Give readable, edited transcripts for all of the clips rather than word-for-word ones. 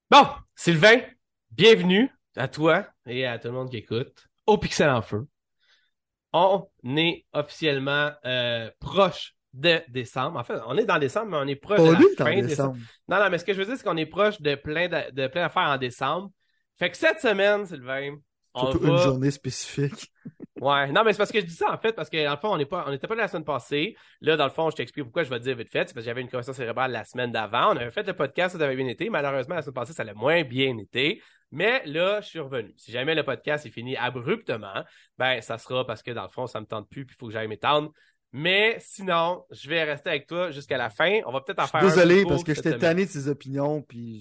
Bon, Sylvain, bienvenue à toi et à tout le monde qui écoute au Pixel en Feu. On est officiellement proche de décembre. En fait, on est dans décembre, mais on est proche de Pas la lui est en fin de décembre. décembre. Non, non, mais ce que je veux dire, c'est qu'on est proche de plein d'affaires en décembre. Fait que cette semaine, Sylvain, on Surtout une va journée spécifique. ouais, non, mais c'est parce que je dis ça en fait, parce que dans le fond, on n'était pas là la semaine passée. Là, dans le fond, je t'explique pourquoi je vais te dire vite fait. C'est parce que j'avais une conversation cérébrale la semaine d'avant. On avait fait le podcast, ça avait bien été. Malheureusement, la semaine passée, ça allait moins bien été. Mais là, je suis revenu. Si jamais le podcast est fini abruptement, ben, ça sera parce que dans le fond, ça me tente plus, puis il faut que j'aille m'étendre. Mais sinon, je vais rester avec toi jusqu'à la fin. On va peut-être Je en suis faire un plus désolé parce court que cette j'étais semaine. tanné de ses opinions, puis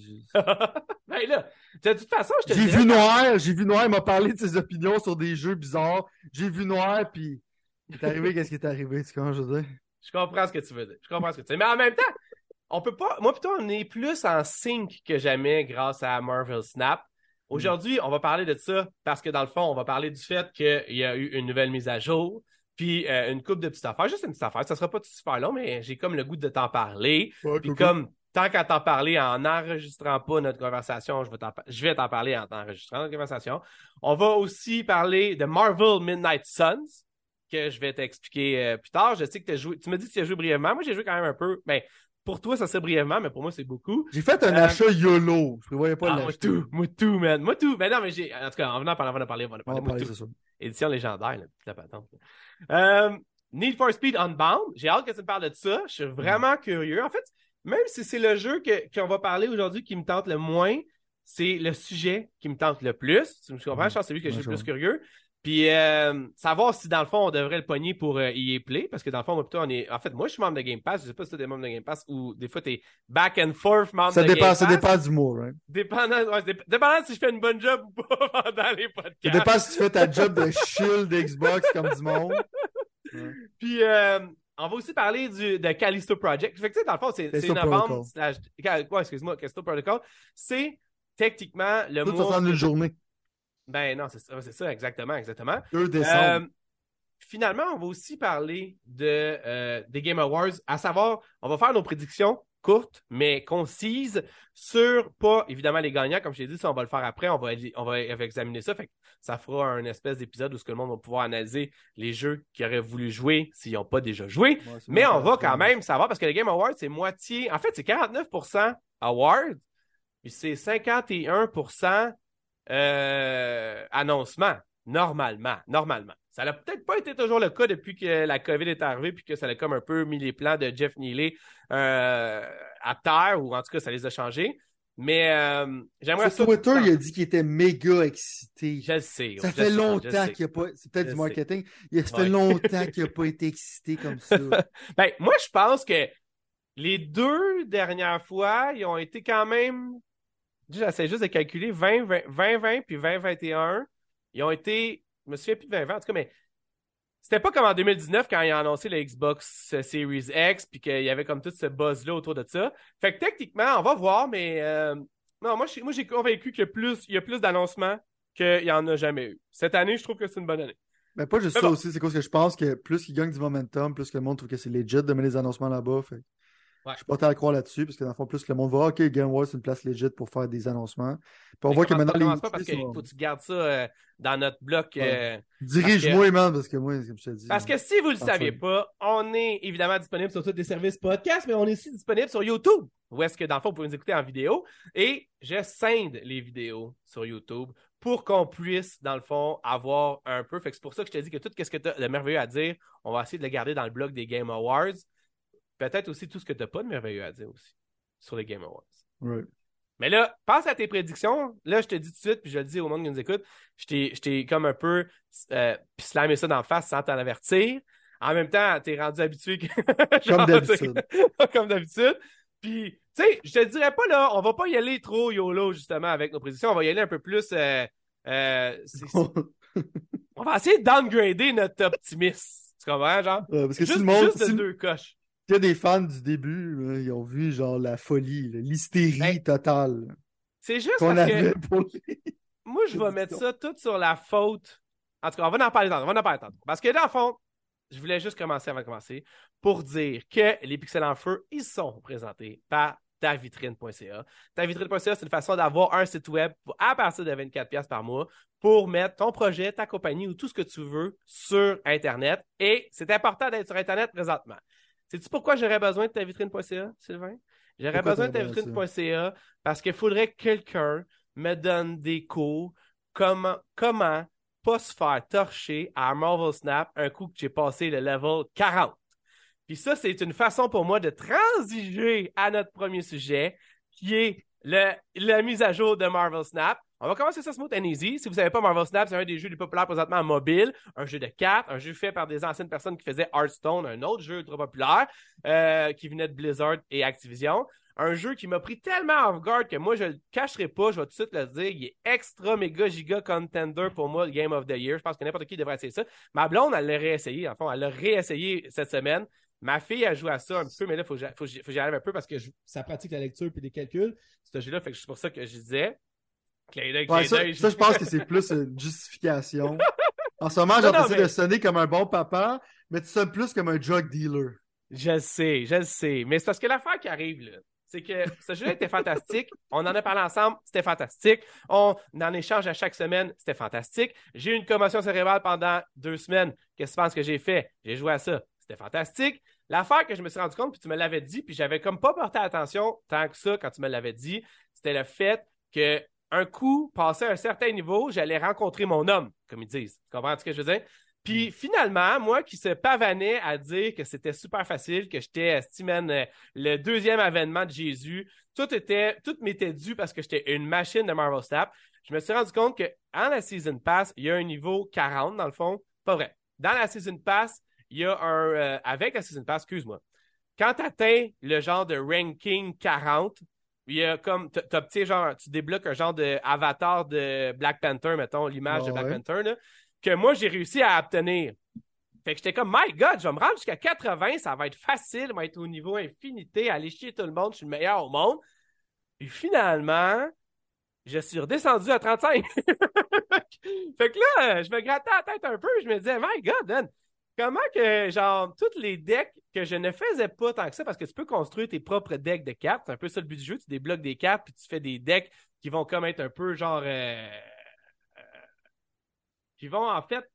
Ben là, de toute façon, je te le j'ai dirais vu quand. noir, j'ai vu noir, il m'a parlé de ses opinions sur des jeux bizarres. J'ai vu noir, puis il est arrivé, qu'est-ce qui est arrivé, c'est comment je veux dire? Je comprends ce que tu veux dire. Je comprends ce que tu veux dire. Mais en même temps, on peut pas. Moi, plutôt, on est plus en sync que jamais grâce à Marvel Snap. Hmm. Aujourd'hui, on va parler de ça parce que dans le fond, on va parler du fait qu'il y a eu une nouvelle mise à jour, puis une coupe de petites affaires. Juste une petite affaire. Ça sera pas tout super long, mais j'ai comme le goût de t'en parler. Ouais, Puis coco. comme tant qu'à t'en parler en n'enregistrant pas notre conversation, je vais t'en parler en enregistrant notre conversation. On va aussi parler de Marvel Midnight Suns, que je vais t'expliquer plus tard. Je sais que tu m'as dit que tu as joué brièvement. Moi, j'ai joué quand même un peu. Ben, pour toi, ça c'est brièvement, mais pour moi, c'est beaucoup. J'ai fait un Euh, achat YOLO. Je prévoyais pas ah, l'acheter. moi tout, man. Moi tout. Ben non, mais j'ai. En tout cas, en venant parler, on va en parler, on va en On va parler. en Moi parler, tout. c'est sûr. Édition légendaire, là, la patente. Euh, Need for Speed Unbound. J'ai hâte que tu me parles de ça. Je suis Hmm. vraiment curieux. En fait, même si c'est le jeu qu'on va parler aujourd'hui qui me tente le moins, c'est le sujet qui me tente le plus. Tu me comprends? Hmm. Je pense que c'est lui que je Ouais, suis je le plus vois. curieux. Puis, savoir si dans le fond, on devrait le pogner pour EA Play, parce que dans le fond, moi, plutôt, on est. En fait, moi, je suis membre de Game Pass. Je sais pas si tu es membre de Game Pass ou des fois, tu es back and forth membre de Game Ça Pass. dépend du mood, right? Dépendant si je fais une bonne job ou pas pendant les Ça dépend podcasts. si tu fais ta job de shield d'Xbox comme du monde. Ouais. Puis, on va aussi parler de Callisto Project. Fait que, tu sais, dans le fond, c'est Callisto novembre. Protocol. Ouais, excuse-moi, Callisto Protocol. C'est techniquement le Tout ça mois en une que. journée. Ben non, c'est ça, exactement, exactement. 2 décembre. Euh, Finalement, on va aussi parler des Game Awards, à savoir, on va faire nos prédictions courtes, mais concises, sur pas évidemment les gagnants, comme je t'ai dit, ça on va le faire après, on va examiner ça, fait que ça fera un espèce d'épisode où ce que le monde va pouvoir analyser les jeux qu'ils auraient voulu jouer s'ils n'ont pas déjà joué, Ouais, c'est mais bien on va quand paraphrase. même savoir, parce que les Game Awards, c'est moitié, en fait, c'est 49% Awards, puis c'est 51% annoncement, normalement. Ça n'a peut-être pas été toujours le cas depuis que la COVID est arrivée puis que ça a comme un peu mis les plans de Jeff Neely à terre, ou en tout cas, ça les a changés. Mais j'aimerais Sur ça. Twitter, il a dit qu'il était méga excité. Je le sais, Ça je le fait sais, je le longtemps sais, qu'il n'y a pas. C'est peut-être je du le sais. marketing. Ça fait Ouais. longtemps qu'il n'a pas été excité comme ça. Ben, moi, je pense que les deux dernières fois, ils ont été quand même. J'essaie juste de calculer 2020 puis 2021. Ils ont été. Je me souviens plus de 2020, en tout cas, mais c'était pas comme en 2019 quand ils ont annoncé la Xbox Series X puis qu'il y avait comme tout ce buzz-là autour de ça. Fait que techniquement, on va voir, mais non, moi j'ai convaincu il y a plus d'annoncements qu'il y en a jamais eu. Cette année, je trouve que c'est une bonne année. Mais pas juste Mais ça bon, aussi, c'est parce que je pense que plus qu'il gagne du momentum, plus que le monde trouve que c'est legit de mettre les annoncements là-bas. Fait. ouais. Je suis pas tant à croire là-dessus, parce que dans le fond, plus que le monde va, OK, Game Wars, c'est une place legit pour faire des annoncements. Puis on Mais voit que maintenant, les commence pas parce industries qu'il faut sont. que tu gardes ça dans notre bloc. Ouais. Parce que Dirige-moi, man, parce que moi, comme je te dis, Parce que si vous ne le en feu. saviez pas, on est évidemment disponible sur tous les services podcast, mais on est aussi disponible sur YouTube, où est-ce que dans le fond, vous pouvez nous écouter en vidéo. Et je scinde les vidéos sur YouTube pour qu'on puisse, dans le fond, avoir un peu. Fait que c'est pour ça que je te dis que tout ce que tu as de merveilleux à dire, on va essayer de le garder dans le blog des Game Awards. Peut-être aussi tout ce que tu n'as pas de merveilleux à dire aussi sur les Game Awards. Ouais. Mais là, pense à tes prédictions. Là, je te dis tout de suite, puis je le dis au monde qui nous écoute, je t'ai comme un peu slamé ça d'en face sans t'en avertir. En même temps, t'es rendu habitué que... Comme genre, d'habitude. comme d'habitude. Puis, tu sais, je te dirais pas, là, on va pas y aller trop YOLO, justement, avec nos prédictions. On va y aller un peu plus... on va essayer de downgrader notre optimisme. Tu comprends, genre? Parce que si le monde, Juste de deux coches. s'il y a des fans du début, là, ils ont vu genre la folie, là, Ben, l'hystérie totale là, c'est juste qu'on parce que avait pour les moi, je vais mettre prédictions. ça tout sur la faute. En tout cas, on va en parler tantôt. Parce que dans le fond, je voulais juste commencer avant de commencer pour dire que les Pixels en feu, ils sont présentés par tavitrine.ca. Tavitrine.ca, c'est une façon d'avoir un site web à partir de 24$ par mois pour mettre ton projet, ta compagnie ou tout ce que tu veux sur Internet. Et c'est important d'être sur Internet présentement. Sais-tu pourquoi j'aurais besoin de tavitrine.ca, Sylvain? J'aurais Pourquoi besoin de t'aurais besoin de ça? tavitrine.ca parce qu'il faudrait que quelqu'un me donne des cours comment pas se faire torcher à Marvel Snap un coup que j'ai passé le level 40. Puis ça, c'est une façon pour moi de transiger à notre premier sujet, qui est la mise à jour de Marvel Snap. On va commencer ça smooth and easy. Si vous ne savez pas, Marvel Snap, c'est un des jeux les populaires présentement en mobile, un jeu de cartes, un jeu fait par des anciennes personnes qui faisaient Hearthstone, un autre jeu ultra populaire qui venait de Blizzard et Activision. Un jeu qui m'a pris tellement off guard que moi, je le cacherai pas, je vais tout de suite le dire. Il est extra méga giga contender pour moi, le Game of the Year. Je pense que n'importe qui devrait essayer ça. Ma blonde, elle l'a réessayé. En fond, elle l'a réessayé cette semaine. Ma fille a joué à ça un petit peu, mais là, il faut que j'y arrive un peu parce que ça pratique la lecture et les calculs. Ce jeu-là, fait que c'est pour ça que je disais. Clin d'œil, Ouais, clin d'œil. ça, je pense que c'est plus une justification. En ce moment, Non, genre, non, t'essaies de mais sonner comme un bon papa, mais tu sonnes plus comme un drug dealer. je le sais, je le sais. Mais c'est parce que l'affaire qui arrive, là, c'est que ce jeu était fantastique. On en a parlé ensemble, c'était fantastique. On en échange à chaque semaine, c'était fantastique. J'ai eu une commotion cérébrale pendant 2 semaines. Qu'est-ce que tu penses que j'ai fait? J'ai joué à ça. C'était fantastique. L'affaire que je me suis rendu compte, puis tu me l'avais dit, puis j'avais comme pas porté attention tant que ça quand tu me l'avais dit, c'était le fait que un coup, passé à un certain niveau, j'allais rencontrer mon homme, comme ils disent. Tu comprends ce que je veux dire? Puis finalement, moi qui se pavanais à dire que c'était super facile, que j'étais, le deuxième avènement de Jésus, tout m'était dû parce que j'étais une machine de Marvel Snap. Je me suis rendu compte que en la Season Pass, il y a un niveau 40 dans le fond. Pas vrai. Dans la Season Pass, il y a avec la Season Pass, excuse-moi, quand tu atteins le genre de ranking 40, il y a comme, genre, tu débloques un genre de avatar de Black Panther, mettons, l'image de Bon, Black ouais. Panther, là, que moi, j'ai réussi à obtenir. Fait que j'étais comme, my God, je vais me rendre jusqu'à 80, ça va être facile, ça va être au niveau infinité, aller chier tout le monde, je suis le meilleur au monde. Puis finalement, je suis redescendu à 35. Fait que là, je me grattais la tête un peu, je me disais, my God, man, comment que, genre, tous les decks que je ne faisais pas tant que ça, parce que tu peux construire tes propres decks de cartes, c'est un peu ça le but du jeu, tu débloques des cartes, puis tu fais des decks qui vont comme être un peu, genre, qui vont, en fait,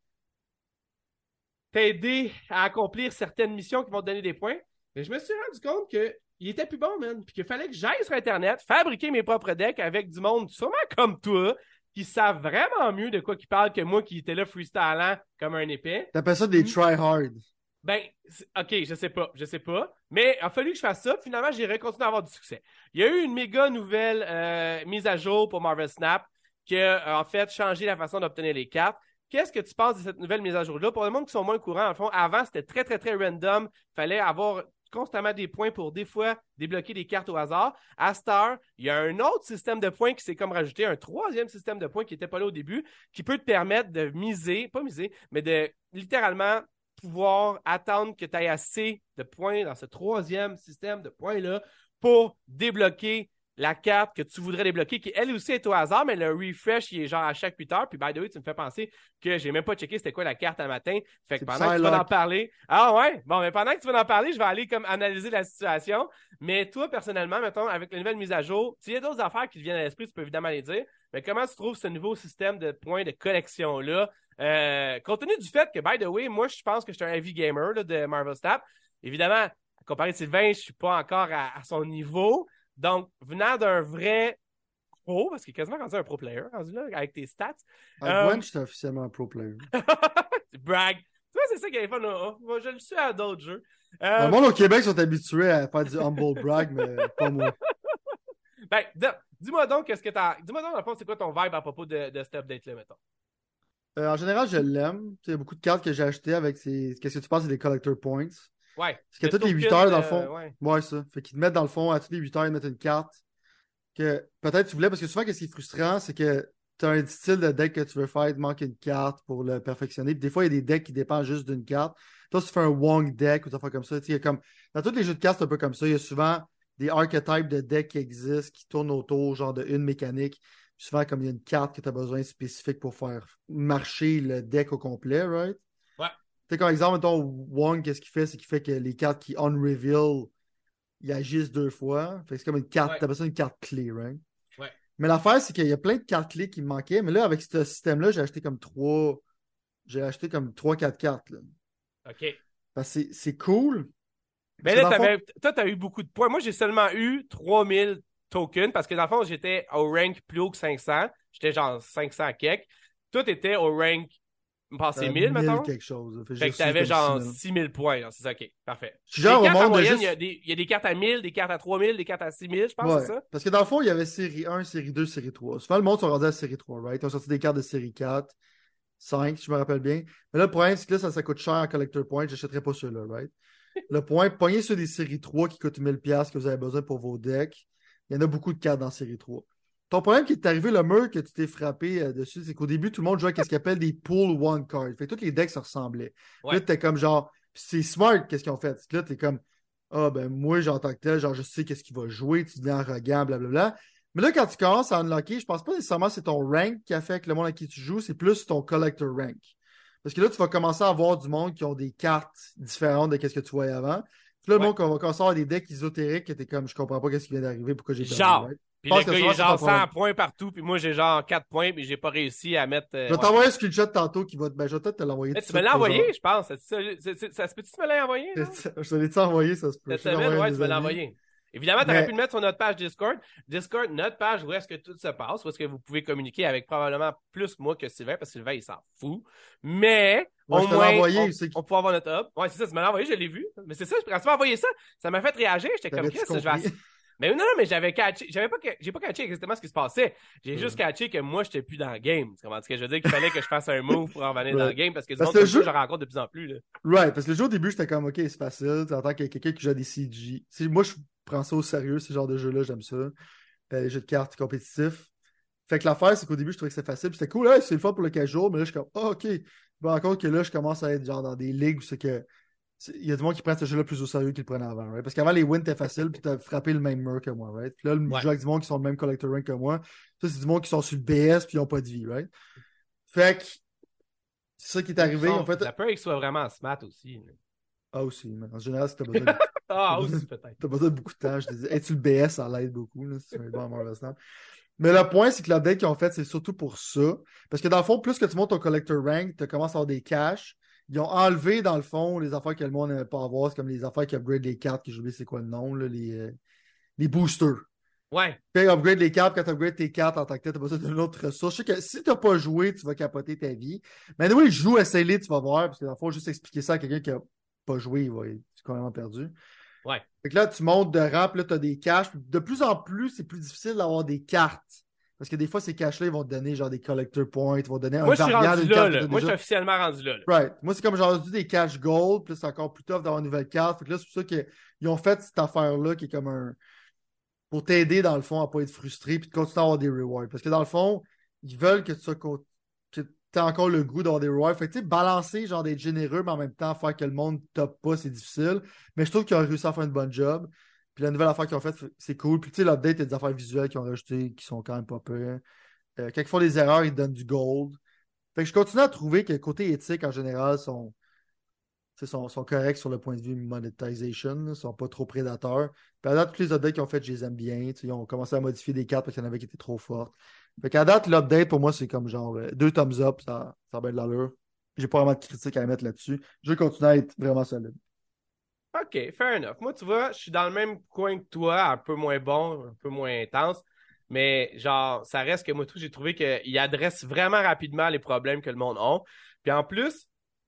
t'aider à accomplir certaines missions qui vont te donner des points. Mais je me suis rendu compte que il était plus bon, man. Puis qu'il fallait que j'aille sur Internet, fabriquer mes propres decks avec du monde sûrement comme toi, qui savent vraiment mieux de quoi qu'ils parlent que moi qui était là freestylant comme un épais. T'appelles ça des try-hard. Ben, ok, je sais pas. Mais il a fallu que je fasse ça. Finalement, j'ai continué à avoir du succès. Il y a eu une méga nouvelle mise à jour pour Marvel Snap qui a en fait changé la façon d'obtenir les cartes. Qu'est-ce que tu penses de cette nouvelle mise à jour-là? Pour les monde qui sont moins courants, en fond, avant, c'était très, très, très random. Il fallait avoir constamment des points pour des fois débloquer des cartes au hasard. À Star, il y a un autre système de points qui s'est comme rajouté, un troisième système de points qui n'était pas là au début, qui peut te permettre de miser, pas miser, mais de littéralement pouvoir attendre que tu aies assez de points dans ce troisième système de points-là pour débloquer la carte que tu voudrais débloquer, qui elle aussi est au hasard, mais le refresh, il est genre à chaque 8 heures. Puis, by the way, tu me fais penser que j'ai même pas checké c'était quoi la carte un matin. Fait que pendant que tu vas en parler. Ah ouais? Bon, mais pendant que tu vas en parler, je vais aller comme analyser la situation. Mais toi, personnellement, mettons, avec la nouvelle mise à jour, s'il y a d'autres affaires qui te viennent à l'esprit, tu peux évidemment les dire. Mais comment tu trouves ce nouveau système de points de collection-là? Compte tenu du fait que, by the way, moi, je pense que je suis un heavy gamer là, de Marvel Snap. Évidemment, comparé à Sylvain, je suis pas encore à son niveau. Donc, venant d'un vrai pro, parce qu'il est quasiment rendu un pro player, rendu là, avec tes stats. Gwen, je suis officiellement un pro player. Brag. Tu vois, c'est ça qui est fun. Moi, je le suis à d'autres jeux. Le monde au Québec sont habitués à faire du humble brag, mais pas moi. Ben, dis-moi donc, dis-moi donc, dans le fond, c'est quoi ton vibe à propos de cet update-là, mettons? En général, je l'aime. Il y a beaucoup de cartes que j'ai achetées avec ces. Qu'est-ce que tu penses, c'est des collector points? Ouais. Parce que toutes les 8 heures, dans le fond. Ouais, ça. Fait qu'ils te mettent dans le fond, à toutes les 8 heures, ils mettent une carte que peut-être tu voulais. Parce que souvent, ce qui est frustrant, c'est que tu as un style de deck que tu veux faire, il te manque une carte pour le perfectionner. Puis des fois, il y a des decks qui dépendent juste d'une carte. Toi, si tu fais un Wong deck ou tu fais comme ça, comme. Dans tous les jeux de cartes, c'est un peu comme ça. Il y a souvent des archetypes de decks qui existent, qui tournent autour, genre de une mécanique. Puis souvent, comme il y a une carte que tu as besoin spécifique pour faire marcher le deck au complet, right? Ouais. Tu sais, comme exemple, mettons, Wong, qu'est-ce qu'il fait? C'est qu'il fait que les cartes qui on-reveal ils agissent 2 fois. Fait que c'est comme une carte, Ouais. t'appelles ça une carte clé, right? Ouais. Mais l'affaire, c'est qu'il y a plein de cartes clés qui me manquaient. Mais là, avec ce système-là, j'ai acheté comme 3-4 cartes. Là. OK. Parce que c'est cool. Mais Parce que là, dans le fond, toi, t'as eu beaucoup de points. Moi, j'ai seulement eu 3000 tokens parce que dans le fond, j'étais au rank plus haut que 500. J'étais genre 500 quelques. Toi, t'étais au rank, passé 1000, 1000 mettons. quelque chose. Là. Fait que Fait j'ai que reçu t'avais comme genre 6000. 6000 points. Genre, c'est ça, OK. Parfait. Je suis Les genre au cartes, en monde de moyenne, juste. il y a des cartes à 1000, des cartes à 3000, des cartes à 6000, je pense, Ouais. c'est ça? Parce que dans le fond, il y avait série 1, série 2, série 3. Souvent, le monde sont rendus à série 3, right? Ils ont sorti des cartes de série 4, 5, si je me rappelle bien. Mais là, le problème, c'est que là, ça coûte cher en collector point. J'achèterais pas ceux-là, right? Le point, pognez sur des séries 3 qui coûtent 1000$ que vous avez besoin pour vos decks. Il y en a beaucoup de cartes dans série 3. Ton problème qui est arrivé, le mur que tu t'es frappé dessus, c'est qu'au début, tout le monde jouait à ce qu'ils appelle des pull one cards. Fait que tous les decks se ressemblaient. Ouais. Là, t'es comme genre, c'est smart, qu'est-ce qu'ils ont fait? Là, t'es comme, ah ben moi, j'en tant que tel, genre, je sais qu'est-ce qu'il va jouer, tu deviens arrogant, blablabla. Mais là, quand tu commences à unlocker, je pense pas nécessairement que c'est ton rank qui affecte le monde à qui tu joues, c'est plus ton collector rank. Parce que là, tu vas commencer à avoir du monde qui ont des cartes différentes de ce que tu voyais avant. Puis là, le monde, on va commencer à avoir des decks ésotériques que t'es comme, je comprends pas ce qui vient d'arriver, pourquoi j'ai perdu. Genre. Right? Puis Je le pense que gars, il souvent, est c'est ton genre 100 problème. points partout, puis moi, j'ai genre 4 points, puis j'ai pas réussi à mettre. Je vais t'envoyer un screenshot tantôt qui va te. Ben, je vais peut-être te l'envoyer tout de Tu me suite l'as pour envoyé, genre. je pense. Ça se peut-tu me l'as envoyé, non? Je te l'ai envoyé, ça se peut. Cette Je te l'ai semaine, envoyé à ouais, mes tu me l'as amis. envoyé. Évidemment, tu aurais Mais pu le mettre sur notre page Discord. Discord, notre page où est-ce que tout se passe, où est-ce que vous pouvez communiquer avec probablement plus moi que Sylvain, parce que Sylvain, il s'en fout. Mais, ouais, au je te l'ai moins, envoyé. on peut avoir notre hub. Ouais, c'est ça, tu me l'as envoyé, je l'ai vu. Mais c'est ça, quand tu m'as envoyé ça, ça m'a fait réagir. J'étais comme, T'avais-tu Chris, je vais. compris? Mais non, mais j'avais catché, j'ai pas catché exactement ce qui se passait. J'ai juste catché que moi, j'étais plus dans le game. Tu comprends ce que je veux dire? Qu'il fallait que je fasse un move pour en revenir dans le Right. game, parce que du Parce monde que le comme ça, jeu. je rencontre de plus en plus, là. Right, parce que le jeu au début, j'étais comme, ok, c'est facile. Tu entends qu'il y a quelqu'un qui joue à des CG. Moi, je prends ça au sérieux, ce genre de jeu-là, j'aime ça. Les jeux de cartes compétitifs. Fait que l'affaire, c'est qu'au début, je trouvais que c'était facile. Puis c'était cool, c'est le fun pour le casual, mais là, je suis comme, ok. Je me rends compte que là, je commence à être genre dans des ligues où c'est que. Il y a du monde qui prend ce jeu-là plus au sérieux qu'ils le prenaient avant, right? Parce qu'avant, les wins étaient faciles, puis t'as frappé le même mur que moi, right? Puis là, je joue avec du monde qui sont le même collector rank que moi. Ça, c'est du monde qui sont sur le BS, puis ils n'ont pas de vie, right? Fait que c'est ça qui est arrivé. En fait. Ça peut qu'il soit vraiment smart aussi. Là. Ah, aussi, mais en général, si t'as besoin de. Ah, aussi, peut-être. T'as besoin de beaucoup de temps. Je te dis, es-tu le BS, ça l'aide beaucoup, là, si tu veux bon à Marvel Snap. Mais le point, c'est que l'update qu'ils ont fait, c'est surtout pour ça. Parce que dans le fond, plus que tu montes ton collector rank, tu commences à avoir des caches. Ils ont enlevé, dans le fond, les affaires que le monde n'aimait pas avoir. C'est comme les affaires qui upgrade les cartes, que j'ai oublié c'est quoi le nom, là, les boosters. Ouais. Puis upgrade les cartes, quand tu upgrades tes cartes en tant que tel, tu as besoin d'une autre ressource. Je sais que si tu n'as pas joué, tu vas capoter ta vie. Mais oui, joue, essaye-les, tu vas voir. Parce que dans le fond, juste expliquer ça à quelqu'un qui n'a pas joué, il va être complètement perdu. Ouais. Fait que là, tu montes de rang, puis là, tu as des caches. De plus en plus, c'est plus difficile d'avoir des cartes. Parce que des fois, ces caches-là, ils vont te donner genre des collector points, ils vont te donner un variant d'une carte. Là. Moi, je suis officiellement rendu là. Right. Moi, c'est comme j'ai rendu des caches gold, puis c'est encore plus tough d'avoir une nouvelle carte. Fait que là, c'est pour ça qu'ils ont fait cette affaire-là qui est comme un. Pour t'aider, dans le fond, à pas être frustré, puis de continuer à avoir des rewards. Parce que dans le fond, ils veulent que tu aies encore le goût d'avoir des rewards. Fait que tu sais, balancer, genre d'être généreux, mais en même temps, faire que le monde ne top pas, c'est difficile. Mais je trouve qu'ils ont réussi à faire une bonne job. Puis la nouvelle affaire qu'ils ont faite, c'est cool. Puis tu sais, l'update, il y a des affaires visuelles qu'ils ont rajoutées qui sont quand même pas peu. Quand ils font des erreurs, ils te donnent du gold. Fait que je continue à trouver que côté éthique, en général, sont corrects sur le point de vue monetization. Ils sont pas trop prédateurs. Puis à date, tous les updates qu'ils ont fait, je les aime bien. Ils ont commencé à modifier des cartes parce qu'il y en avait qui étaient trop fortes. Fait qu'à date, l'update, pour moi, c'est comme genre 2 thumbs up. Ça a bien de l'allure. J'ai pas vraiment de critiques à mettre là-dessus. Je vais continuer à être vraiment solide. OK, fair enough. Moi, tu vois, je suis dans le même coin que toi, un peu moins bon, un peu moins intense, mais genre, ça reste que moi, tout, j'ai trouvé qu'il adresse vraiment rapidement les problèmes que le monde a. Puis en plus,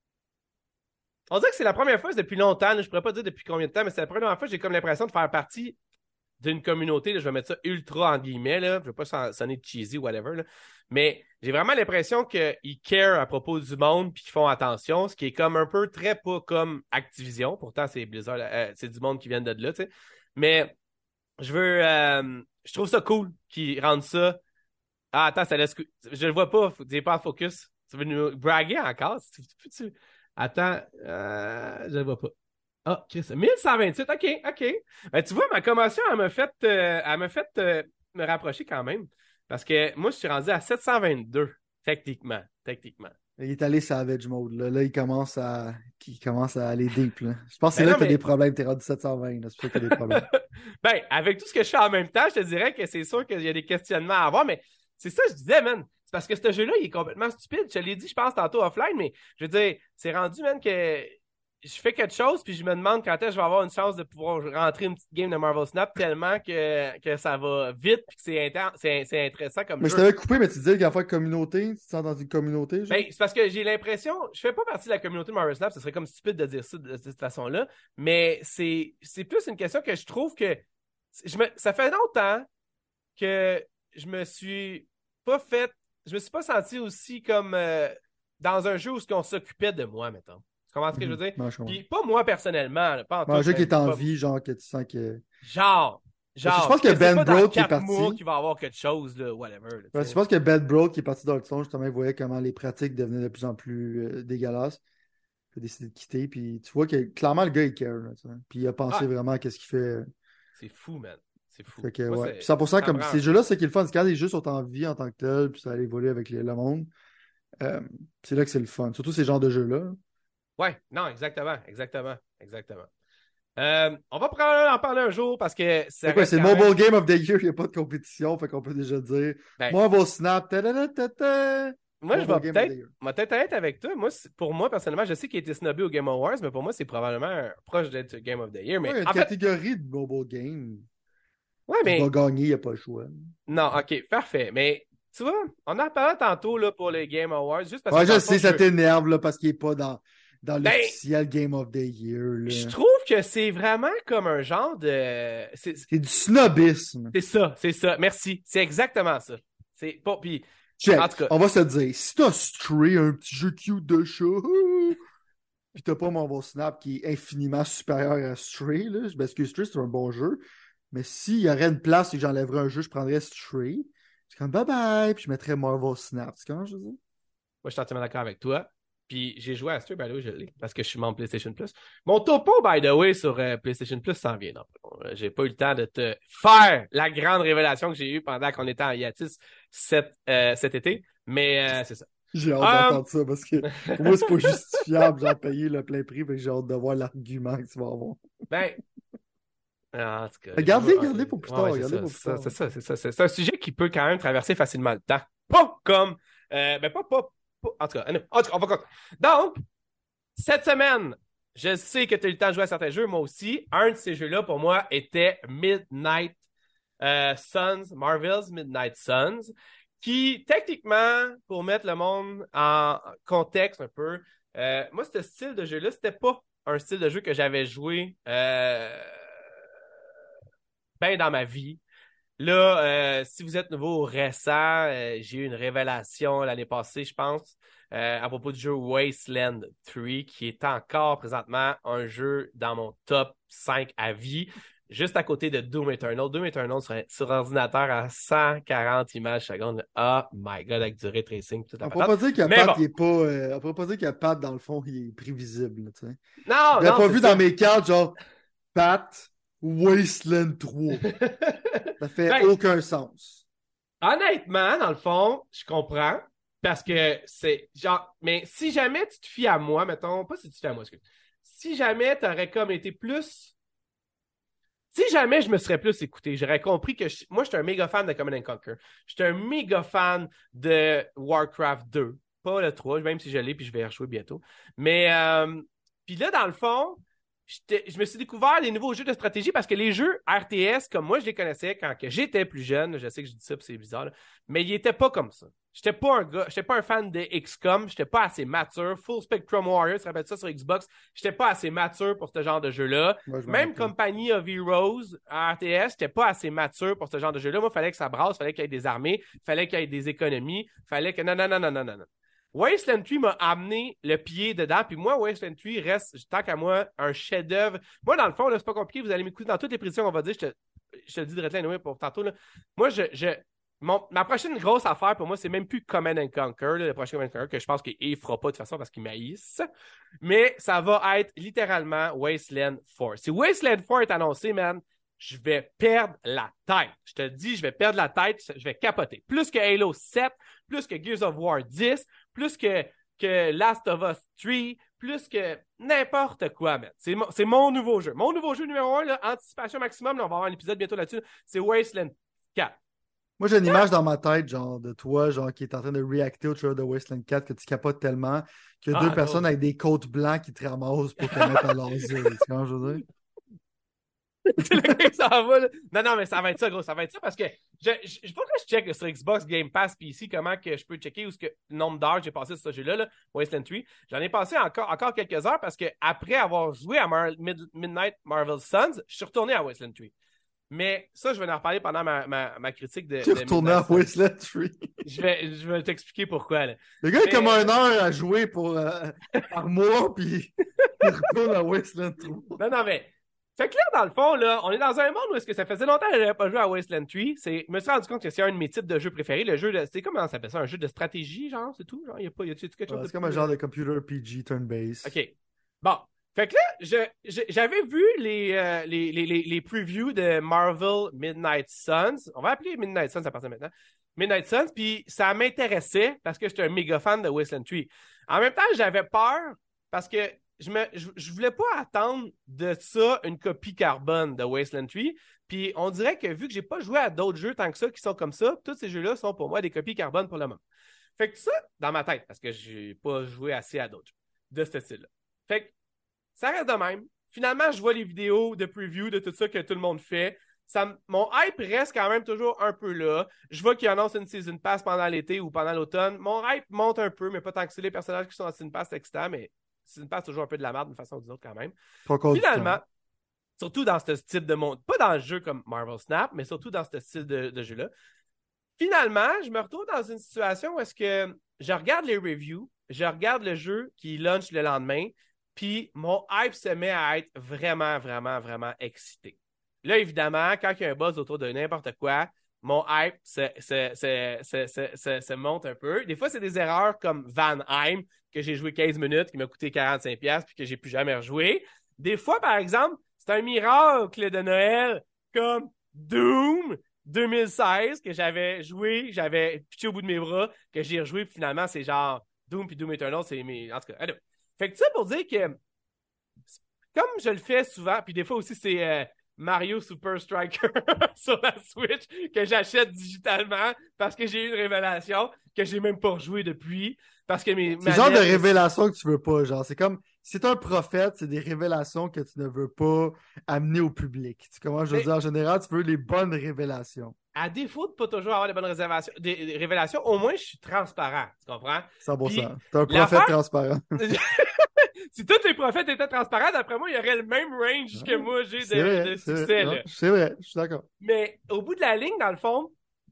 on dirait que c'est la première fois depuis longtemps, là, je pourrais pas dire depuis combien de temps, mais c'est la première fois que j'ai comme l'impression de faire partie d'une communauté, là, je vais mettre ça ultra en guillemets, là, je veux pas sonner cheesy ou whatever, là, mais j'ai vraiment l'impression qu'ils care à propos du monde puis qu'ils font attention, ce qui est comme un peu très pas comme Activision, pourtant c'est Blizzard, c'est du monde qui vient de là, tu sais, mais je trouve ça cool qu'ils rendent ça. Ah, attends, ça laisse, je le vois pas, t'es pas en focus, tu veux nous braguer encore? Attends, je le vois pas. Ah, Chris, 1128, OK. Ben, tu vois, ma commotion, elle m'a fait me rapprocher quand même. Parce que moi, je suis rendu à 722, techniquement. Il est allé Savage Mode. Là il commence à aller deep. Là. Je pense que c'est là que t'as des problèmes. T'es rendu 720. Là. C'est pour ça qu'il y a des problèmes. Ben, avec tout ce que je fais en même temps, je te dirais que c'est sûr qu'il y a des questionnements à avoir, mais c'est ça que je disais, man. C'est parce que ce jeu-là, il est complètement stupide. Je te l'ai dit, je pense, tantôt offline, mais je veux dire, c'est rendu, man, que je fais quelque chose, puis je me demande quand est-ce que je vais avoir une chance de pouvoir rentrer une petite game de Marvel Snap tellement que ça va vite, puis que c'est intéressant comme mais jeu. je t'avais coupé, mais tu disais qu'il y a faire communauté. Tu te sens dans une communauté, genre? Ben, c'est parce que j'ai l'impression, je fais pas partie de la communauté de Marvel Snap, ce serait comme stupide de dire ça de cette façon-là, mais c'est plus une question que je trouve que ça fait longtemps que je me suis pas senti aussi comme dans un jeu où on s'occupait de moi, mettons. Tu comprends ce que je veux dire? Non, je comprends. Puis pas moi personnellement, pas en tout. Un jeu qui est en vie, genre que tu sens que. Genre, je pense que Ben Broad qui est parti. mois qu'il va avoir quelque chose, là, whatever. Là, je pense que Ben Broad qui est parti dans le son, justement, il voyait comment les pratiques devenaient de plus en plus dégueulasses. Il a décidé de quitter, puis tu vois que clairement le gars il care, là, puis il a pensé vraiment à ce qu'il fait. C'est fou, man. C'est fou. Fait que, ouais. Puis 100% comme ces jeux-là, c'est qui est le fun. Quand les jeux sont en vie en tant que tel, puis ça évolue avec le monde, c'est là que c'est le fun. Surtout ces genres de jeux-là. Ouais, non, exactement. On va probablement en parler un jour parce que c'est quoi, c'est Mobile Game of the Year, il n'y a pas de compétition, fait qu'on peut déjà dire. Marvel Snap, moi, je vais peut-être être avec toi. Moi, pour moi, personnellement, je sais qu'il a été snobé au Game Awards, mais pour moi, c'est probablement proche d'être Game of the Year. Mais il y a une catégorie de Mobile Game. Ouais, mais. Il va gagner, il n'y a pas le choix. Non, ok, parfait. Mais tu vois, on en parlé tantôt là, pour les Game Awards. Juste parce ouais, que je sais, ça t'énerve là, parce qu'il n'est pas dans l'officiel Game of the Year. Là. Je trouve que c'est vraiment comme un genre de. C'est du snobisme. C'est ça. Merci. C'est exactement ça. C'est pas. Puis. Check. En tout cas, on va se dire, si t'as Stray, un petit jeu cute de chat, puis t'as pas Marvel Snap qui est infiniment supérieur à Stray, là, parce que Stray c'est un bon jeu, mais s'il y aurait une place et que j'enlèverais un jeu, je prendrais Stray. C'est comme bye bye, puis je mettrais Marvel Snap. C'est comment je veux dire? Moi, je suis entièrement d'accord avec toi. Puis j'ai joué à Stray, by the way, je l'ai, parce que je suis membre PlayStation Plus. Mon topo, by the way, sur PlayStation Plus s'en vient. Non, j'ai pas eu le temps de te faire la grande révélation que j'ai eue pendant qu'on était en hiatus cet été. Mais c'est ça. J'ai hâte d'entendre ça parce que pour moi, c'est pas justifiable, genre payer le plein prix, mais j'ai hâte de voir l'argument que tu vas avoir. Ben. En tout cas, regardez pour plus tard. C'est un sujet qui peut quand même traverser facilement le temps. Pas comme. Pas. En tout cas, on va continuer. Donc, cette semaine, je sais que tu as eu le temps de jouer à certains jeux, moi aussi. Un de ces jeux-là, pour moi, était Midnight Suns, Marvel's Midnight Suns, qui, techniquement, pour mettre le monde en contexte un peu, moi, ce style de jeu-là, c'était pas un style de jeu que j'avais joué ben dans ma vie. Là, si vous êtes nouveau récent, j'ai eu une révélation l'année passée, je pense, à propos du jeu Wasteland 3, qui est encore présentement un jeu dans mon top 5 à vie, juste à côté de Doom Eternal. Doom Eternal sur ordinateur à 140 images secondes. Oh my god, avec du ray tracing. On ne peut pas dire que Pat, il est pas. On peut pas dire que Pat, dans le fond, il est prévisible. Tu sais. Non, je l'ai pas vu dans mes cartes, genre, Pat. Wasteland 3. Ça fait aucun sens. Honnêtement, dans le fond, je comprends. Parce que c'est genre. Mais si jamais tu te fies à moi, mettons, pas si tu te fies à moi, excuse. Si jamais tu aurais comme été plus. Si jamais je me serais plus écouté, j'aurais compris que moi, je suis un méga fan de Command & Conquer. Je suis un méga fan de Warcraft 2. Pas le 3, même si je l'ai, puis je vais y rejouer bientôt. Mais, puis là, dans le fond, je me suis découvert les nouveaux jeux de stratégie parce que les jeux RTS, comme moi, je les connaissais quand j'étais plus jeune. Je sais que je dis ça, c'est bizarre, là, mais ils n'étaient pas comme ça. J'étais pas un fan de XCOM, j'étais pas assez mature. Full Spectrum Warriors, tu rappelles ça sur Xbox, j'étais pas assez mature pour ce genre de jeu-là. Même Company of Heroes à RTS, j'étais pas assez mature pour ce genre de jeu-là. Moi, il fallait que ça brasse, il fallait qu'il y ait des armées, il fallait qu'il y ait des économies, il fallait que non. Wasteland 3 m'a amené le pied dedans, puis moi, Wasteland 3 reste, tant qu'à moi, un chef-d'œuvre. Moi, dans le fond, là, c'est pas compliqué, vous allez m'écouter dans toutes les prédictions, on va dire, je te le dis direct là, pour tantôt, là. Moi, ma prochaine grosse affaire, pour moi, c'est même plus Command & Conquer, là, le prochain Command & Conquer, que je pense qu'il fera pas de toute façon parce qu'il maïsse, mais ça va être littéralement Wasteland 4. Si Wasteland 4 est annoncé, man, je vais perdre la tête. Je te dis, je vais perdre la tête, je vais capoter. Plus que Halo 7, plus que Gears of War 10, plus que que Last of Us 3, plus que n'importe quoi, man. C'est mon nouveau jeu. Mon nouveau jeu numéro 1, là, anticipation maximum, là, on va avoir un épisode bientôt là-dessus, c'est Wasteland 4. Moi, j'ai une image dans ma tête, genre, de toi, genre, qui est en train de reacter au trailer de Wasteland 4, que tu capotes tellement, qu'il y a deux personnes avec des coats blancs qui te ramassent pour te mettre à laser. Tu sais comment je veux dire? C'est le gars qui s'en va, là. Non, mais ça va être ça, gros. Ça va être ça parce que je faut que je check sur Xbox Game Pass PC comment que je peux checker où ce que le nombre d'heures que j'ai passé sur ce jeu-là, Wasteland 3. J'en ai passé encore quelques heures parce que après avoir joué à Midnight Marvel Suns, je suis retourné à Wasteland 3. Mais ça, je vais en reparler pendant ma critique de. Tu es retourné à Wasteland 3. Je vais t'expliquer pourquoi. Là. Le gars, il a comme 1 heure à jouer par mois, puis il retourne à Wasteland 3. Non, mais. Fait que là, dans le fond, là, on est dans un monde où est-ce que ça faisait longtemps que j'avais pas joué à Wasteland 3. Je me suis rendu compte que c'est un de mes types de jeux préférés. Le jeu de. C'est comment ça s'appelle ça? Un jeu de stratégie, genre, c'est tout? Genre, y a quelque chose c'est comme un genre de computer PG turn-based. OK. Bon. Fait que là, j'avais vu les previews de Marvel Midnight Suns. On va appeler Midnight Suns à partir de maintenant. Midnight Suns, puis ça m'intéressait parce que j'étais un méga fan de Wasteland 3. En même temps, j'avais peur parce que je voulais pas attendre de ça une copie carbone de Wasteland 3. Puis on dirait que vu que j'ai pas joué à d'autres jeux tant que ça qui sont comme ça, tous ces jeux-là sont pour moi des copies carbone pour le moment. Fait que ça, dans ma tête, parce que j'ai pas joué assez à d'autres jeux de ce style-là. Fait que ça reste de même. Finalement, je vois les vidéos de preview de tout ça que tout le monde fait. Mon hype reste quand même toujours un peu là. Je vois qu'ils annoncent une Season Pass pendant l'été ou pendant l'automne. Mon hype monte un peu, mais pas tant que c'est les personnages qui sont en Season Pass, c'est excitant, mais Season Pass, toujours un peu de la merde d'une façon ou d'une autre quand même. Finalement, surtout dans ce style de monde, pas dans le jeu comme Marvel Snap, mais surtout dans ce style de jeu-là. Finalement, je me retrouve dans une situation où est-ce que je regarde les reviews, je regarde le jeu qui launch le lendemain, puis mon hype se met à être vraiment, vraiment, vraiment excité. Là, évidemment, quand il y a un buzz autour de n'importe quoi, mon hype se monte un peu. Des fois, c'est des erreurs comme Valheim, que j'ai joué 15 minutes, qui m'a coûté 45$ puis que j'ai plus jamais rejoué. Des fois, par exemple, c'est un miracle de Noël comme Doom 2016 que j'avais joué, j'avais pitché au bout de mes bras, que j'ai rejoué, puis finalement, c'est genre Doom puis Doom Eternal, c'est mes. En tout cas, anyway. Fait que ça pour dire que, comme je le fais souvent, puis des fois aussi, c'est Mario Super Striker sur la Switch que j'achète digitalement parce que j'ai eu une révélation que j'ai même pas rejoué depuis. Parce que c'est le genre de révélation que tu veux pas, genre. C'est comme, si t'es un prophète, c'est des révélations que tu ne veux pas amener au public. Tu comment je veux dire, en général, tu veux les bonnes révélations. À défaut de pas toujours avoir des bonnes des révélations, au moins je suis transparent. Tu comprends? 100%. T'es un prophète transparent. Si tous les prophètes étaient transparents, d'après moi, il y aurait le même range que moi j'ai de succès. C'est vrai, je suis d'accord. Mais au bout de la ligne, dans le fond,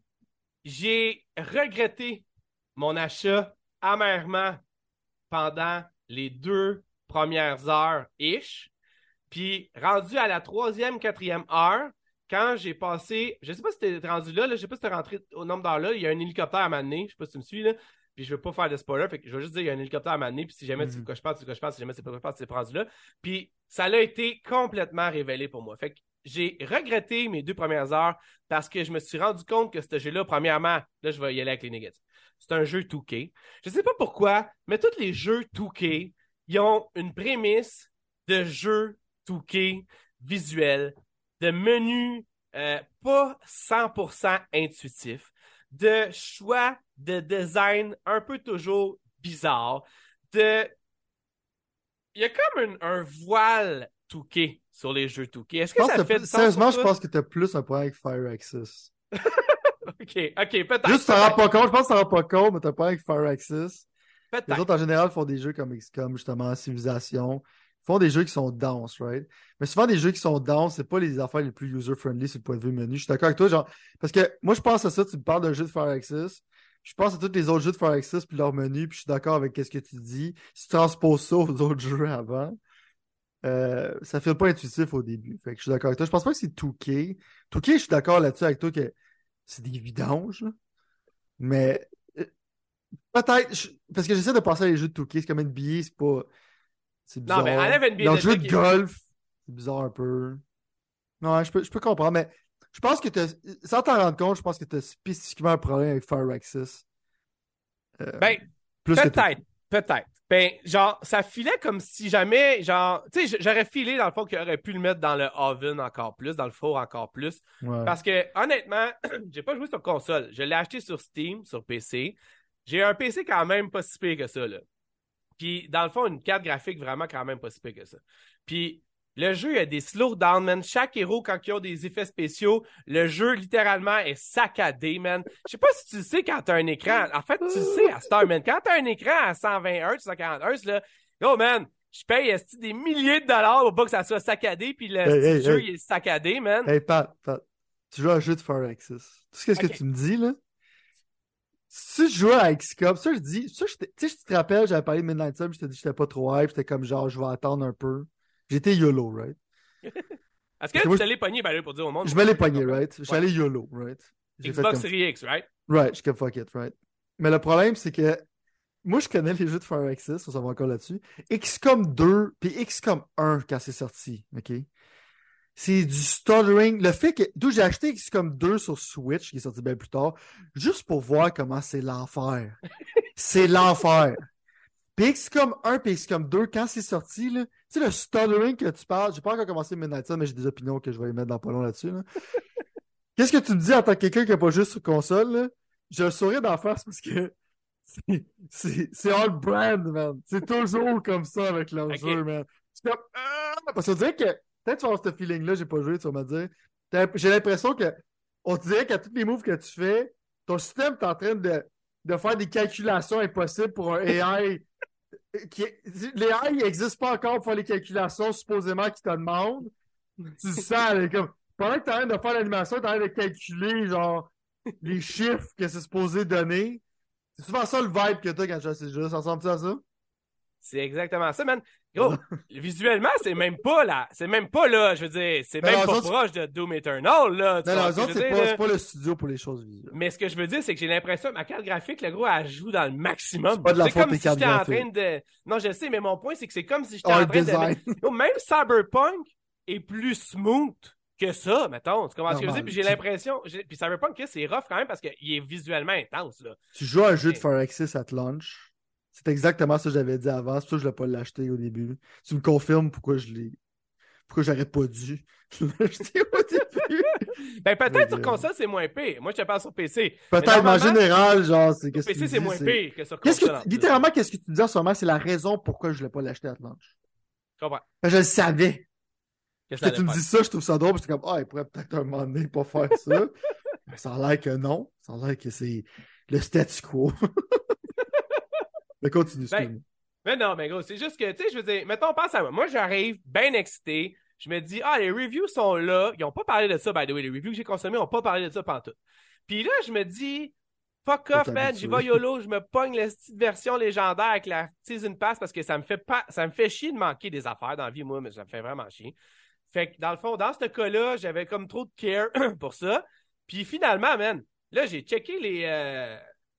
j'ai regretté mon achat amèrement pendant les 2 premières heures-ish. Puis rendu à la 3e, 4e heure, quand j'ai passé, je sais pas si t'es rendu là, je sais pas si t'es rentré au nombre d'heures là, il y a un hélicoptère à m'amener, je sais pas si tu me suis là, puis je veux pas faire de spoiler, fait que je vais juste dire il y a un hélicoptère à m'amener, puis si jamais tu coches pas, tu coches pas, si jamais c'est pas coches pas, tu t'es rendu là. Puis ça l'a été complètement révélé pour moi. Fait que j'ai regretté mes 2 premières heures parce que je me suis rendu compte que ce jeu-là, premièrement, là je vais y aller avec les négatifs. C'est un jeu 2K. Je sais pas pourquoi, mais tous les jeux 2K, ils ont une prémisse de jeu 2K visuel, de menu pas 100% intuitif, de choix de design un peu toujours bizarre, il y a comme un voile 2K sur les jeux 2K. Est-ce que ça fait du sens? Sérieusement, je pense que tu as plus un problème avec Firaxis. OK, peut-être. Juste, tu t'en rends pas compte. Je pense que tu t'en rends pas compte, mais tu as pas avec Firaxis. Peut-être. Les autres, en général, font des jeux comme XCOM, justement, Civilization. Ils font des jeux qui sont denses, right? Mais souvent, des jeux qui sont denses, c'est pas les affaires les plus user-friendly sur le point de vue menu. Je suis d'accord avec toi, genre, parce que moi, je pense à ça, tu me parles d'un jeu de Firaxis. Je pense à tous les autres jeux de Firaxis puis leur menu, puis je suis d'accord avec ce que tu dis. Si tu transposes ça aux autres jeux avant, ça fait pas intuitif au début. Fait que je suis d'accord avec toi. Je pense pas que c'est 2K. 2K, je suis d'accord là-dessus avec toi que c'est des vidanges, là. Mais peut-être, parce que j'essaie de penser à les jeux de 2K, c'est comme NBA, c'est pas. C'est bizarre. Non, mais enlève NBA. Leur jeu de golf, c'est bizarre un peu. Non, je peux comprendre, mais je pense que sans t'en rendre compte, je pense que tu as spécifiquement un problème avec Firaxis. Ben, peut-être. Peut-être. Ben, genre, ça filait comme si jamais, genre, tu sais, j'aurais filé dans le fond qu'il aurait pu le mettre dans le oven encore plus, dans le four encore plus. Ouais. Parce que, honnêtement, j'ai pas joué sur console. Je l'ai acheté sur Steam, sur PC. J'ai un PC quand même pas si pire que ça, là. Puis, dans le fond, une carte graphique vraiment quand même pas si pire que ça. Puis, le jeu a des slowdowns, man. Chaque héros, quand ils ont des effets spéciaux, le jeu, littéralement, est saccadé, man. Je sais pas si tu le sais quand t'as un écran. En fait, tu le sais à cette heure, man. Quand t'as un écran à 120 Hz, 140 Hz, là, yo, man, je paye des milliers de dollars pour pas que ça soit saccadé, puis le jeu, il est saccadé, man. Hey, Pat, tu joues à un jeu de Fire Axis. Tu sais ce que Ok. tu me dis, là? Si je jouais à XCOM, ça, je dis, ça, tu sais, je te rappelle, j'avais parlé de Midnight Sun, je te dis que j'étais pas trop hype, j'étais comme genre, je vais attendre un peu. J'étais YOLO, right? Est-ce que tu t'allais pogner, ben là, pour dire au monde? Je me l'ai pogné, right? Je suis allé YOLO, right? Xbox Series X, right? Right, je suis comme fuck it, right? Mais le problème, c'est que moi, je connais les jeux de Fire Axis, on s'en va encore là-dessus. XCOM 2 puis XCOM 1 quand c'est sorti, ok? C'est du stuttering. Le fait que. D'où j'ai acheté XCOM 2 sur Switch, qui est sorti bien plus tard, juste pour voir comment c'est l'enfer. C'est l'enfer. Puis XCOM 1 puis XCOM 2, quand c'est sorti, là, tu sais, le stuttering que tu parles, j'ai pas encore commencé Midnight Sun, mais j'ai des opinions que je vais les mettre dans pas long là-dessus. Là. Qu'est-ce que tu me dis en tant que quelqu'un qui n'a pas juste sur console? Là? J'ai un sourire d'en face parce que c'est all brand, man. C'est toujours comme ça avec leur jeu, man. C'est comme. Parce qu'on dirait que. Peut-être tu vas avoir ce feeling-là, j'ai pas joué, tu vas me dire. J'ai l'impression que. On dirait qu'à tous les moves que tu fais, ton système est en train de faire des calculations impossibles pour un AI. Les AI n'existent pas encore pour faire les calculations supposément qu'ils te demandent. Tu le sens, là, comme. Pendant que tu arrêtes de faire l'animation, tu arrêtes de calculer, genre, les chiffres que c'est supposé donner. C'est souvent ça le vibe que t'as quand tu joues à ces jeux. Ça ressemble à ça? C'est exactement ça, man. Gros, visuellement, c'est même pas là. C'est même pas là, je veux dire. C'est même pas proche de Doom Eternal, là. Non, non, eux autres, c'est pas le studio pour les choses visuelles. Mais ce que je veux dire, c'est que j'ai l'impression que ma carte graphique, le gros, elle joue dans le maximum. C'est pas de la faute comme des si cartes j'étais en graphiques. train de. Non, je sais, mais mon point, c'est que c'est comme si j'étais en train de. Même Cyberpunk est plus smooth que ça, mettons. Tu comprends ce que je veux dire? Puis j'ai l'impression. Puis Cyberpunk, c'est rough quand même parce qu'il est visuellement intense, là. Tu joues à un jeu de Fire Axis at launch. C'est exactement ça que j'avais dit avant. C'est pour ça que je ne l'ai pas l'acheter au début. Tu me confirmes pourquoi j'aurais pas dû l'acheter au début. Ben, peut-être sur console, c'est moins pire. Moi, je te parle sur PC. Peut-être, mais en général, genre, c'est. Sur PC, c'est moins pire que sur console. Littéralement, qu'est-ce que tu dis en ce moment? C'est la raison pourquoi je ne l'ai pas l'acheté at launch. Je comprends. Je le savais. Que tu me dis ça, je trouve ça drôle. J'étais comme, il pourrait peut-être un moment donné pas faire ça. Mais ça a l'air que non. Ça a l'air que c'est le statu quo. Mais continue, excuse-moi. Mais non, mais gros, c'est juste que, tu sais, je veux dire, mettons, pense à moi. Moi, j'arrive bien excité. Je me dis, les reviews sont là. Ils n'ont pas parlé de ça, by the way. Les reviews que j'ai consommées n'ont pas parlé de ça pantoute. Puis là, je me dis, fuck off, man. J'y vais YOLO. Je me pogne la petite version légendaire avec la Season Pass parce que ça me fait chier de manquer des affaires dans la vie, moi, mais ça me fait vraiment chier. Fait que, dans le fond, dans ce cas-là, j'avais comme trop de care pour ça. Puis finalement, man, là, j'ai checké les...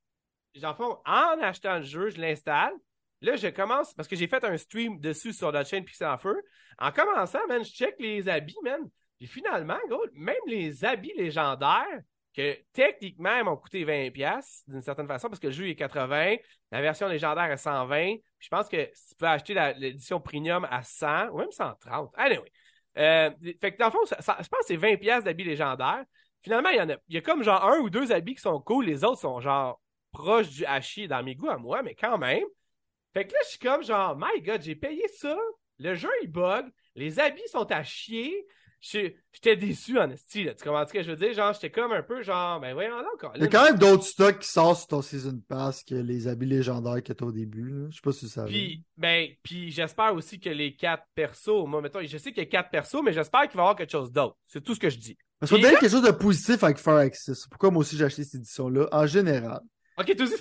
en achetant le jeu, je l'installe. Là, je commence, parce que j'ai fait un stream dessus sur notre chaîne Pixel en Feu. En commençant, man, je check les habits, man. Puis finalement, gros, même les habits légendaires, que techniquement m'ont coûté 20$ d'une certaine façon, parce que le jeu est 80, la version légendaire est 120. Puis je pense que si tu peux acheter l'édition premium à 100, ou même 130. Anyway. Fait que dans le fond, je pense que c'est 20$ d'habits légendaires. Finalement, il y a comme genre 1 ou 2 habits qui sont cool, les autres sont genre proches du hachis dans mes goûts à moi, mais quand même. Fait que là, je suis comme genre, my God, j'ai payé ça, le jeu il bug, les habits sont à chier. J'étais déçu en esti, tu comprends ce que je veux dire? Genre, j'étais comme un peu genre, ben voyons donc. Il y a quand même d'autres stocks qui sortent sur ton Season Pass que les habits légendaires que t'as au début. Là. Je sais pas si tu savais. Puis j'espère aussi que les 4 persos, moi, mettons, je sais qu'il y a 4 persos, mais j'espère qu'il va y avoir quelque chose d'autre. C'est tout ce que je dis. Parce qu'on dirait quelque chose de positif avec Fire Axis. Pourquoi moi aussi j'ai acheté cette édition-là? En général. Ok, tout aussi.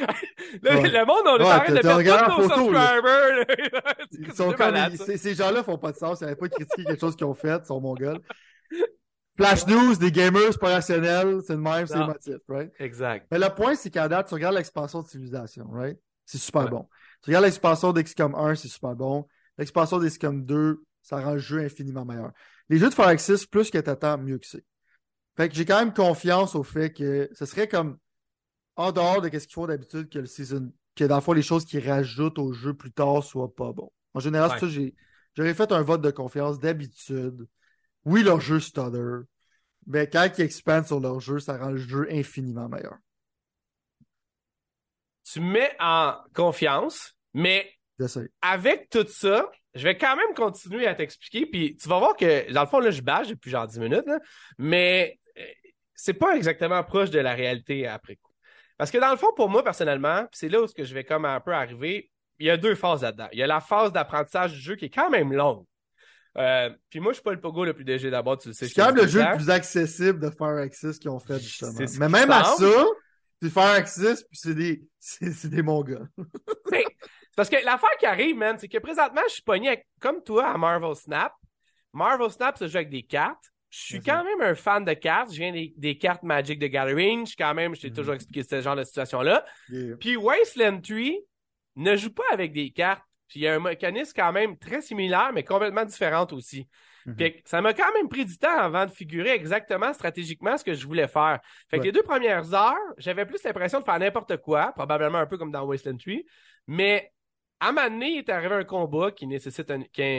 Le monde, on est en train de perdre tous nos subscribers. Ils sont comme, ces gens-là font pas de sens. Ils n'avaient pas critiqué quelque chose qu'ils ont fait. Ils sont mongols. Flash News, des gamers pas rationnels, c'est le même, c'est émotif, right? Exact. Mais le point, c'est qu'à date, tu regardes l'expansion de Civilisation, right? C'est super bon. Tu regardes l'expansion d'XCOM 1, c'est super bon. L'expansion d'XCOM 2, ça rend le jeu infiniment meilleur. Les jeux de Fire Axis, plus que t'attends, mieux que c'est. Fait que j'ai quand même confiance au fait que ce serait comme en dehors de ce qu'ils font d'habitude que le Season que dans le fond, les choses qu'ils rajoutent au jeu plus tard soient pas bons. En général, c'est ça, j'aurais fait un vote de confiance d'habitude. Oui, leur jeu stutter, mais quand ils expandent sur leur jeu, ça rend le jeu infiniment meilleur. Tu me mets en confiance, mais avec tout ça, je vais quand même continuer à t'expliquer, puis tu vas voir que, dans le fond, là, je bâche depuis genre 10 minutes, là, mais c'est pas exactement proche de la réalité après coup. Parce que dans le fond, pour moi, personnellement, c'est là où je vais comme un peu arriver, il y a 2 phases là-dedans. Il y a la phase d'apprentissage du jeu qui est quand même longue. Puis moi, je suis pas le pogo le plus léger d'abord, tu le sais. C'est quand même le jeu le plus accessible de Fire Axis qu'ils ont fait, justement. Mais même à ça, puis Fire Axis, puis c'est des Mongols. C'est parce que l'affaire qui arrive, man, c'est que présentement, je suis pogné comme toi à Marvel Snap. Marvel Snap, ça joue avec des cartes. Je suis quand même un fan de cartes. Je viens des cartes Magic the Gathering. Je t'ai toujours expliqué ce genre de situation-là. Yeah. Puis Wasteland 3 ne joue pas avec des cartes. Puis il y a un mécanisme quand même très similaire, mais complètement différent aussi. Puis ça m'a quand même pris du temps avant de figurer exactement stratégiquement ce que je voulais faire. Fait que les 2 premières heures, j'avais plus l'impression de faire n'importe quoi, probablement un peu comme dans Wasteland 3. Mais à un moment donné, il est arrivé un combat qui nécessite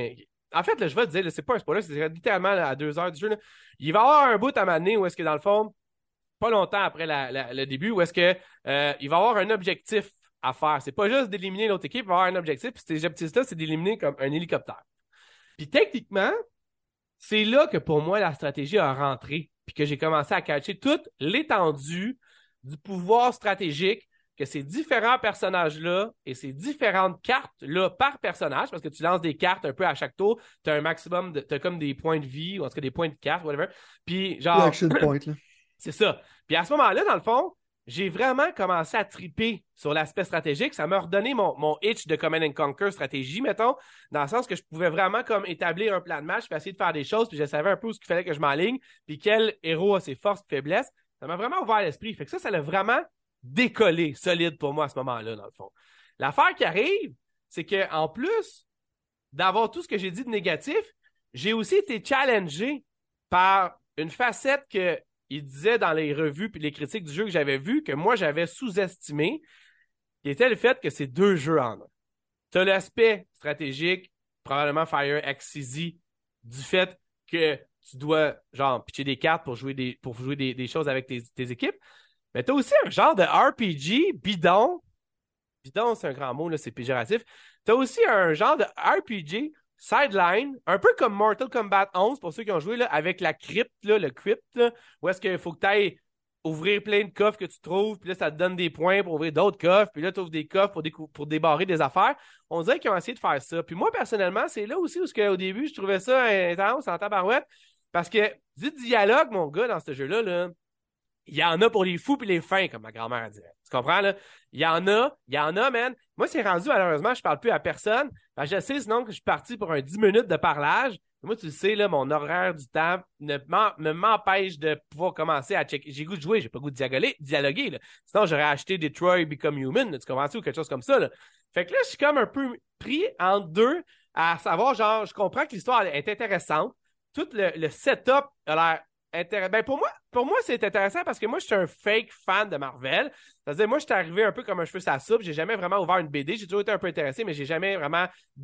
En fait, là, je vais te dire, là, c'est pas un spoiler, c'est littéralement à 2 heures du jeu. Là. Il va y avoir un bout à un moment donné où est-ce que dans le fond, pas longtemps après le début, où est-ce que il va y avoir un objectif à faire. C'est pas juste d'éliminer l'autre équipe, il va y avoir un objectif, puis cet objectif-là, c'est d'éliminer comme un hélicoptère. Puis techniquement, c'est là que pour moi, la stratégie a rentré, puis que j'ai commencé à catcher toute l'étendue du pouvoir stratégique que ces différents personnages-là et ces différentes cartes-là par personnage, parce que tu lances des cartes un peu à chaque tour, tu as un maximum, t'as comme des points de vie, ou en tout cas des points de carte, whatever. Puis genre... Action point, là. C'est ça. Puis à ce moment-là, dans le fond, j'ai vraiment commencé à triper sur l'aspect stratégique. Ça m'a redonné mon itch de Command & Conquer stratégie, mettons, dans le sens que je pouvais vraiment comme établir un plan de match, puis essayer de faire des choses, puis je savais un peu où il fallait que je m'enligne, puis quel héros a ses forces et faiblesses. Ça m'a vraiment ouvert l'esprit. Fait que ça l'a vraiment décollé solide pour moi à ce moment-là, dans le fond. L'affaire qui arrive, c'est qu'en plus d'avoir tout ce que j'ai dit de négatif, j'ai aussi été challengé par une facette que il disait dans les revues puis les critiques du jeu que j'avais vu que moi j'avais sous-estimé, qui était le fait que c'est 2 jeux en un. Tu as l'aspect stratégique, probablement Fire XCZ, du fait que tu dois genre pitcher des cartes pour jouer des choses avec tes équipes. Mais tu as aussi un genre de RPG bidon. Bidon, c'est un grand mot, là, c'est péjoratif. Tu as aussi un genre de RPG sideline, un peu comme Mortal Kombat 11, pour ceux qui ont joué, là, avec la crypte, là, le crypt, là, où est-ce qu'il faut que tu ailles ouvrir plein de coffres que tu trouves, puis là, ça te donne des points pour ouvrir d'autres coffres, puis là, tu ouvres des coffres pour débarrer des affaires. On dirait qu'ils ont essayé de faire ça. Puis moi, personnellement, c'est là aussi où au début, je trouvais ça intense, en tabarouette, parce que du dialogue, mon gars, dans ce jeu-là, là, il y en a pour les fous et les fins, comme ma grand-mère dirait. Tu comprends, là? Il y en a, man. Moi, c'est rendu, malheureusement, je parle plus à personne. Ben, je sais, sinon, que je suis parti pour un 10 minutes de parlage. Moi, tu le sais, là, mon horaire du temps ne m'empêche de pouvoir commencer à checker. J'ai goût de jouer, j'ai pas goût de dialoguer, là. Sinon, j'aurais acheté Detroit Become Human, là, tu comprends-tu, ou quelque chose comme ça, là. Fait que là, je suis comme un peu pris entre deux, à savoir, genre, je comprends que l'histoire est intéressante. Tout le setup a l'air ben pour moi, c'est intéressant parce que moi, je suis un fake fan de Marvel. C'est-à-dire, moi, je suis arrivé un peu comme un cheveu sur la soupe. J'ai jamais vraiment ouvert une BD. J'ai toujours été un peu intéressé, mais j'ai jamais vraiment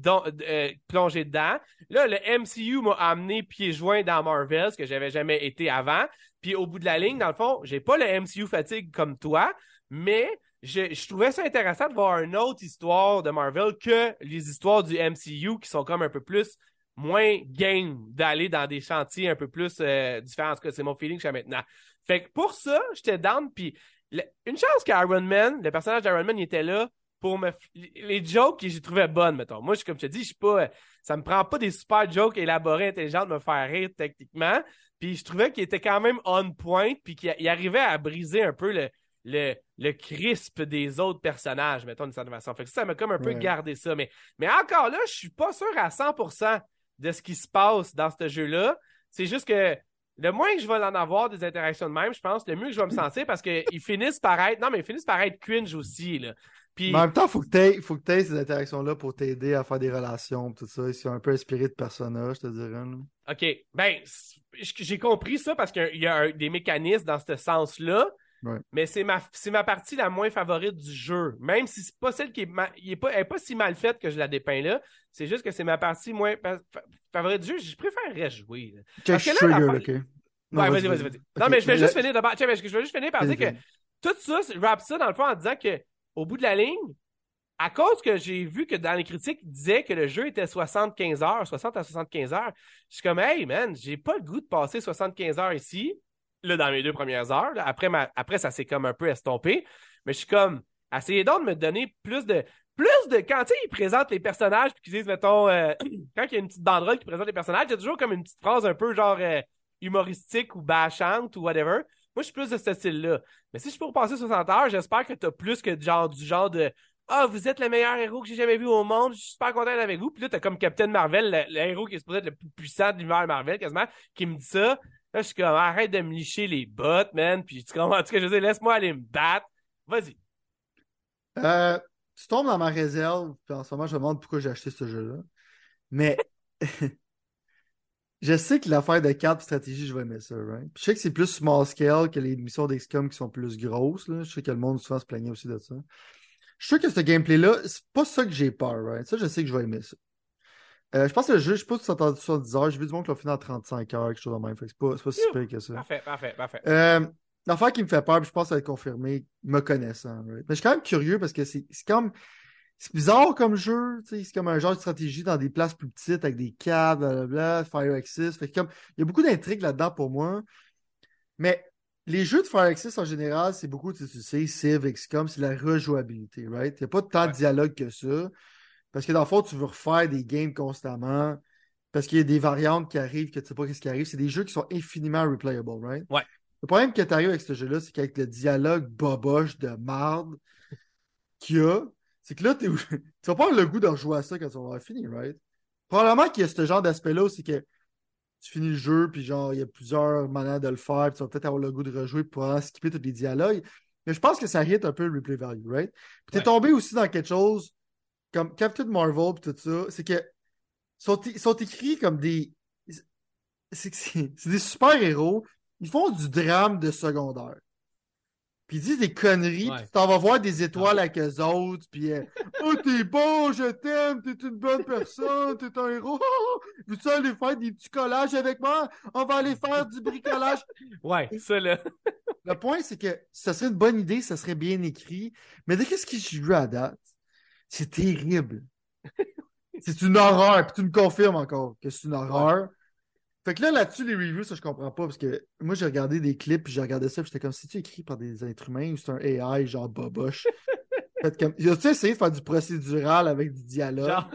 plongé dedans. Là, le MCU m'a amené pieds joints dans Marvel, ce que j'avais jamais été avant. Puis au bout de la ligne, dans le fond, j'ai pas le MCU fatigue comme toi, mais je trouvais ça intéressant de voir une autre histoire de Marvel que les histoires du MCU qui sont comme un peu plus moins game d'aller dans des chantiers un peu plus différents. En tout cas, c'est mon feeling jusqu'à maintenant. Fait que pour ça, j'étais down. Puis une chance qu'Iron Man, le personnage d'Iron Man, il était là pour les jokes que j'ai trouvé bonnes, mettons. Moi, comme je te dis, je suis pas... ça me prend pas des super jokes élaborés, intelligents de me faire rire techniquement. Puis je trouvais qu'il était quand même on point, puis qu'il arrivait à briser un peu le crisp des autres personnages, mettons, d'une certaine façon. Fait que ça m'a comme un peu gardé ça. Mais encore là, je suis pas sûr à 100% de ce qui se passe dans ce jeu-là. C'est juste que le moins que je vais en avoir des interactions de même, je pense, le mieux que je vais me sentir parce qu'ils finissent par être... Non, mais ils finissent par être cringe aussi, là. Puis... Mais en même temps, faut que tu aies ces interactions-là pour t'aider à faire des relations, tout ça. Ils sont un peu inspirés de personnages, je te dirais. Là. OK. Ben, j'ai compris ça parce qu'il y a des mécanismes dans ce sens-là, Ouais. Mais c'est ma partie la moins favorite du jeu. Même si c'est pas celle qui elle est pas si mal faite que je la dépeins là. C'est juste que c'est ma partie moins favorite du jeu. Je préférerais jouer. Là. Parce que là, trigger, OK. Non, Ouais, vas-y. Non, OK, mais je vais mais juste finir d'abord. Tiens, je vais juste finir par dire que fini. tout ça, je rappe ça dans le fond en disant que au bout de la ligne, à cause que j'ai vu que dans les critiques, ils disaient que le jeu était 75 heures, 60 à 75 heures, je suis comme, hey man, j'ai pas le goût de passer 75 heures ici, là, dans mes 2 premières heures. Là. Après, ça s'est comme un peu estompé. Mais je suis comme, essayez donc de me donner quand ils présentent les personnages, puis qu'ils disent, mettons, quand il y a une petite banderole qui présente les personnages, il y a toujours comme une petite phrase un peu genre humoristique ou bâchante ou whatever. Moi, je suis plus de ce style-là. Mais si je peux repasser 60 heures, j'espère que t'as plus que du genre de ah, vous êtes le meilleur héros que j'ai jamais vu au monde, je suis super content d'être avec vous. Puis là, t'as comme Captain Marvel, le héros qui est supposé être le plus puissant de l'univers Marvel, quasiment, qui me dit ça. Là, je suis comme, arrête de me licher les bottes, man. Puis tu comprends ce que je veux dire? Laisse-moi aller me battre. Vas-y. Tu tombes dans ma réserve, puis en ce moment, je me demande pourquoi j'ai acheté ce jeu-là. Mais je sais que l'affaire de cartes et stratégie, je vais aimer ça, right? Puis je sais que c'est plus small scale que les missions d'XCOM qui sont plus grosses. Là. Je sais que le monde souvent se plaignait aussi de ça. Je sais que ce gameplay-là, c'est pas ça que j'ai peur, right? Ça, je sais que je vais aimer ça. Je pense que le jeu, je sais pas si c'est entendu 70 heures. J'ai vu du monde qui l'a fini en 35 heures, quelque chose de même. Fait que c'est pas si pire que ça. Parfait. L'affaire qui me fait peur, puis je pense que ça va être confirmé, me connaissant. Right? Mais je suis quand même curieux parce que c'est comme. C'est bizarre comme jeu, tu sais, c'est comme un genre de stratégie dans des places plus petites avec des cartes, blablabla, Fire Axis. Fait que comme, il y a beaucoup d'intrigues là-dedans pour moi. Mais les jeux de Fire Axis en général, c'est beaucoup, tu sais, Civ, XCOM, c'est la rejouabilité, right? Il n'y a pas tant de dialogue que ça. Parce que dans le fond, tu veux refaire des games constamment. Parce qu'il y a des variantes qui arrivent que tu sais pas ce qui arrive. C'est des jeux qui sont infiniment replayable, right? Ouais. Le problème que tu arrives avec ce jeu-là, c'est qu'avec le dialogue boboche de marde qu'il y a, c'est que là, tu vas pas avoir le goût de rejouer à ça quand tu vas avoir fini, right? Probablement qu'il y a ce genre d'aspect-là, c'est que tu finis le jeu, puis genre, il y a plusieurs manières de le faire, puis tu vas peut-être avoir le goût de rejouer pour skipper tous les dialogues. Mais je pense que ça hit un peu le replay value, right? Puis t'es tombé aussi dans quelque chose comme Captain Marvel, puis tout ça, c'est que sont écrits comme des. C'est des super-héros. Ils font du drame de secondaire. Puis ils disent des conneries, puis tu t'en vas voir des étoiles avec eux autres, puis oh, t'es bon, je t'aime, t'es une bonne personne, t'es un héros. Veux-tu aller faire des petits collages avec moi? On va aller faire du bricolage. Ouais, ça là. Le point, c'est que ça serait une bonne idée, ça serait bien écrit, mais de qu'est-ce que j'ai vu à date? C'est terrible. C'est une horreur, puis tu me confirmes encore que c'est une horreur. Ouais. Fait que là-dessus, les reviews, ça, je comprends pas, parce que moi, j'ai regardé des clips, puis j'ai regardé ça, puis j'étais comme, c'est-tu écrit par des êtres humains ou c'est un AI, genre boboche? Fait comme, as-tu essayé de faire du procédural avec du dialogue? Genre...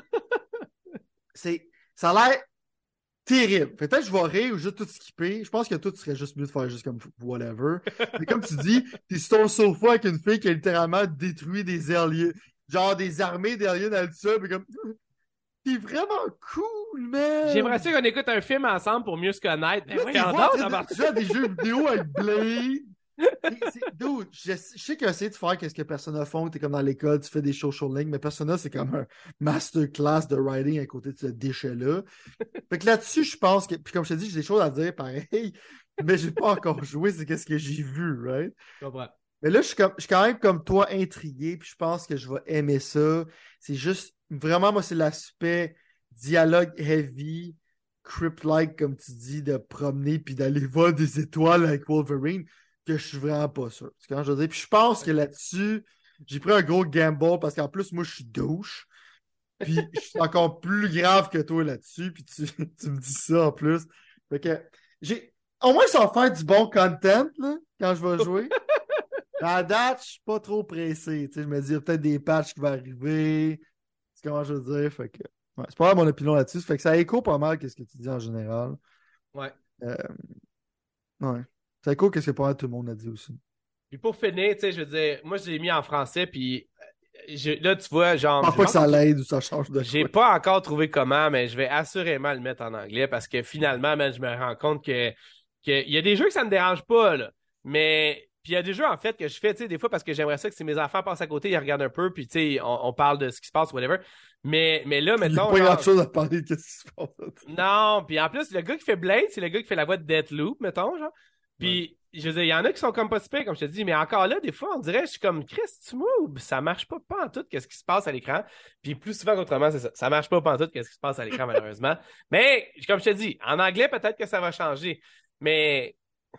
Ça a l'air terrible. Peut-être que je vais rire ou juste tout skipper. Je pense que tout serait juste mieux de faire juste comme whatever. Mais comme tu dis, t'es sur ton sofa avec une fille qui a littéralement détruit des aliens, genre des armées d'aliens dans le sol, mais comme... T'es vraiment cool, man! J'aimerais ça qu'on écoute un film ensemble pour mieux se connaître. Mais voyons donc, tu joues à des jeux vidéo avec Blade. Dude, je sais qu'il a essayé de faire qu'est-ce que Persona font. T'es comme dans l'école, tu fais des social links, mais Persona, c'est comme un masterclass de writing à côté de ce déchet-là. Fait que là-dessus, je pense que, puis comme je te dis, j'ai des choses à dire pareil, mais j'ai pas encore joué, c'est qu'est-ce que j'ai vu, right? Je comprends. Mais là, je suis quand même comme toi intrigué, puis je pense que je vais aimer ça. C'est juste, vraiment, moi, c'est l'aspect dialogue heavy, crypt-like, comme tu dis, de promener puis d'aller voir des étoiles avec Wolverine, que je suis vraiment pas sûr. C'est quand je veux dire. Puis je pense que là-dessus, j'ai pris un gros gamble parce qu'en plus, moi, je suis douche. Puis je suis encore plus grave que toi là-dessus, puis tu me dis ça en plus. Fait que au moins, ça va faire du bon content là, quand je vais jouer. À date, je suis pas trop pressé. Je me dis, il y a peut-être des patchs qui vont arriver. C'est comment je veux dire. Fait que, ouais, c'est pas mal mon opinion là-dessus. Fait que ça écho pas mal qu'est-ce que tu dis en général. Ouais. Ouais. Ça écho qu'est-ce que pas mal tout le monde a dit aussi. Puis pour finir, tu sais, je veux dire, moi, je l'ai mis en français, puis là, tu vois, genre... Je pense pas que ça l'aide ou ça change de J'ai pas encore trouvé comment, mais je vais assurément le mettre en anglais parce que finalement, man, je me rends compte que il y a des jeux que ça me dérange pas, là. Mais... Puis il y a des jeux, en fait, que je fais, tu sais, des fois parce que j'aimerais ça que si mes enfants passent à côté, ils regardent un peu, puis tu sais, on parle de ce qui se passe, whatever. Mais là, mettons... Il n'y a pas grand-chose à parler de ce qui se passe. Non, puis en plus, le gars qui fait Blade, c'est le gars qui fait la voix de Deathloop, mettons, genre. Puis je veux dire, il y en a qui sont comme pas super, comme je te dis, mais encore là, des fois, on dirait, je suis comme, Chris, tu m'ouvres, ça marche pas en tout, qu'est-ce qui se passe à l'écran. Puis plus souvent qu'autrement, c'est ça. Ça marche pas en tout, qu'est-ce qui se passe à l'écran, malheureusement. Mais, comme je te dis, en anglais, peut-être que ça va changer. Mais,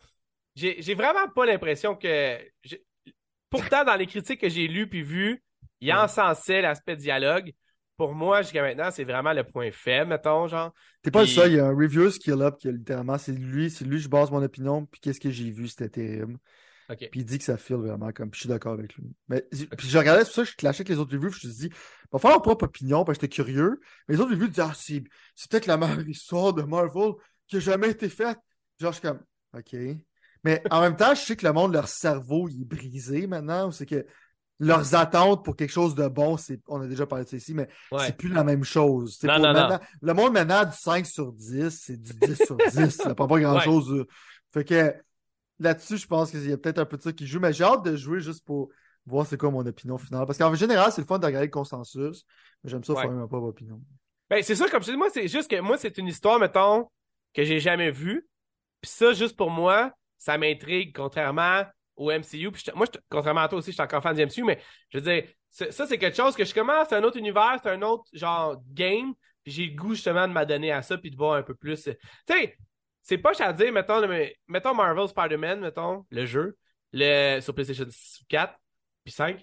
j'ai vraiment pas l'impression que. Pourtant, dans les critiques que j'ai lues puis vues, il Ouais. encensait l'aspect dialogue. Pour moi, jusqu'à maintenant, c'est vraiment le point faible, mettons, genre. T'es pas le seul, il y Puis, a un reviewer skill up qui a littéralement, c'est lui, je base mon opinion, puis qu'est-ce que j'ai vu, c'était terrible. OK. Puis il dit que ça file vraiment comme, puis je suis d'accord avec lui. Mais, OK. puis je regardais, c'est pour ça que je clashais avec les autres reviews, puis je me suis dit, va faire mon propre opinion, parce que j'étais curieux. Mais les autres reviews disaient, ah, c'est peut-être la meilleure histoire de Marvel qui a jamais été faite. Genre, je suis comme, OK. Mais en même temps, je sais que le monde, leur cerveau, il est brisé maintenant, c'est que leurs attentes pour quelque chose de bon, on a déjà parlé de ça ici, mais c'est Ouais. plus la même chose. C'est Non, pour non, non. maintenant, le monde maintenant, du 5 sur 10, c'est du 10 sur 10. Ça prend pas Ouais. grand-chose. Fait que là-dessus, je pense qu'il y a peut-être un peu de ça qui joue, mais j'ai hâte de jouer juste pour voir c'est quoi mon opinion finale. Parce qu'en général, c'est le fun de regarder le consensus, mais j'aime ça Ouais. faire ma propre opinion. Ben, c'est ça, comme je te dis, moi, c'est juste que moi, c'est une histoire, mettons, que j'ai jamais vue. Puis ça, juste pour moi, ça m'intrigue, contrairement au MCU. Puis contrairement à toi aussi, je suis encore fan du MCU, mais je veux dire, ça, c'est quelque chose que je commence, c'est un autre univers, c'est un autre genre game, puis j'ai le goût justement de m'adonner à ça, puis de voir un peu plus. Tu sais, c'est pas à dire, mettons Marvel Spider-Man, mettons, le jeu, sur PlayStation 4 puis 5.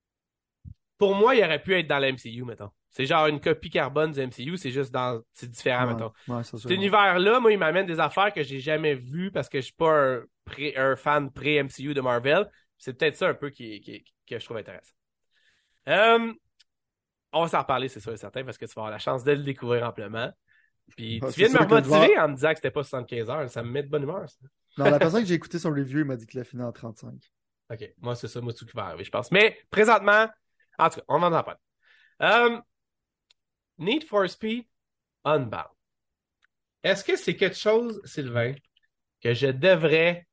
Pour moi, il aurait pu être dans la MCU, mettons. C'est genre une copie carbone du MCU, c'est différent, Ouais, mettons. ouais, c'est Cet sûr. univers-là, moi, il m'amène des affaires que j'ai jamais vues parce que je suis pas un fan pré-MCU de Marvel. C'est peut-être ça un peu que je trouve intéressant. Euh, on va s'en reparler, c'est sûr et certain, parce que tu vas avoir la chance de le découvrir amplement. Puis Ouais, tu c'est viens de me sûr que je vais. remotiver en me disant que c'était pas 75 heures. Ça me met de bonne humeur, ça. Non, la personne que j'ai écouté son review, il m'a dit qu'il a fini en 35. OK, moi, c'est ça, moi, tout qui va arriver, je pense. Mais présentement, en tout cas, on en parle. Euh, Need for Speed Unbound. Est-ce que c'est quelque chose, Sylvain, que je devrais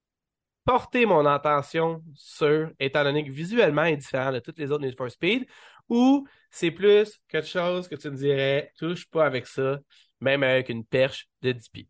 porter mon attention sur, étant donné que visuellement il est différent de toutes les autres Need for Speed, ou c'est plus quelque chose que tu me dirais, touche pas avec ça, même avec une perche de 10 pieds?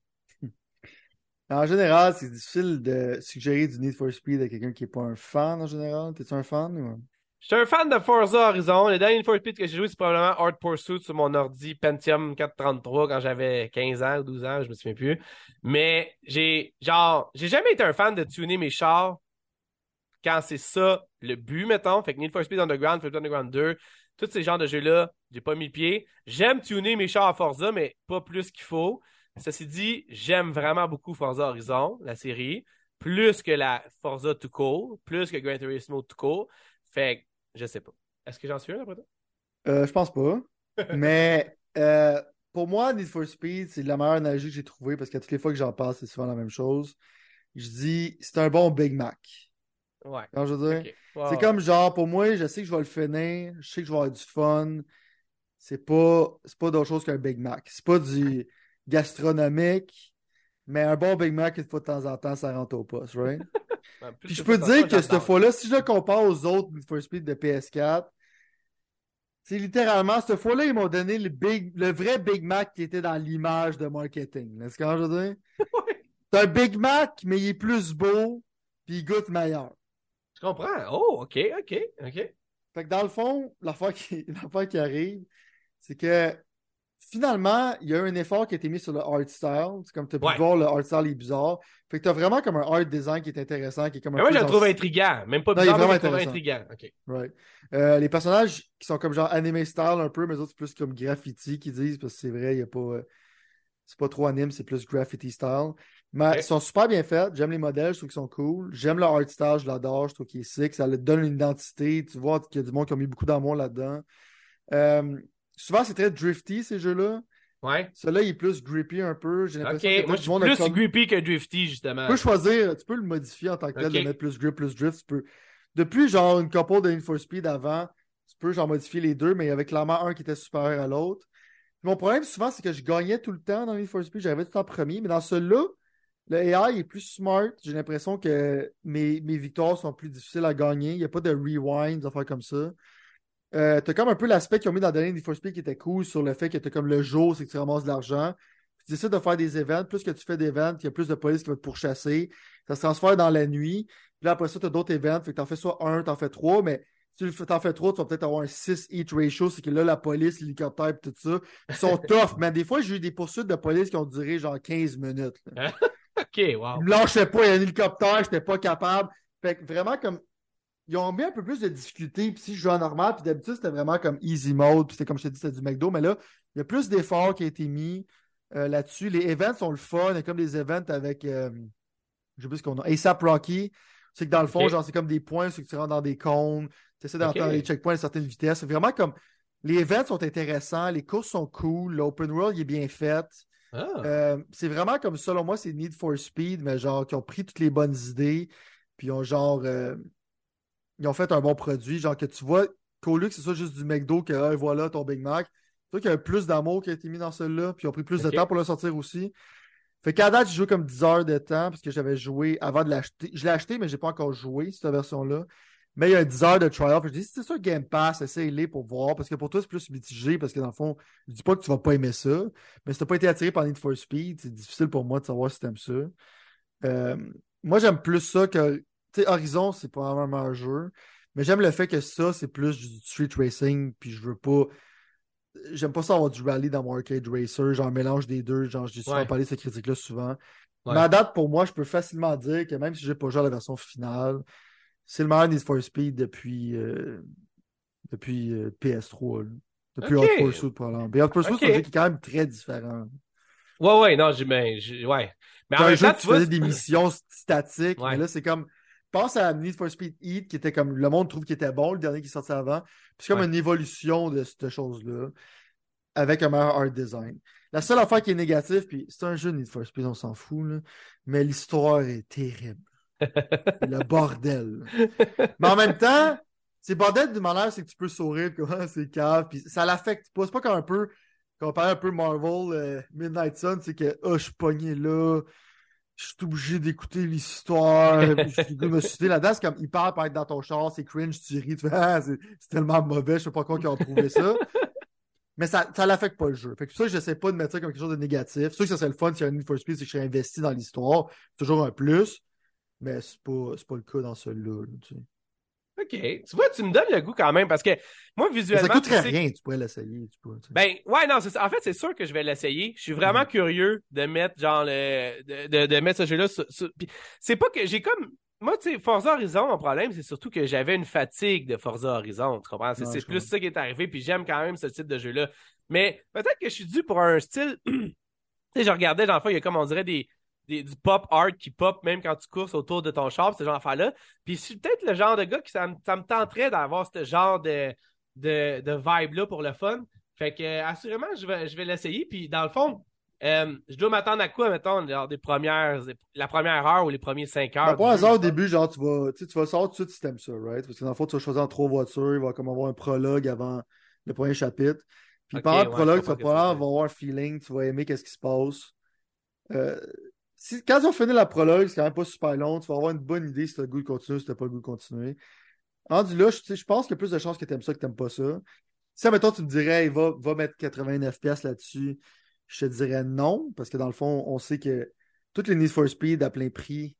En général, c'est difficile de suggérer du Need for Speed à quelqu'un qui n'est pas un fan en général. T'es-tu un fan ou... Je suis un fan de Forza Horizon. Le dernier Need for Speed que j'ai joué, c'est probablement Hard Pursuit sur mon ordi Pentium 433 quand j'avais 15 ans ou 12 ans, je me souviens plus. Mais j'ai jamais été un fan de tuner mes chars quand c'est ça le but, mettons. Fait que Need for Speed Underground, Speed Underground 2, tous ces genres de jeux-là, j'ai pas mis le pied. J'aime tuner mes chars à Forza, mais pas plus qu'il faut. Ceci dit, j'aime vraiment beaucoup Forza Horizon, la série, plus que la Forza tout court, plus que Gran Turismo tout court. Fait que, je sais pas. Est-ce que j'en suis un après toi? Je pense pas. Mais pour moi, Need for Speed, c'est la meilleure analogie que j'ai trouvée parce que toutes les fois que j'en parle, c'est souvent la même chose. Je dis, c'est un bon Big Mac. Ouais. Alors, je veux dire, OK. c'est Ouais, ouais. comme genre, pour moi, je sais que je vais le finir, je sais que je vais avoir du fun. C'est pas d'autre chose qu'un Big Mac. C'est pas du gastronomique, mais un bon Big Mac, une fois de temps en temps, ça rentre au poste, right? Ouais, plus Puis je que ça, peux te de toute façon, dire que cette j'adore. fois-là, si je le compare aux autres Need for Speed de PS4, c'est littéralement, cette fois-là, ils m'ont donné le vrai Big Mac qui était dans l'image de marketing. Est-ce que je veux dire? C'est un Big Mac, mais il est plus beau, puis il goûte meilleur. Je comprends. Oh, OK, OK, OK. Fait que dans le fond, l'affaire qui arrive, c'est que finalement, il y a eu un effort qui a été mis sur le art style. C'est comme tu as pu Ouais. voir, le art style est bizarre. Fait que tu as vraiment comme un art design qui est intéressant, qui est comme un Mais moi, peu je le genre. trouve intriguant. Même pas Non, il est bizarre, moi, je vraiment le trouve intéressant. intriguant. OK. Right. Les personnages qui sont comme genre anime style un peu, mais autres, c'est plus comme graffiti qu'ils disent, parce que c'est vrai, il y a pas. C'est pas trop anime, c'est plus graffiti style. Mais ils OK. sont super bien faits. J'aime les modèles, je trouve qu'ils sont cool. J'aime le art style, je l'adore, je trouve qu'il est sick. Ça leur donne une identité. Tu vois qu'il y a du monde qui a mis beaucoup d'amour là-dedans. Euh, souvent, c'est très drifty, ces jeux-là. Ouais. Celui-là, il est plus grippy un peu. J'ai OK. l'impression que Moi, peut-être je du suis monde a plus comme. grippy que drifty, Tu peux justement. choisir, tu peux le modifier en tant que tel, de OK. mettre plus grip, plus drift. Tu peux. Depuis genre une couple de Need for Speed avant, tu peux genre modifier les deux, mais il y avait clairement un qui était supérieur à l'autre. Mon problème souvent, c'est que je gagnais tout le temps dans Need for Speed, j'arrivais tout le temps premier, mais dans celui-là, le AI est plus smart. J'ai l'impression que mes victoires sont plus difficiles à gagner. Il n'y a pas de rewind, des affaires comme ça. T'as comme un peu l'aspect qu'ils ont mis dans le dernier Need for Speed qui était cool sur le fait que t'as comme le jour, c'est que tu ramasses de l'argent. tu décides de faire des events. Plus que tu fais d'events, il y a plus de police qui va te pourchasser. Ça se transfère dans la nuit. Puis là, après ça, tu as d'autres events. Fait que tu en fais soit un, tu en fais trois, mais si tu en fais trois, tu vas peut-être avoir un 6 each ratio. C'est que là, la police, l'hélicoptère et tout ça, ils sont tough. Mais des fois, j'ai eu des poursuites de police qui ont duré genre 15 minutes. OK, wow. Ils me lâchaient pas, il y a un hélicoptère, j'étais pas capable. Fait que vraiment, comme ils ont mis un peu plus de difficulté. Puis si je joue en normal, puis d'habitude, c'était vraiment comme easy mode. Puis c'était comme je t'ai dit, c'était du McDo. Mais là, il y a plus d'efforts qui ont été mis là-dessus. Les events sont le fun. Il y a comme des events avec, je sais plus ce qu'on a, ASAP Rocky. C'est que dans le fond, genre, c'est comme des points, c'est que tu rentres dans des cônes. Tu essaies d'entrer dans les checkpoints à certaines vitesses. C'est vraiment comme, les events sont intéressants. Les courses sont cool. L'open world, il est bien fait. C'est vraiment comme, selon moi, c'est Need for Speed, mais genre, qui ont pris toutes les bonnes idées. Puis ils ont genre... ils ont fait un bon produit. Genre que tu vois qu'au lieu que c'est ça juste du McDo, que hey, voilà ton Big Mac, tu vois qu'il y a plus d'amour qui a été mis dans celui-là, puis ils ont pris plus de temps pour le sortir aussi. Fait qu'à date, j'ai joué comme 10 heures de temps, parce que j'avais joué avant de l'acheter. Je l'ai acheté, mais j'ai pas encore joué, cette version-là. Mais il y a 10 heures de trial. Puis je dis, si c'est ça Game Pass, essaye-les pour voir, parce que pour toi, c'est plus mitigé, parce que dans le fond, je dis pas que tu vas pas aimer ça, mais si t'as pas été attiré par Need for Speed, c'est difficile pour moi de savoir si t'aimes ça. Euh, Moi, j'aime plus ça que. Tu sais, Horizon, c'est pas vraiment un meilleur jeu. Mais j'aime le fait que ça, c'est plus du street racing. Puis je veux pas. J'aime pas ça avoir du rallye dans mon arcade racer. Genre, un mélange des deux. Genre, j'ai souvent parlé de cette critique-là souvent. Mais à date, pour moi, je peux facilement dire que même si j'ai pas joué à la version finale, c'est le meilleur Need for Speed depuis PS3. Là. Depuis Hot Pursuit, par exemple. Et Hot Pursuit, c'est un jeu qui est quand même très différent. Ouais, non, ouais. Mais en un même jeu temps, que tu tu vois. faisais des missions statiques, Ouais. mais là, c'est comme. Pense à Need for Speed Heat, qui était comme. Le monde trouve qu'il était bon, le dernier qui est sorti avant. Puis c'est comme une évolution de cette chose-là, avec un meilleur art design. La seule affaire qui est négative, puis c'est un jeu de Need for Speed, on s'en fout, là, mais l'histoire est terrible. Le bordel. Mais en même temps, c'est bordel d'une manière, c'est que tu peux sourire, comme c'est cave, puis ça l'affecte pas. C'est pas comme un peu. Quand on parlait un peu Marvel, Midnight Sun, c'est que je suis pogné là, je suis obligé d'écouter l'histoire, je suis me citer là-dedans, c'est comme il parle pour être dans ton char, c'est cringe, tu ris, tu fais c'est tellement mauvais, je sais pas quoi qui ont trouvé ça. Mais ça l'affecte pas le jeu. Fait que pour ça, j'essaie pas de mettre ça comme quelque chose de négatif. C'est sûr que ça serait le fun si y a un Need for Speed, c'est que je serais investi dans l'histoire. C'est toujours un plus, mais c'est pas le cas dans celui-là. Là, tu sais. OK. Tu vois, tu me donnes le goût quand même parce que moi, visuellement. Mais ça coûterait rien, tu pourrais l'essayer. Tu sais. Ben, ouais, non, c'est ça. En fait, c'est sûr que je vais l'essayer. Je suis vraiment curieux de mettre, genre, de mettre ce jeu-là Puis, c'est pas que j'ai comme. Moi, tu sais, Forza Horizon, mon problème, c'est surtout que j'avais une fatigue de Forza Horizon. Tu comprends? C'est plus ça qui est arrivé, puis j'aime quand même ce type de jeu-là. Mais peut-être que je suis dû pour un style. Tu sais, je regardais, dans le fond, il y a comme on dirait du pop art qui pop même quand tu courses autour de ton char, ce genre d'affaires-là. Puis je suis peut-être le genre de gars que ça me tenterait d'avoir ce genre de vibe-là pour le fun. Fait que assurément, je vais l'essayer. Puis dans le fond, je dois m'attendre à quoi, mettons, genre la première heure ou les premiers 5 heures Ben, du pas un jeu, hasard au mettons. début, genre, tu vas savoir tout de suite si t'aimes ça, right? Parce que dans le fond, tu vas choisir en 3 voitures, il va comme avoir un prologue avant le premier chapitre. Puis Ok, pendant le ouais, je prologue, tu comprends vas ce que tu veux probablement dire. avoir un feeling, tu vas aimer qu'est-ce qui se passe. Euh, Quand ils ont fini la prologue, c'est quand même pas super long, tu vas avoir une bonne idée si t'as le goût de continuer, si t'as pas le goût de continuer. Rendu là, je pense qu'il y a plus de chances que t'aimes ça que t'aimes pas ça. Si, admettons, tu me dirais, hey, va mettre 89$ là-dessus, je te dirais non, parce que dans le fond, on sait que toutes les Need for Speed à plein prix,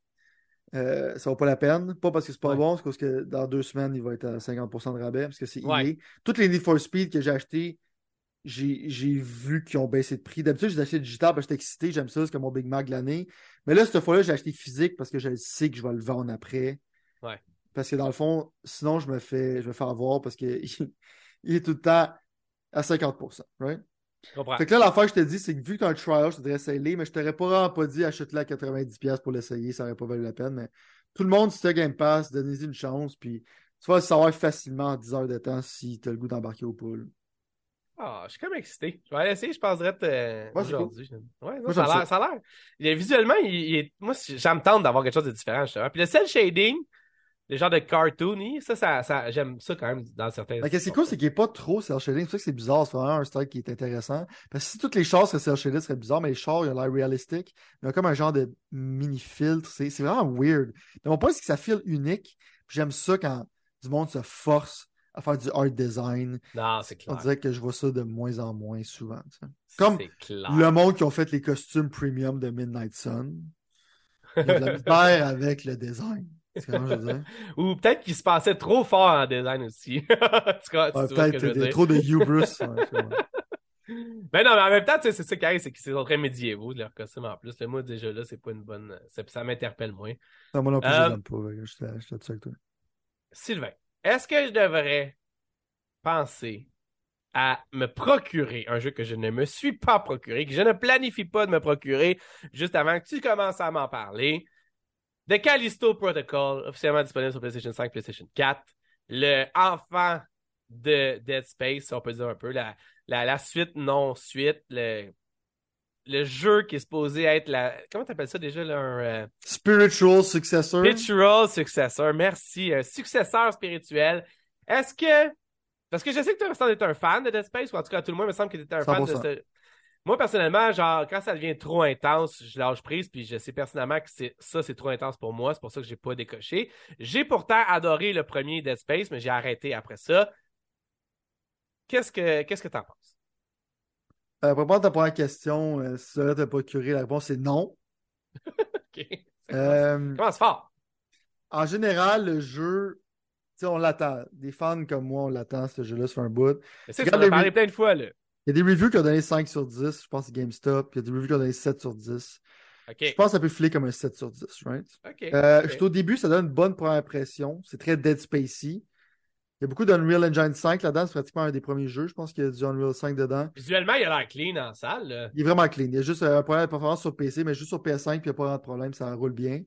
ça vaut pas la peine. Pas parce que c'est pas Ouais. bon, c'est parce que dans 2 semaines, il va être à 50% de rabais, parce que c'est Ouais. EA. Toutes les Need for Speed que j'ai achetées, j'ai vu qu'ils ont baissé de prix. D'habitude, j'ai acheté digital parce que j'étais excité, j'aime ça, c'est comme mon Big Mac de l'année. Mais là, cette fois-là, j'ai acheté physique parce que je sais que je vais le vendre après. Ouais. Parce que dans le fond, sinon, je me fais avoir parce qu'il il est tout le temps à 50%. Right? Je comprends. Fait que là, l'affaire que je te dis, c'est que vu que tu as un trial, je te dirais essayer, mais je t'aurais pas vraiment pas dit achète-le à 90$ pour l'essayer, ça aurait pas valu la peine. Mais tout le monde, si tu as Game Pass, donnez-y une chance, puis tu vas le savoir facilement en 10 heures de temps si tu as le goût d'embarquer au pool. Ah, je suis comme excité. Je vais aller essayer, je penserais Ouais, c'est cool. aujourd'hui. Ouais, non, Moi, j'aime ça. ça a l'air. Visuellement, moi, ça me tente d'avoir quelque chose de différent, justement. Puis le cel shading, le genre de cartoon, j'aime ça quand même dans certains Mais ce qui est sens. cool, c'est qu'il n'est pas trop cel shading. C'est pour ça que c'est bizarre. C'est vraiment un style qui est intéressant. Parce que si toutes les chars seraient cel shaded, ce serait bizarre, mais les chars, ils ont l'air réalistique. Ils ont comme un genre de mini-filtre. C'est vraiment weird. Mais mon point, c'est que ça file unique. Puis j'aime ça quand du monde se force à faire du art design. Non, c'est On clair. dirait que je vois ça de moins en moins souvent. Comme clair. le monde qui ont fait les costumes premium de Midnight Sun. Ils ont de la misère avec le design. C'est comment je veux dire? Ou peut-être qu'il se passait trop fort en design aussi. Tu vois ce que je veux dire? Trop de hubris. Ben non, mais en même temps, c'est ça qui arrive, c'est qu'ils sont très médiévaux de leur costume en plus. Moi, déjà là, c'est pas une bonne. Ça m'interpelle moins. Non, moi non plus, je les aime pas. Je suis dessus avec toi. Sylvain, est-ce que je devrais penser à me procurer un jeu que je ne me suis pas procuré, que je ne planifie pas de me procurer juste avant que tu commences à m'en parler? The Callisto Protocol, officiellement disponible sur PlayStation 5, PlayStation 4. Le enfant de Dead Space, si on peut dire un peu. La suite non-suite. Le jeu qui est supposé être la... Comment t'appelles ça déjà? Spiritual Successor. Spiritual Successor. Merci. Un successeur spirituel. Est-ce que... Parce que je sais que tu es un fan de Dead Space, ou en tout cas, tout le monde me semble que tu étais un 100%. fan de ce... Moi, personnellement, genre, quand ça devient trop intense, je lâche prise, puis je sais personnellement que c'est trop intense pour moi. C'est pour ça que j'ai pas décoché. J'ai pourtant adoré le premier Dead Space, mais j'ai arrêté après ça. Qu'est-ce que t'en penses? Pour répondre à ta première question, si tu devrais te procurer, la réponse est non. OK. Commence fort. En général, le jeu, on l'attend. Des fans comme moi, on l'attend, ce jeu-là, sur un bout. Mais tu en as parlé plein de fois, là. Il y a des reviews qui ont donné 5 sur 10, je pense que c'est GameStop. Il y a des reviews qui ont donné 7 sur 10. Okay. Je pense que ça peut filer comme un 7 sur 10, right? Okay. Juste au début, ça donne une bonne première impression. C'est très Dead Spacey. Il y a beaucoup d'Unreal Engine 5 là-dedans. C'est pratiquement un des premiers jeux. Je pense qu'il y a du Unreal 5 dedans. Visuellement, il a l'air clean en salle. Là. Il est vraiment clean. Il y a juste un problème de performance sur PC, mais juste sur PS5, puis il n'y a pas vraiment de problème. Ça roule bien.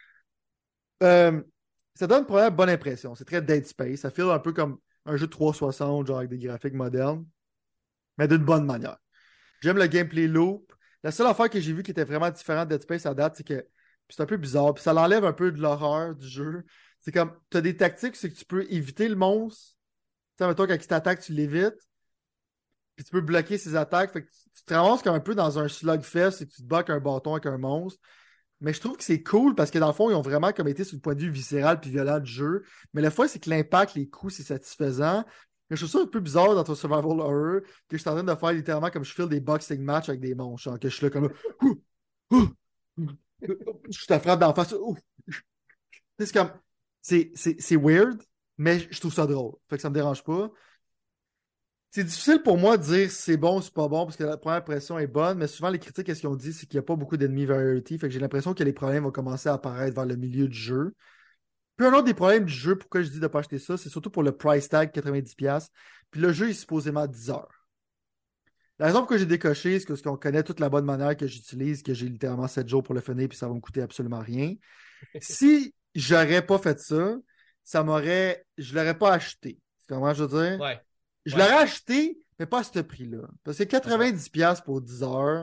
Ça donne une première bonne impression. C'est très Dead Space. Ça file un peu comme un jeu de 360, genre avec des graphiques modernes, mais d'une bonne manière. J'aime le gameplay loop. La seule affaire que j'ai vue qui était vraiment différente de Dead Space à date, c'est que c'est un peu bizarre. Puis ça l'enlève un peu de l'horreur du jeu. C'est comme, tu as des tactiques, c'est que tu peux éviter le monstre. Tu sais, mettons, quand il t'attaque, tu l'évites. Puis tu peux bloquer ses attaques. Fait que tu te ramasses comme un peu dans un slugfest et que tu te bats avec un bâton avec un monstre. Mais je trouve que c'est cool parce que dans le fond, ils ont vraiment comme été sur le point de vue viscéral puis violent du jeu. Mais la fois, c'est que l'impact, les coups, c'est satisfaisant. Mais je trouve ça un peu bizarre dans ton survival horror que je suis en train de faire littéralement comme je file des boxing matchs avec des monstres. Genre que je suis là comme là, je te frappe d'en face. C'est comme c'est weird, mais je trouve ça drôle. Fait que ça me dérange pas. C'est difficile pour moi de dire si c'est bon ou c'est pas bon parce que la première impression est bonne, mais souvent les critiques, qu'est-ce qu'ils ont dit, c'est qu'il n'y a pas beaucoup d'ennemis variety. Fait que j'ai l'impression que les problèmes vont commencer à apparaître vers le milieu du jeu. Puis un autre des problèmes du jeu, pourquoi je dis de ne pas acheter ça, c'est surtout pour le price tag 90$. Puis le jeu est supposément 10 heures. La raison pourquoi j'ai décoché, c'est parce qu'on connaît toute la bonne manière que j'utilise, que j'ai littéralement 7 jours pour le finir, puis ça va me coûter absolument rien. Si j'aurais pas fait ça, je l'aurais pas acheté. C'est comment je veux dire? Ouais. Je l'aurais acheté, mais pas à ce prix-là. Parce que 90$ pour 10 heures,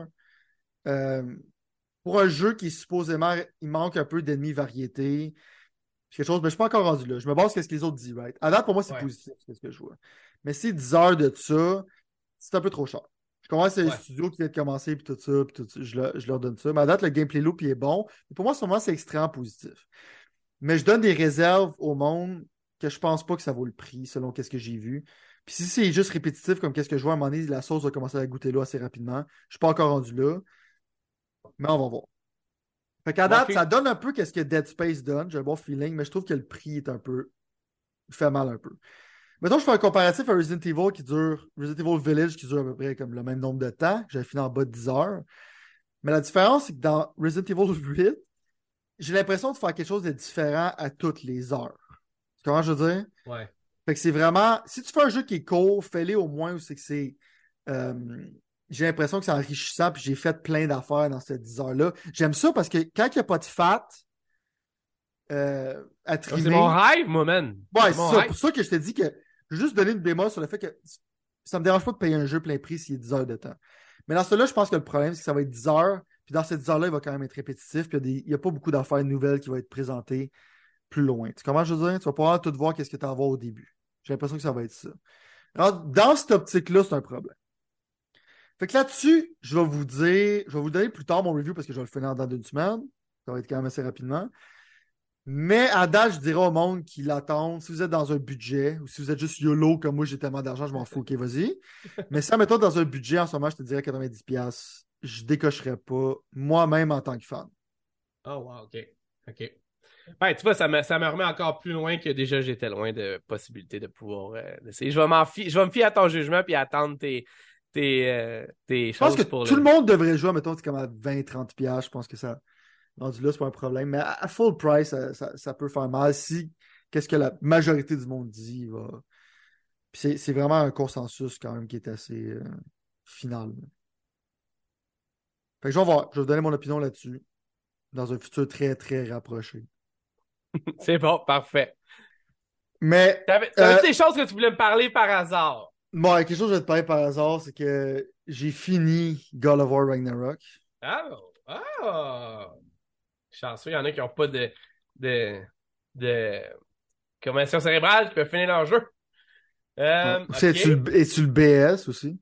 pour un jeu qui supposément, il manque un peu d'ennemis variété, quelque chose, mais je ne suis pas encore rendu là. Je me base sur ce que les autres disent, right? À date, pour moi, c'est positif, c'est ce que je vois. Mais si 10 heures de ça, c'est un peu trop cher. Je commence c'est les studios qui viennent de commencer, puis tout ça, je leur donne ça. Mais à date, le gameplay loop, il est bon. Mais pour moi, c'est extrêmement positif. Mais je donne des réserves au monde que je pense pas que ça vaut le prix, selon ce que j'ai vu. Puis si c'est juste répétitif, comme qu'est-ce que je vois à un moment donné, la sauce va commencer à goûter là assez rapidement. Je suis pas encore rendu là, mais on va voir. Fait qu'à date, ça donne un peu qu'est-ce que Dead Space donne. J'ai un bon feeling, mais je trouve que le prix est un peu... Il fait mal un peu. Mettons, je fais un comparatif à Resident Evil Village qui dure à peu près comme le même nombre de temps. J'avais fini en bas de 10 heures. Mais la différence, c'est que dans Resident Evil 8, j'ai l'impression de faire quelque chose de différent à toutes les heures. Tu comprends ce que je veux dire? Ouais. Fait que c'est vraiment... Si tu fais un jeu qui est court, fais-le au moins où c'est que c'est... j'ai l'impression que c'est enrichissant puis j'ai fait plein d'affaires dans ces 10 heures-là. J'aime ça parce que quand il n'y a pas de fat à trimer... C'est mon rêve, moi, man. Ouais, c'est ça. Pour ça que je te dis que je vais juste donner une bémol sur le fait que ça me dérange pas de payer un jeu plein prix s'il y a 10 heures de temps. Mais dans ce là je pense que le problème, c'est que ça va être 10 heures. Puis dans ces 10 heures-là, il va quand même être répétitif. Puis il n'y a pas beaucoup d'affaires nouvelles qui vont être présentées plus loin. Tu comprends, je veux dire? Tu vas pouvoir tout voir qu'est-ce que tu as à voir au début. J'ai l'impression que ça va être ça. Alors, dans cette optique-là, c'est un problème. Fait que là-dessus, je vais vous donner plus tard mon review parce que je vais le finir dans 2 semaines. Ça va être quand même assez rapidement. Mais à date, je dirais au monde qui l'attendent, si vous êtes dans un budget, ou si vous êtes juste YOLO, comme moi, j'ai tellement d'argent, je m'en fous, ok, vas-y. Mais si, mettons, dans un budget, en ce moment, je te dirais 90$, je décocherais pas, moi-même en tant que fan. Oh, wow, OK. OK. Ben, tu vois, ça me remet encore plus loin que déjà j'étais loin de possibilité de pouvoir essayer. Je vais me fier à ton jugement puis attendre tes Je pense que choses pour tout le le. monde devrait jouer, mettons, c'est comme à 20-30$, je pense que ça, rendu là, c'est pas un problème. Mais à full price, ça peut faire mal si, qu'est-ce que la majorité du monde dit, va. Puis c'est vraiment un consensus quand même qui est assez final. Fait que je vais voir, je vais vous donner mon opinion là-dessus, dans un futur très, très rapproché. C'est bon, parfait. Mais, T'avais-tu des choses que tu voulais me parler par hasard? bon, quelque chose que je vais te parler par hasard, c'est que j'ai fini God of War Ragnarok. Ah, ah. Chanceux, il y en a qui n'ont pas de convention cérébrale qui peuvent finir leur jeu. Ouais. OK. Es-tu le BS aussi?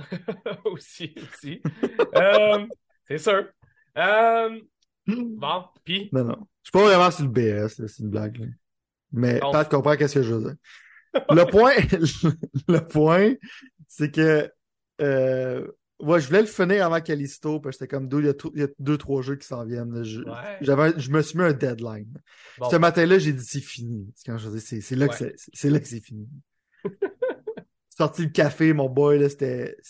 Aussi. Euh, c'est sûr. Euh, bon, puis, Non, non. Je suis pas vraiment sur le BS, là, c'est une blague, là. Mais on Pat comprend qu'est-ce que je veux dire. Le point, le point, c'est que ouais, je voulais le finir avant Callisto, parce que j'étais comme il y a deux, trois jeux qui s'en viennent. Là. Ouais. Je me suis mis un deadline. Ce Bon, matin-là, j'ai dit c'est fini. C'est quand je dis c'est là que ouais. c'est là que c'est fini. Sorti le café, mon boy, là,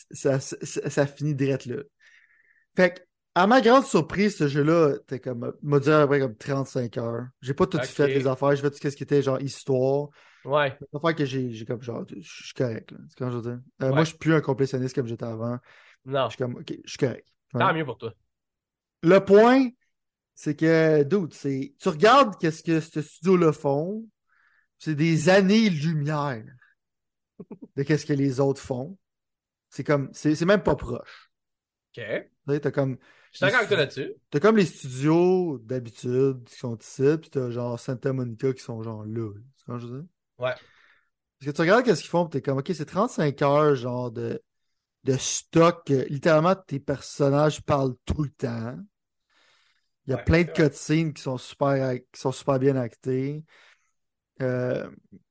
ça finit direct là. Fait que, à ma grande surprise, ce jeu-là, t'es comme, m'a duré à peu près comme 35 heures. J'ai pas tout fait les OK. affaires, j'ai fait tout ce qui était genre histoire. Ouais. Les affaires que j'ai comme genre, je suis correct, là. C'est quand je veux dire. Moi, je Ouais. suis plus un complétionniste comme j'étais avant. Je Non. suis comme, ok, je suis correct. Ouais. Tant mieux pour toi. Le point, c'est que, dude, tu regardes qu'est-ce que ce studio-là font, c'est des années-lumière de qu'est-ce que les autres font. C'est comme, c'est même pas proche. OK. Tu sais, t'as comme, Je suis les d'accord avec toi studios, là-dessus. t'as comme les studios d'habitude qui sont ici, puis t'as genre Santa Monica qui sont genre là. C'est quand je veux dire. Ouais. Parce que tu regardes qu'est-ce qu'ils font, puis t'es comme, ok, c'est 35 heures genre de stock. Littéralement, tes personnages parlent tout le temps. Il y a Ouais, plein de c'est vrai. cutscenes qui sont super bien actés. Euh,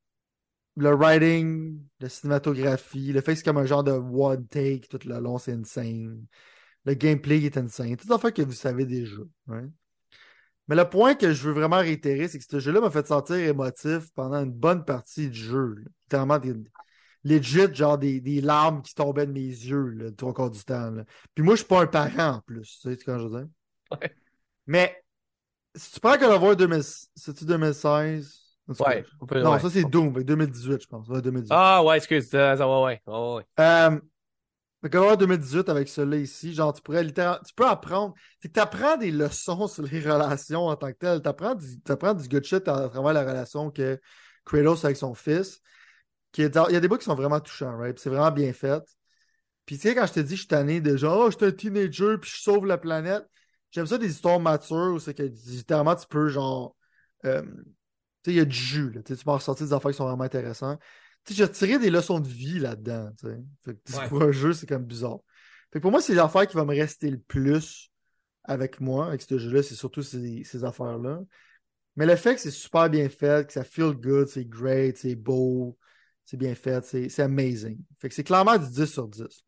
le writing, la cinématographie, le fait que c'est comme un genre de one take tout le long, c'est insane. Le gameplay est insane. Tout à fait que vous savez déjà. Ouais. Mais le point que je veux vraiment réitérer, c'est que ce jeu-là m'a fait sentir émotif pendant une bonne partie du jeu. Là. Littéralement, legit, genre des larmes qui tombaient de mes yeux, là, le trois quarts du temps. Là. Puis moi, je suis pas un parent en plus. Tu sais quand je veux dire? Ouais. Mais si tu prends Call of War 2000, c'est-tu 2016? En tout cas, Ouais. non, Ouais. ça c'est Doom, avec 2018, je pense. Ouais, 2018. Ah, ouais, excuse. Ça va, ouais. Ouais, ouais. Euh, Call of War 2018 avec celui-là ici, genre, tu pourrais littéralement, tu peux apprendre, c'est que tu apprends des leçons sur les relations en tant que tel. Tu apprends du good shit à travers la relation que Kratos a avec son fils. Il y a des bouts qui sont vraiment touchants, right? Puis c'est vraiment bien fait. Puis tu sais, quand je te dis, je suis tanné de genre, oh, je suis un teenager, puis je sauve la planète. J'aime ça des histoires matures où c'est que littéralement, tu peux genre. Tu sais, il y a du jus, là. Tu sais, tu peux en ressortir des affaires qui sont vraiment intéressantes. Tu sais, j'ai tiré des leçons de vie là-dedans, tu sais. Fait que Ouais. pour un jeu, c'est comme bizarre. Fait que pour moi, c'est l'affaire qui va me rester le plus avec moi, avec ce jeu-là, c'est surtout ces affaires-là. Mais le fait que c'est super bien fait, que ça feel good, c'est great, c'est beau, c'est bien fait, c'est amazing. Fait que c'est clairement du 10 sur 10.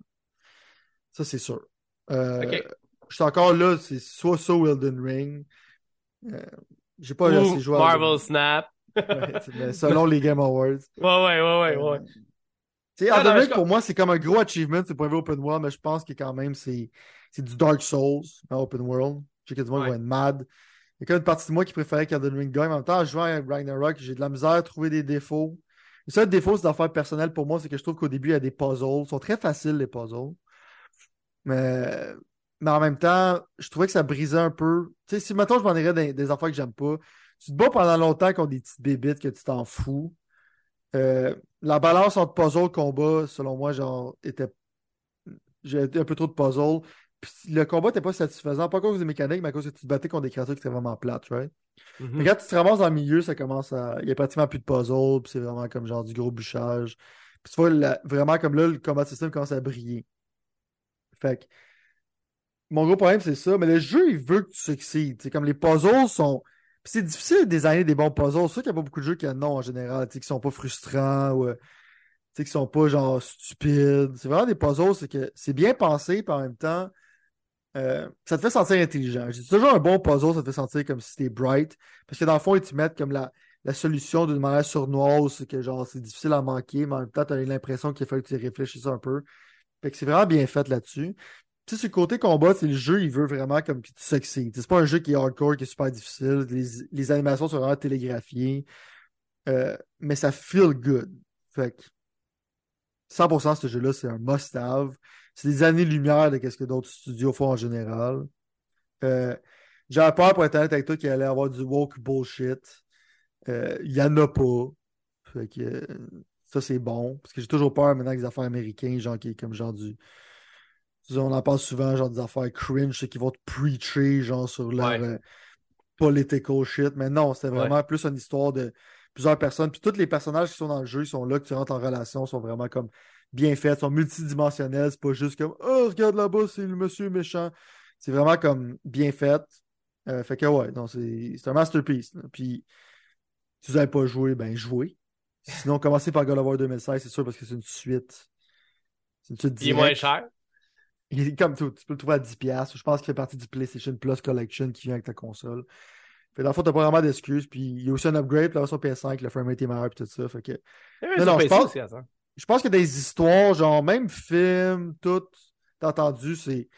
Ça, c'est sûr. Euh, OK. je suis encore là, c'est soit ça ou Elden Ring. Euh, j'ai pas assez Ou joué à Elden Marvel Ring. Snap. Ouais, mais selon les Game Awards. Ouais, ouais, ouais, ouais, Euh, ouais. tu sais, Non, non, Elden mais Ring, pour moi, c'est comme un gros achievement, c'est point de vue open world, mais je pense que quand même, c'est du Dark Souls en open world. Je sais qu'il y a du monde qui ouais. va être mad. Il y a quand même une partie de moi qui préférait qu'Elden Ring gagne. En même temps, en jouant à Ragnarok, j'ai de la misère à trouver des défauts. Le seul défaut, c'est d'affaires personnelles pour moi, c'est que je trouve qu'au début, il y a des puzzles. Ils sont très faciles, les puzzles. Mais, mais en même temps, je trouvais que ça brisait un peu. Tu sais, si maintenant je m'en irais des affaires que j'aime pas, tu te bats pendant longtemps contre des petites bébites que tu t'en fous. La balance entre puzzle et combat, selon moi, genre, j'ai un peu trop de puzzle. Puis le combat n'était pas satisfaisant, pas à cause des mécaniques, mais à cause que tu te battais contre des créatures qui étaient vraiment plates, right? Mais Mhm. quand tu te ramasses dans le milieu, ça commence à. Il y a pratiquement plus de puzzle, puis c'est vraiment comme genre du gros bûchage. Puis tu vois, vraiment comme là, le combat system commence à briller. Fait que mon gros problème, c'est ça. Mais le jeu, il veut que tu succeeds. C'est comme les puzzles sont. Puis c'est difficile de designer des bons puzzles. C'est sûr qu'il n'y a pas beaucoup de jeux qui en ont en général, tu sais, qui sont pas frustrants ou tu sais, qui sont pas genre stupides. C'est vraiment des puzzles, c'est que c'est bien pensé, puis en même temps, ça te fait sentir intelligent. Je dis toujours un bon puzzle, ça te fait sentir comme si c'était bright. Parce que dans le fond, ils te mettent comme la solution d'une manière sournoise, c'est que genre c'est difficile à manquer, mais en même temps, tu as l'impression qu'il faut que tu réfléchisses un peu. Fait que c'est vraiment bien fait là-dessus. Tu sais, sur le côté combat, c'est le jeu, il veut vraiment comme que tu succeeds. C'est pas un jeu qui est hardcore, qui est super difficile. Les animations sont vraiment télégraphiées. Mais ça feel good. Fait que 100% ce jeu-là, c'est un must-have. C'est des années-lumière de ce que d'autres studios font en général. Euh, J'avais peur pour être honnête avec toi qu'il allait avoir du woke bullshit. Il y en a pas. Fait que ça, c'est bon. Parce que j'ai toujours peur maintenant que les affaires américaines, genre qui est comme genre du. On en parle souvent, genre des affaires cringe, c'est qui vont te preacher, genre sur leur Ouais, political shit. Mais non, c'était ouais. vraiment plus une histoire de plusieurs personnes. Puis tous les personnages qui sont dans le jeu, ils sont là, que tu rentres en relation, sont vraiment comme bien faits, sont multidimensionnels. C'est pas juste comme oh, regarde là-bas, c'est le monsieur méchant. C'est vraiment comme bien fait. Fait que ouais, donc c'est un masterpiece, là. Puis si vous n'avez pas joué, ben jouez. Sinon, commencez par God of War 2016, c'est sûr, parce que c'est une suite. C'est une suite Puis il est moins directe. cher. Comme tout, tu peux le trouver à 10$. Je pense qu'il fait partie du PlayStation Plus Collection qui vient avec ta console. Fait dans le fond, t'as pas vraiment d'excuses. Puis il y a aussi un upgrade, puis la version PS5, le framerate est meilleur, puis tout ça. Fait que. Il y avait Non, sur non, PC aussi, attends. je pense que des histoires, genre même film, tout, t'as entendu,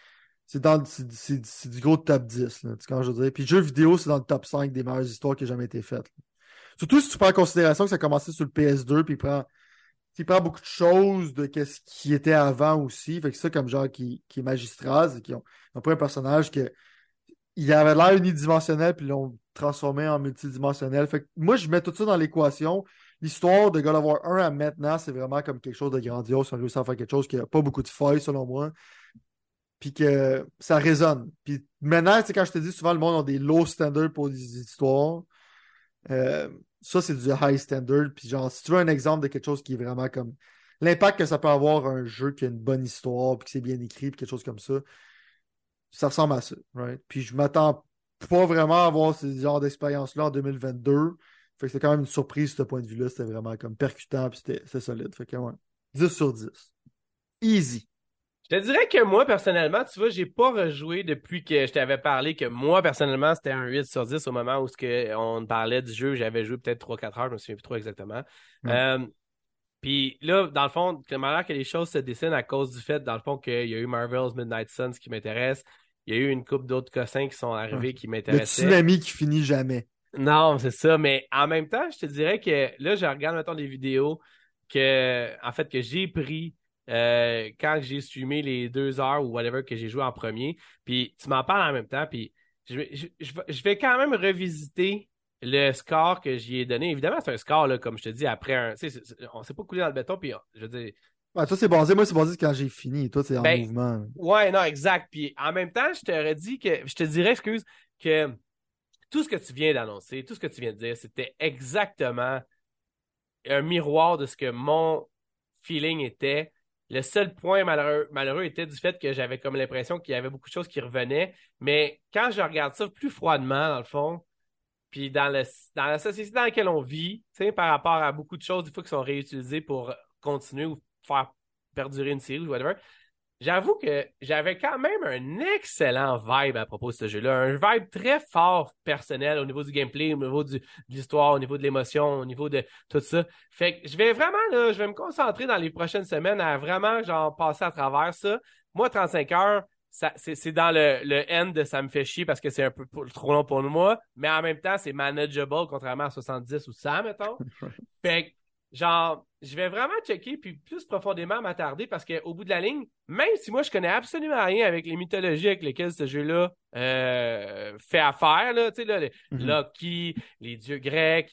c'est du gros top 10, là, tu sais comment je veux dire. Puis jeux vidéo, c'est dans le top 5 des meilleures histoires qui ont jamais été faites, là. Surtout si tu prends en considération que ça a commencé sur le PS2, puis il prend beaucoup de choses de ce qui était avant aussi. Fait que ça, comme genre qui est magistral, c'est qu'ils ont pris un personnage que il avait l'air unidimensionnel, puis ils l'ont transformé en multidimensionnel. Fait que moi, je mets tout ça dans l'équation. L'histoire de God of War 1 à maintenant, c'est vraiment comme quelque chose de grandiose. On a réussi à faire quelque chose qui n'a pas beaucoup de failles, selon moi. Puis que ça résonne. Puis maintenant, c'est quand je te dis souvent, le monde a des low standards pour des histoires. Euh, Ça, c'est du high standard. Puis genre, si tu veux un exemple de quelque chose qui est vraiment comme l'impact que ça peut avoir un jeu qui a une bonne histoire, puis que c'est bien écrit, puis quelque chose comme ça ressemble à ça, right? Puis je m'attends pas vraiment à avoir ce genre d'expérience-là en 2022. Fait que c'était quand même une surprise, ce point de vue-là. C'était vraiment comme percutant, puis c'était solide. Fait que ouais, 10 sur 10. Easy. Je te dirais que moi, personnellement, tu vois, j'ai pas rejoué depuis que je t'avais parlé que moi, personnellement, c'était un 8 sur 10 au moment où on parlait du jeu. J'avais joué peut-être 3-4 heures, je me souviens plus trop exactement. Ouais. Euh, Puis là, dans le fond, de manière que les choses se dessinent à cause du fait, dans le fond, qu'il y a eu Marvel's Midnight Suns qui m'intéresse. Il y a eu une couple d'autres cossins qui sont Ouais. arrivés qui Le m'intéressaient. tsunami qui finit jamais. Non, c'est ça, mais en même temps, je te dirais que là, je regarde, mettons, des vidéos que j'ai pris quand j'ai streamé les 2 heures ou whatever que j'ai joué en premier. Puis tu m'en parles en même temps, puis je vais quand même revisiter le score que j'y ai donné. Évidemment, c'est un score, là, comme je te dis, après un. Tu sais, on s'est pas coulé dans le béton, puis je veux dire. Ouais, toi, c'est basé. Moi, c'est basé quand j'ai fini. Toi, c'est en Ben, mouvement. ouais, non, exact. Puis en même temps, je te dirais, excuse, que tout ce que tu viens d'annoncer, tout ce que tu viens de dire, c'était exactement un miroir de ce que mon feeling était. Le seul point malheureux était du fait que j'avais comme l'impression qu'il y avait beaucoup de choses qui revenaient. Mais quand je regarde ça plus froidement, dans le fond, puis dans la société dans laquelle on vit, tu sais, par rapport à beaucoup de choses, des fois, qui sont réutilisées pour continuer ou faire perdurer une série ou whatever, j'avoue que j'avais quand même un excellent vibe à propos de ce jeu-là. Un vibe très fort personnel au niveau du gameplay, au niveau de l'histoire, au niveau de l'émotion, au niveau de tout ça. Fait que je vais vraiment, là, je vais me concentrer dans les prochaines semaines à vraiment, genre, passer à travers ça. Moi, 35 heures, c'est dans le end de ça me fait chier parce que c'est un peu trop long pour moi, mais en même temps, c'est manageable contrairement à 70 ou 100, mettons. Fait que, genre, je vais vraiment checker puis plus profondément m'attarder parce qu'au bout de la ligne, même si moi je connais absolument rien avec les mythologies avec lesquelles ce jeu-là fait affaire, là, tu sais, là, Mhm. Loki, les dieux grecs,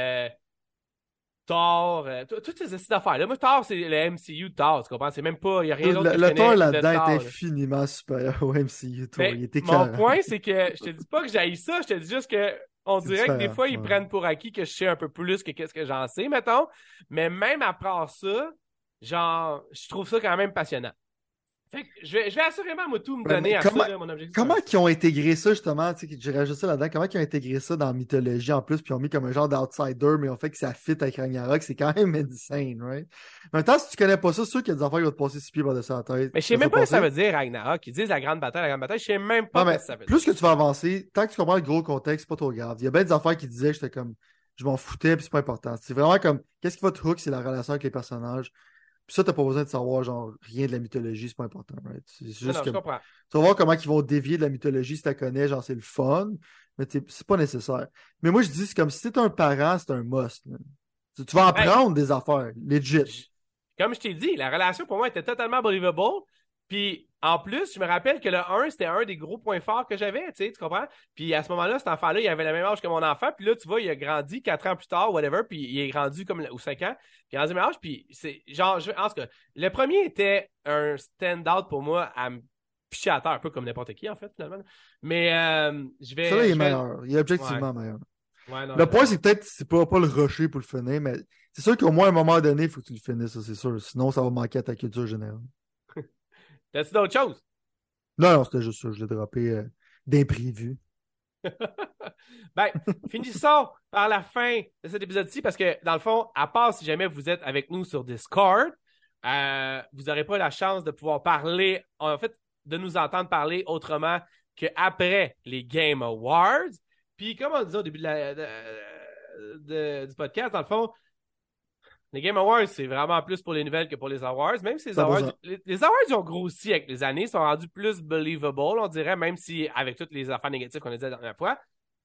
Thor, toutes ces affaires-là. Moi, Thor, c'est le MCU de Thor, tu comprends? C'est même pas, il n'y a rien d'autre que je Le Thor connais de là-dedans est Thor, là. infiniment supérieur au MCU. Thor. Mais Il était mon écœurant. point, c'est que je te dis pas que j'haïs ça, je te dis juste que on C'est dirait que des différent. fois, ils Ouais. prennent pour acquis que je sais un peu plus que qu'est-ce que j'en sais, mettons. Mais même après ça, genre, je trouve ça quand même passionnant. Fait que je vais assurément, moi, tout me donner à ça, là, mon objectif. Comment ils ont intégré ça, justement, tu sais, j'ai rajouté ça là-dedans, comment ils ont intégré ça dans la mythologie en plus, puis ils ont mis comme un genre d'outsider, mais ils ont fait que ça fit avec Ragnarok, c'est quand même insane, right? En même temps, si tu connais pas ça, c'est sûr qu'il y a des affaires qui vont te passer 6 pieds par-dessus la tête. Mais je sais même pas ce que ça veut dire, Ragnarok. Ils disent la grande bataille, je sais même pas ce que ça veut dire. Plus que tu vas avancer, tant que tu comprends le gros contexte, c'est pas trop grave. Il y a bien des affaires qui disaient que j'étais comme, je m'en foutais, puis c'est pas important. C'est vraiment comme, qu'est-ce qui va te hook, c'est la relation avec les personnages. Puis ça, t'as pas besoin de savoir, genre, rien de la mythologie, c'est pas important, right? C'est juste non, je comprends. Tu vas voir comment ils vont dévier de la mythologie si tu la connais, genre, c'est le fun, mais c'est pas nécessaire. Mais moi, je dis, c'est comme si t'es un parent, c'est un must. Tu vas apprendre des affaires, legit. Comme je t'ai dit, la relation pour moi était totalement believable. Puis en plus, je me rappelle que le 1, c'était un des gros points forts que j'avais, tu comprends? Puis à ce moment-là, cet enfant-là, il avait la même âge que mon enfant. Puis là, tu vois, il a grandi 4 ans plus tard, whatever. Puis il est rendu comme, ou 5 ans. Puis il a rendu le même âge. Puis c'est genre, en tout cas, le premier était un stand-out pour moi à me picher à terre, un peu comme n'importe qui, en fait, finalement. Mais je vais. Ça, là, il est meilleur. Il est objectivement meilleur. Ouais, non, le point, c'est peut-être c'est pas le rusher pour le finir, mais c'est sûr qu'au moins à un moment donné, il faut que tu le finisses, ça, c'est sûr. Sinon, ça va manquer à ta culture générale. T'as-tu d'autres choses? Non, c'était juste ça. Je l'ai droppé d'imprévu. Ben, finissons par la fin de cet épisode-ci parce que, dans le fond, à part si jamais vous êtes avec nous sur Discord, vous n'aurez pas la chance de pouvoir parler, en fait, de nous entendre parler autrement qu'après les Game Awards. Puis, comme on disait au début du podcast, dans le fond, les Game Awards, c'est vraiment plus pour les nouvelles que pour les Awards. Même si les Awards ils ont grossi avec les années, sont rendus plus believable, on dirait, même si avec toutes les affaires négatives qu'on a dit la dernière fois.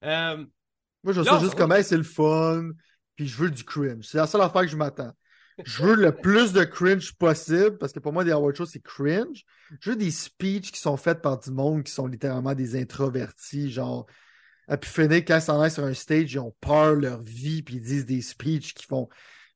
Moi, je sais juste comment c'est le fun, puis je veux du cringe. C'est la seule affaire que je m'attends. Je veux le plus de cringe possible, parce que pour moi, des award shows, c'est cringe. Je veux des speeches qui sont faits par du monde qui sont littéralement des introvertis, genre, à pu finir, quand ils s'en aillent sur un stage, ils ont peur de leur vie, puis ils disent des speeches qui font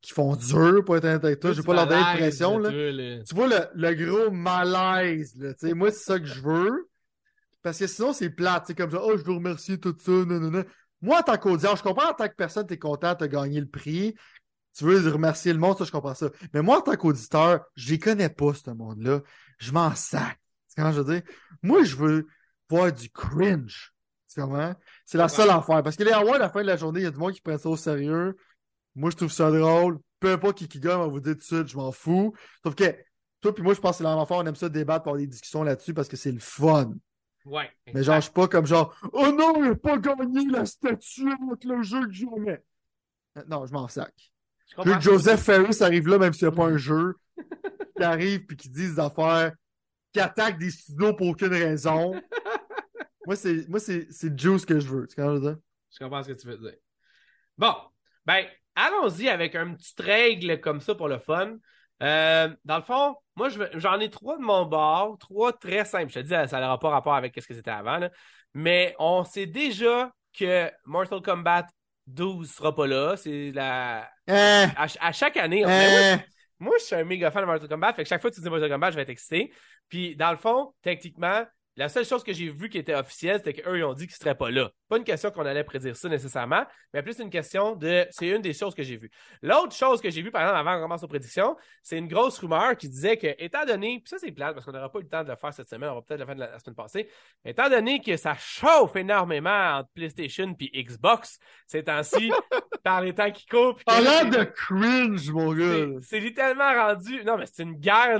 dur pour être honnête avec toi. Je vais pas leur donner de pression, là. Tu vois le gros malaise, là. Tu sais, moi, c'est ça que je veux. Parce que sinon, c'est plate. C'est comme ça, oh, je veux remercier tout ça, non. Moi, en tant qu'audience, je comprends en tant que personne, t'es content, t'as gagné le prix. Tu veux remercier le monde, ça, je comprends ça. Mais moi, en tant qu'auditeur, je les connais pas, ce monde-là. Je m'en sac. C'est comment je veux dire? Moi, je veux voir du cringe. Tu comprends? C'est la seule affaire. Parce que les awards, à la fin de la journée, il y a du monde qui prend ça au sérieux. Moi, je trouve ça drôle. Peu importe qui gagne, on va vous dire tout de suite, je m'en fous. Sauf que, toi puis moi, je pense que c'est la même affaire. On aime ça débattre, avoir des discussions là-dessus parce que c'est le fun. Ouais. Mais genre, je suis pas comme genre, oh non, il n'a pas gagné la statue avec le jeu que j'aimais. Non, je m'en sac. Je veux que Joseph Ferris arrive là, même s'il n'y a pas un jeu, qui arrive puis qui dit des affaires, qui attaque des studios pour aucune raison. moi, c'est le juice que je veux. Tu comprends ce que je veux dire? Je comprends ce que tu veux dire. Bon, ben, allons-y avec une petite règle comme ça pour le fun. Dans le fond, moi, j'en ai 3 de mon bord, 3 très simples. Je te dis, ça n'aura pas rapport avec ce que c'était avant, là. Mais on sait déjà que Mortal Kombat 12 sera pas là. C'est la... À chaque année. Moi, je suis un méga fan de Mortal Kombat. Fait que chaque fois que tu dis Mortal Kombat, je vais être excité. Puis, dans le fond, techniquement, la seule chose que j'ai vue qui était officielle, c'était qu'eux, ils ont dit qu'ils ne seraient pas là. Pas une question qu'on allait prédire ça nécessairement, mais plus une question de... C'est une des choses que j'ai vues. L'autre chose que j'ai vue, par exemple, avant qu'on commence aux prédictions, c'est une grosse rumeur qui disait que, étant donné... Puis ça, c'est plate, parce qu'on n'aura pas eu le temps de le faire cette semaine, on va peut-être le faire la semaine passée. Étant donné que ça chauffe énormément entre PlayStation et Xbox ces temps-ci, par les temps qui courent... T'as l'air de cringe, mon gars! C'est littéralement rendu... Non, mais c'est une guerre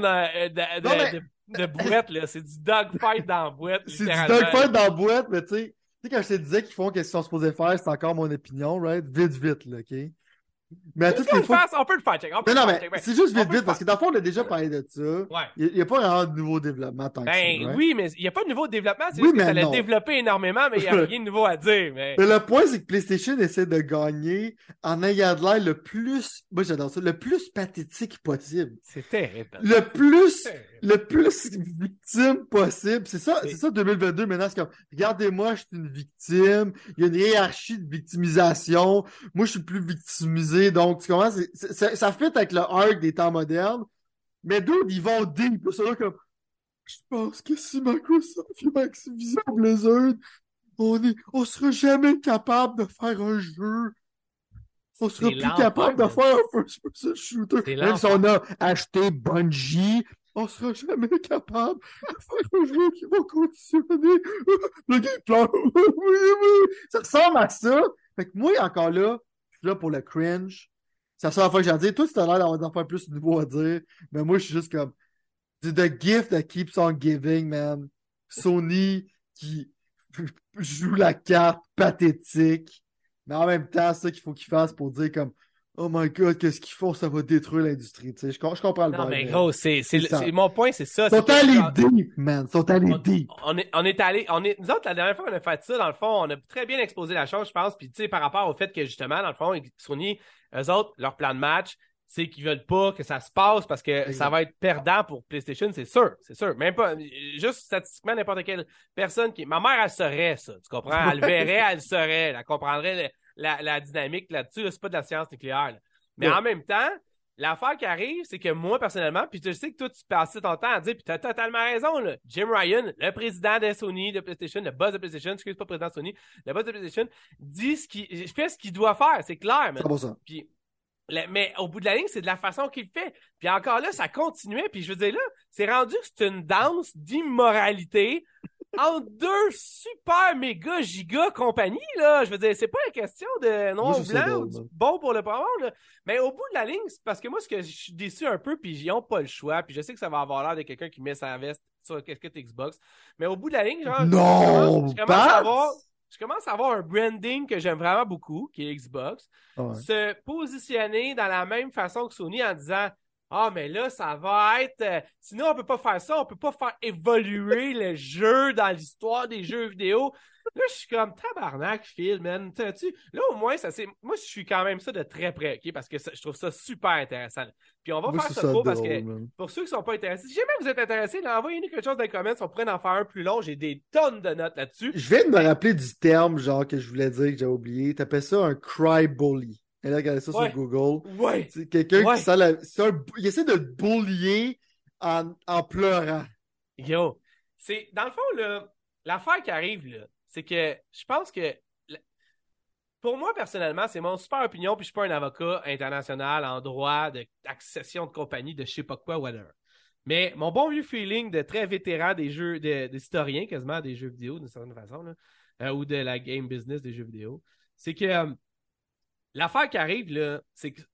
de boîte, là. C'est du dogfight dans la boîte. C'est du dogfight dans la boîte, mais tu sais, quand je te disais qu'ils font ce qu'ils sont supposés faire, c'est encore mon opinion, right? Vite, là, OK? Mais à toutes les fois... on peut le faire, check. C'est juste vite, parce que dans le fond, on a déjà parlé de ça. Ouais. Il n'y a pas vraiment de nouveau développement tant que ça. Right? Oui, mais il n'y a pas de nouveau développement. C'est juste que ça l'a développé énormément, mais il n'y a rien de nouveau à dire. Mais le point, c'est que PlayStation essaie de gagner en ayant de l'air le plus... Moi, j'adore ça. Le plus pathétique possible. C'est terrible. Le plus victime possible. C'est ça 2022 maintenant. C'est comme, regardez-moi, je suis une victime. Il y a une hiérarchie de victimisation. Moi, je suis plus victimisé. Donc, tu comprends? Ça fit avec le arc des temps modernes. Mais d'autres, ils vont deep. C'est là comme, je pense que si Microsoft et Activision Blizzard, on sera jamais capable de faire un jeu. On sera plus capable de faire un first-person shooter. Même si on a acheté Bungie, on sera jamais capable de faire un jeu qui va conditionner le gameplay. Ça ressemble à ça. Fait que moi, encore là, je suis là pour le cringe. C'est la seule fois que j'en dis. Toi, tu as l'air d'avoir d'en faire plus de nouveau à dire. Mais moi, je suis juste comme the gift that keeps on giving, man. Sony qui joue la carte pathétique. Mais en même temps, c'est ça qu'il faut qu'ils fassent pour dire comme oh my god, qu'est-ce qu'ils font? Ça va détruire l'industrie. Tu sais, je comprends le Non, vibe, mais gros, mon point, c'est ça. Ils sont allés deep, man. Ils sont allés deep. Nous autres, la dernière fois qu'on a fait ça, dans le fond, on a très bien exposé la chose, je pense. Puis, tu sais, par rapport au fait que, justement, dans le fond, Sony, eux autres, leur plan de match, c'est qu'ils veulent pas que ça se passe parce que ça va être perdant pour PlayStation, c'est sûr, c'est sûr. Même pas, juste statistiquement, n'importe quelle personne ma mère, elle saurait ça, tu comprends? Elle le verrait, elle le saurait, elle comprendrait la dynamique là-dessus, là, c'est pas de la science nucléaire, là. Mais en même temps, l'affaire qui arrive, c'est que moi, personnellement, puis je sais que toi, tu passais ton temps à dire, puis t'as totalement raison, là. Jim Ryan, le président de Sony, de PlayStation, le boss de PlayStation, excuse pas, président de Sony, le boss de PlayStation, fait ce qu'il doit faire, c'est clair, man. 100%. Puis, mais au bout de la ligne, c'est de la façon qu'il fait. Puis encore là, ça continuait. Puis je veux dire, là, c'est rendu que c'est une danse d'immoralité entre deux super méga giga compagnies, là. Je veux dire, c'est pas une question de noir ou blanc ou du bon pour le moment, là. Mais au bout de la ligne, c'est parce que moi, ce que je suis déçu un peu, puis ils n'ont pas le choix. Puis je sais que ça va avoir l'air de quelqu'un qui met sa veste sur la casquette Xbox. Mais au bout de la ligne, genre, je commence à avoir un branding que j'aime vraiment beaucoup, qui est Xbox, se positionner dans la même façon que Sony en disant ah, mais là, ça va être... sinon, on peut pas faire ça, on peut pas faire évoluer le jeu dans l'histoire des jeux vidéo. Là, je suis comme tabarnak, Phil, man. Là, au moins, moi, je suis quand même ça de très près, OK? Parce que je trouve ça super intéressant. Puis on va faire ça trop parce que pour ceux qui sont pas intéressés, si jamais vous êtes intéressés, envoyez-nous quelque chose dans les comments. On pourrait en faire un plus long. J'ai des tonnes de notes là-dessus. Je viens de me rappeler du terme, genre, que je voulais dire, que j'avais oublié. T'appelles ça un cry bully. Elle a regardé ça sur Google. Ouais. C'est quelqu'un qui il essaie de te bullier en pleurant. Yo. Dans le fond, là, l'affaire qui arrive, là, c'est que je pense que pour moi, personnellement, c'est mon super opinion, puis je suis pas un avocat international en droit d'accession de compagnie, de je sais pas quoi, whatever. Mais mon bon vieux feeling de très vétéran des jeux, d'historien quasiment des jeux vidéo, d'une certaine façon, là, ou de la game business des jeux vidéo, c'est que l'affaire qui arrive, là, c'est que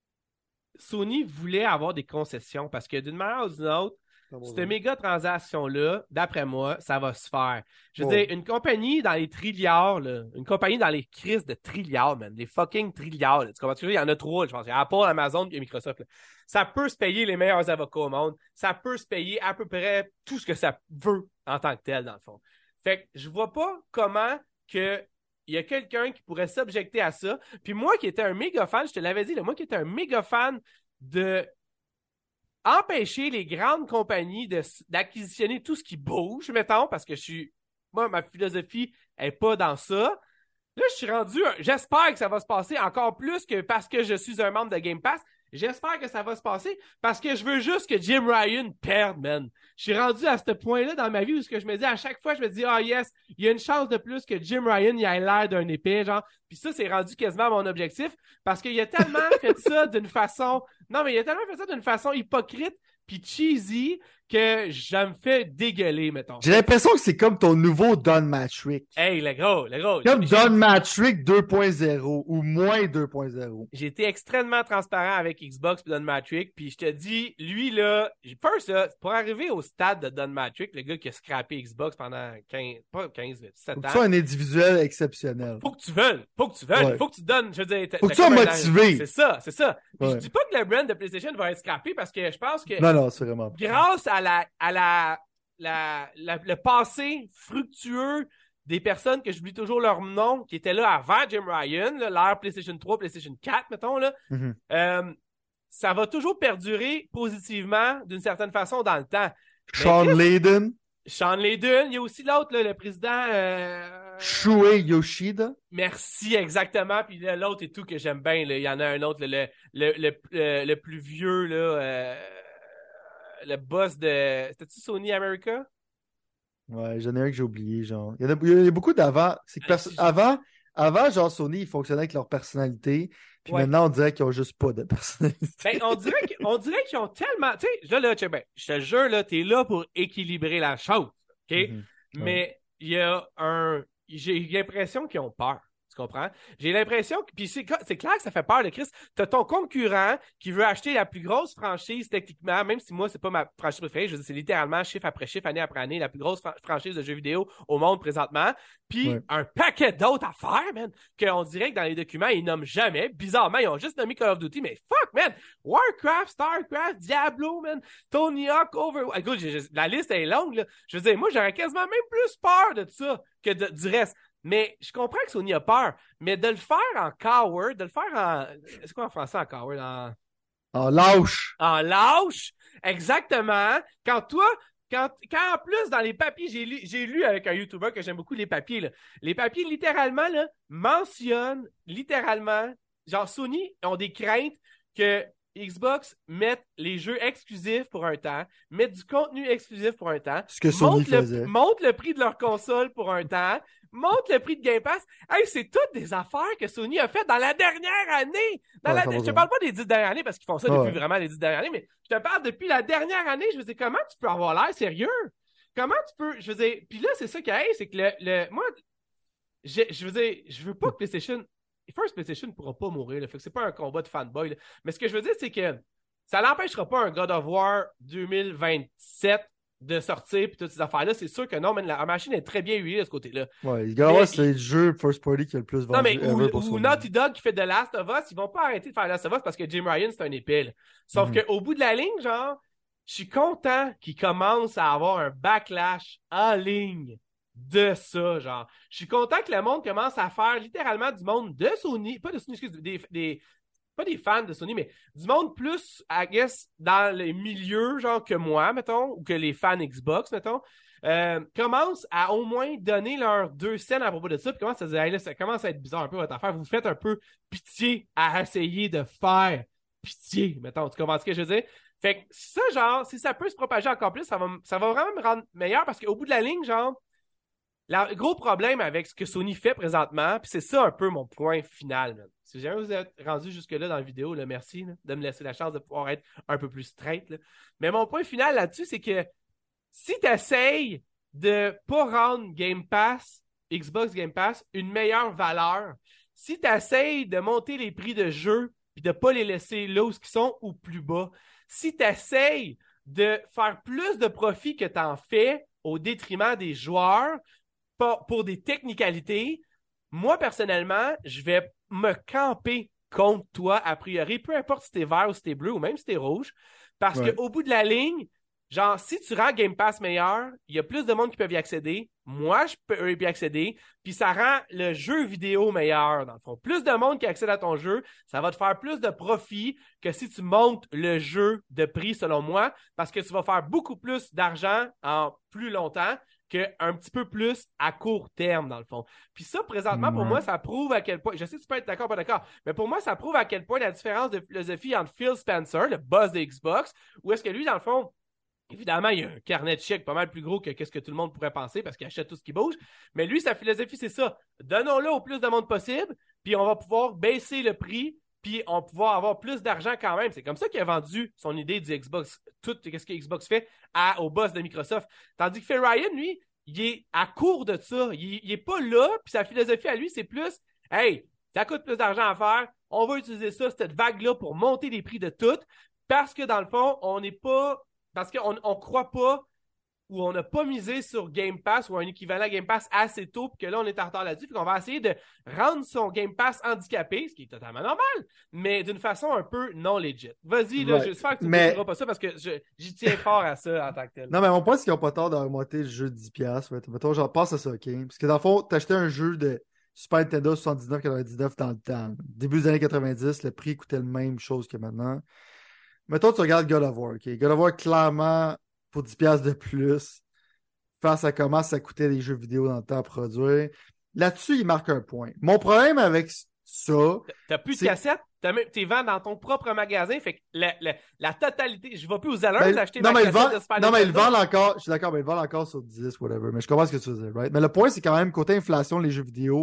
Sony voulait avoir des concessions parce que d'une manière ou d'une autre, cette méga transaction-là, d'après moi, ça va se faire. Je veux dire, une compagnie dans les trilliards, là, une compagnie dans les crises de trilliards, man, les fucking trilliards, là, tu comprends? Il y en a trois, je pense. Il y a Apple, Amazon et Microsoft. Là. Ça peut se payer les meilleurs avocats au monde. Ça peut se payer à peu près tout ce que ça veut en tant que tel, dans le fond. Fait que je vois pas comment que il y a quelqu'un qui pourrait s'objecter à ça. Puis moi qui étais un méga fan, je te l'avais dit, là, moi qui étais un méga fan de empêcher les grandes compagnies d'acquisitionner tout ce qui bouge, mettons, parce que moi, ma philosophie n'est pas dans ça. Là, je suis rendu, j'espère que ça va se passer encore plus que parce que je suis un membre de Game Pass. J'espère que ça va se passer parce que je veux juste que Jim Ryan perde, man. Je suis rendu à ce point-là dans ma vie où je me dis, à chaque fois, je me dis, ah yes, il y a une chance de plus que Jim Ryan il ait l'air d'un épée, genre. Puis ça, c'est rendu quasiment mon objectif parce qu'il a tellement fait ça d'une façon... Non, mais il a tellement fait ça d'une façon hypocrite puis cheesy que je me fais dégueuler, mettons. J'ai l'impression que c'est comme ton nouveau Don Matrick. Hey, le gros. Comme Don Matrick 2.0 ou moins 2.0. J'ai été extrêmement transparent avec Xbox et Don Matrick, puis je te dis, lui, là, pour arriver au stade de Don Matrick, le gars qui a scrappé Xbox pendant 17 ans. Tu sois un individuel exceptionnel. Faut que tu veuilles. Ouais. Faut que tu donnes, je veux dire... Faut que tu sois motivé. C'est ça. Puis ouais. Je dis pas que le brand de PlayStation va être scrappé parce que je pense que... Non, c'est vraiment... Grâce à le passé fructueux des personnes que j'oublie toujours leur nom, qui étaient là avant Jim Ryan, l'ère PlayStation 3, PlayStation 4, mettons, là, ça va toujours perdurer positivement d'une certaine façon dans le temps. Sean Layden, il y a aussi l'autre, le président... Shuei Yoshida. Merci, exactement. Puis l'autre et tout que j'aime bien, là. Il y en a un autre, le plus vieux, là... le boss de... C'était-tu Sony America? Ouais, j'en ai un que j'ai oublié, genre. Il y a beaucoup d'avant. C'est que avant, genre, Sony, ils fonctionnaient avec leur personnalité. Puis maintenant, on dirait qu'ils ont juste pas de personnalité. Ben, on dirait qu'ils ont tellement. Tu sais, là, ben, je te jure, là, t'es là pour équilibrer la chose. OK? Mais il y a j'ai l'impression qu'ils ont peur. Tu comprends? J'ai l'impression que. Puis c'est clair que ça fait peur de Chris. T'as ton concurrent qui veut acheter la plus grosse franchise, techniquement, même si moi, c'est pas ma franchise préférée. Je veux dire, c'est littéralement chiffre après chiffre, année après année, la plus grosse franchise de jeux vidéo au monde présentement. Puis un paquet d'autres affaires, man, qu'on dirait que dans les documents, ils nomment jamais. Bizarrement, ils ont juste nommé Call of Duty, mais fuck, man! Warcraft, Starcraft, Diablo, man, Tony Hawk, Overwatch. Écoute, la liste est longue, là. Je veux dire, moi, j'aurais quasiment même plus peur de ça que du reste. Mais je comprends que Sony a peur, mais de le faire en coward, de le faire en... C'est quoi en français en coward? En lâche. En lâche, exactement. Quand en plus, dans les papiers, j'ai lu avec un YouTuber que j'aime beaucoup, les papiers, là. Les papiers, littéralement, là, mentionnent, littéralement, genre Sony ont des craintes que Xbox mette les jeux exclusifs pour un temps, mette du contenu exclusif pour un temps, ce que Sony faisait. Monte le prix de leur console pour un temps, monte le prix de Game Pass. Hey, c'est toutes des affaires que Sony a faites dans la dernière année. Je te parle pas des 10 dernières années parce qu'ils font ça depuis vraiment les 10 dernières années, mais je te parle depuis la dernière année. Je veux dire, comment tu peux avoir l'air sérieux? Comment tu peux... Je veux dire... Puis là, c'est ça qui arrive, c'est que moi, je veux dire, je veux pas que PlayStation... First PlayStation ne pourra pas mourir. Là, fait que c'est pas un combat de fanboy. Là. Mais ce que je veux dire, c'est que ça n'empêchera pas un God of War 2027 de sortir puis toutes ces affaires-là. C'est sûr que non, mais la machine est très bien huilée de ce côté-là. Ouais, God of War, c'est le jeu first party qui a le plus vendu. Non, mais ou Naughty Dog qui fait The Last of Us, ils vont pas arrêter de faire The Last of Us parce que Jim Ryan, c'est un épée. Là. Sauf qu'au bout de la ligne, genre, je suis content qu'ils commencent à avoir un backlash en ligne de ça, genre. Je suis content que le monde commence à faire littéralement du monde de Sony, pas de Sony, excusez, pas des fans de Sony, mais du monde plus, I guess, dans les milieux, genre, que moi, mettons, ou que les fans Xbox, mettons, commencent à au moins donner leurs 2 cents à propos de ça, puis commencent à dire, hey, là, ça commence à être bizarre un peu votre affaire, vous faites un peu pitié à essayer de faire pitié, mettons, tu comprends ce que je veux dire? Fait que ça, genre, si ça peut se propager encore plus, ça va vraiment me rendre meilleur, parce qu'au bout de la ligne, genre, le gros problème avec ce que Sony fait présentement, puis c'est ça un peu mon point final. Man. Si jamais vous êtes rendu jusque-là dans la vidéo, là, merci là, de me laisser la chance de pouvoir être un peu plus straight. Là. Mais mon point final là-dessus, c'est que si tu essayes de pas rendre Game Pass, Xbox Game Pass, une meilleure valeur, si tu essayes de monter les prix de jeux puis de pas les laisser là où ils sont ou plus bas, si tu essayes de faire plus de profit que tu en fais au détriment des joueurs, pour des technicalités, moi, personnellement, je vais me camper contre toi, a priori, peu importe si t'es vert ou si t'es bleu ou même si t'es rouge, parce qu'au bout de la ligne, genre, si tu rends Game Pass meilleur, il y a plus de monde qui peuvent y accéder, moi, je peux y accéder, puis ça rend le jeu vidéo meilleur, dans le fond. Plus de monde qui accède à ton jeu, ça va te faire plus de profit que si tu montes le jeu de prix, selon moi, parce que tu vas faire beaucoup plus d'argent en plus longtemps, qu'un petit peu plus à court terme, dans le fond. Puis ça, présentement, pour moi, ça prouve à quel point... Je sais que tu peux être d'accord ou pas d'accord, mais pour moi, ça prouve à quel point la différence de philosophie entre Phil Spencer, le boss de Xbox, où est-ce que lui, dans le fond, évidemment, il a un carnet de chèques pas mal plus gros que ce que tout le monde pourrait penser parce qu'il achète tout ce qui bouge. Mais lui, sa philosophie, c'est ça. Donnons-le au plus de monde possible, puis on va pouvoir baisser le prix, puis on va pouvoir avoir plus d'argent quand même. C'est comme ça qu'il a vendu son idée du Xbox, tout ce que Xbox fait au boss de Microsoft. Tandis que Phil Ryan, lui, il est à court de ça. Il est pas là, puis sa philosophie à lui, c'est plus, hey, ça coûte plus d'argent à faire, on va utiliser ça, cette vague-là, pour monter les prix de tout, parce que dans le fond, on n'est pas... Parce qu'on ne croit pas ou on n'a pas misé sur Game Pass ou un équivalent Game Pass assez tôt, puis que là, on est en retard là-dessus. Puis qu'on va essayer de rendre son Game Pass handicapé, ce qui est totalement normal, mais d'une façon un peu non legit. Vas-y, là, j'espère que tu ne diras pas ça parce que j'y tiens fort à ça en tant que tel. Non, mais mon point, c'est qu'ils n'ont pas tort d'augmenter le jeu de 10$. Ouais. Mettons, genre, passe à ça, OK? Parce que dans le fond, t'achetais un jeu de Super Nintendo 79,99 dans le temps. Début des années 90, le prix coûtait la même chose que maintenant. Mettons, tu regardes God of War, OK? God of War, clairement, pour 10$ de plus, face à comment ça coûtait les jeux vidéo dans le temps à produire. Là-dessus, il marque un point. Mon problème avec ça... T'as plus de cassettes? T'es vends dans ton propre magasin, fait que la totalité... Je vais plus aux allures acheter ma cassette de Spider-Man. Non, mais ils vendent encore... Je suis d'accord, mais ils vendent encore sur 10, whatever. Mais je comprends ce que tu veux dire, right? Mais le point, c'est quand même, côté inflation, les jeux vidéo,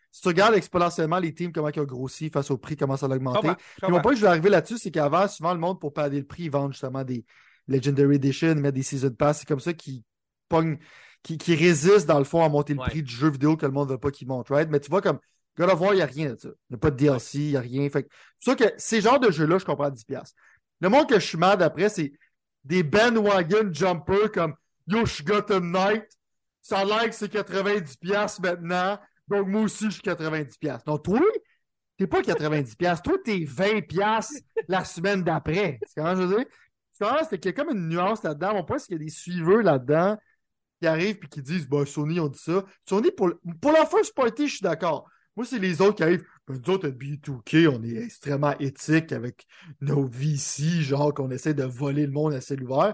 si tu regardes exponentiellement les teams, comment ils ont grossi face au prix, comment ça a augmenté. Je Puis mon point que je vais arriver là-dessus, c'est qu'avant, souvent, le monde, pour pader le prix, ils vendent justement des Legendary Edition, ils mettent des Season Pass. C'est comme ça qu'ils pognent, qui résistent, dans le fond, à monter le prix du jeu vidéo que le monde ne veut pas qu'il monte, right? Mais tu vois, comme God of War, il n'y a rien de ça. Il n'y a pas de DLC, il n'y a rien. Fait que, c'est sûr que ces genres de jeux-là, je comprends à 10$. Le monde que je suis mad après, c'est des bandwagon jumpers comme Yo, je Gotham Knight. Ça a l'air que c'est 90$ maintenant. Donc, moi aussi, je suis 90$. Donc, toi, t'es pas 90$. Toi, t'es 20$ la semaine d'après. C'est comment je veux dire? C'est comment c'est qu'il y a comme une nuance là-dedans. Mon point, c'est qu'il y a des suiveurs là-dedans qui arrivent et qui disent bah, Sony, on dit ça. Sony, pour la first party, je suis d'accord. Moi, c'est les autres qui arrivent. Nous autres, à B2K, on est extrêmement éthique avec nos VC, genre qu'on essaie de voler le monde à ciel ouvert.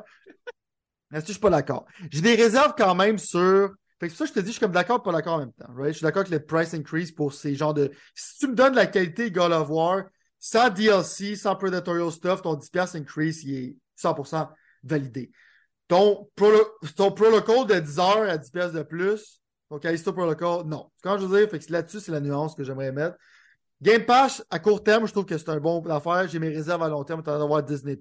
Mais je suis pas d'accord. J'ai des réserves quand même sur. Fait que c'est pour ça que je te dis, je suis comme d'accord, pas d'accord en même temps. Right? Je suis d'accord que le price increase pour ces genres de. Si tu me donnes la qualité God of War, sans DLC, sans Predatorial Stuff, ton 10$ increase, il est 100% validé. Ton protocol de 10 heures à 10$ de plus, ton Callisto Protocol, non. Quand je veux dire, fait que là-dessus, c'est la nuance que j'aimerais mettre. Game Pass, à court terme, je trouve que c'est un bon affaire. J'ai mes réserves à long terme, en train d'avoir Disney+.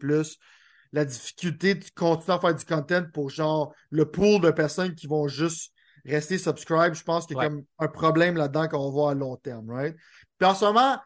La difficulté de continuer à faire du content pour genre le pool de personnes qui vont juste rester subscribe, je pense qu'il y a comme un problème là-dedans qu'on va voir à long terme, right? Puis en ce moment,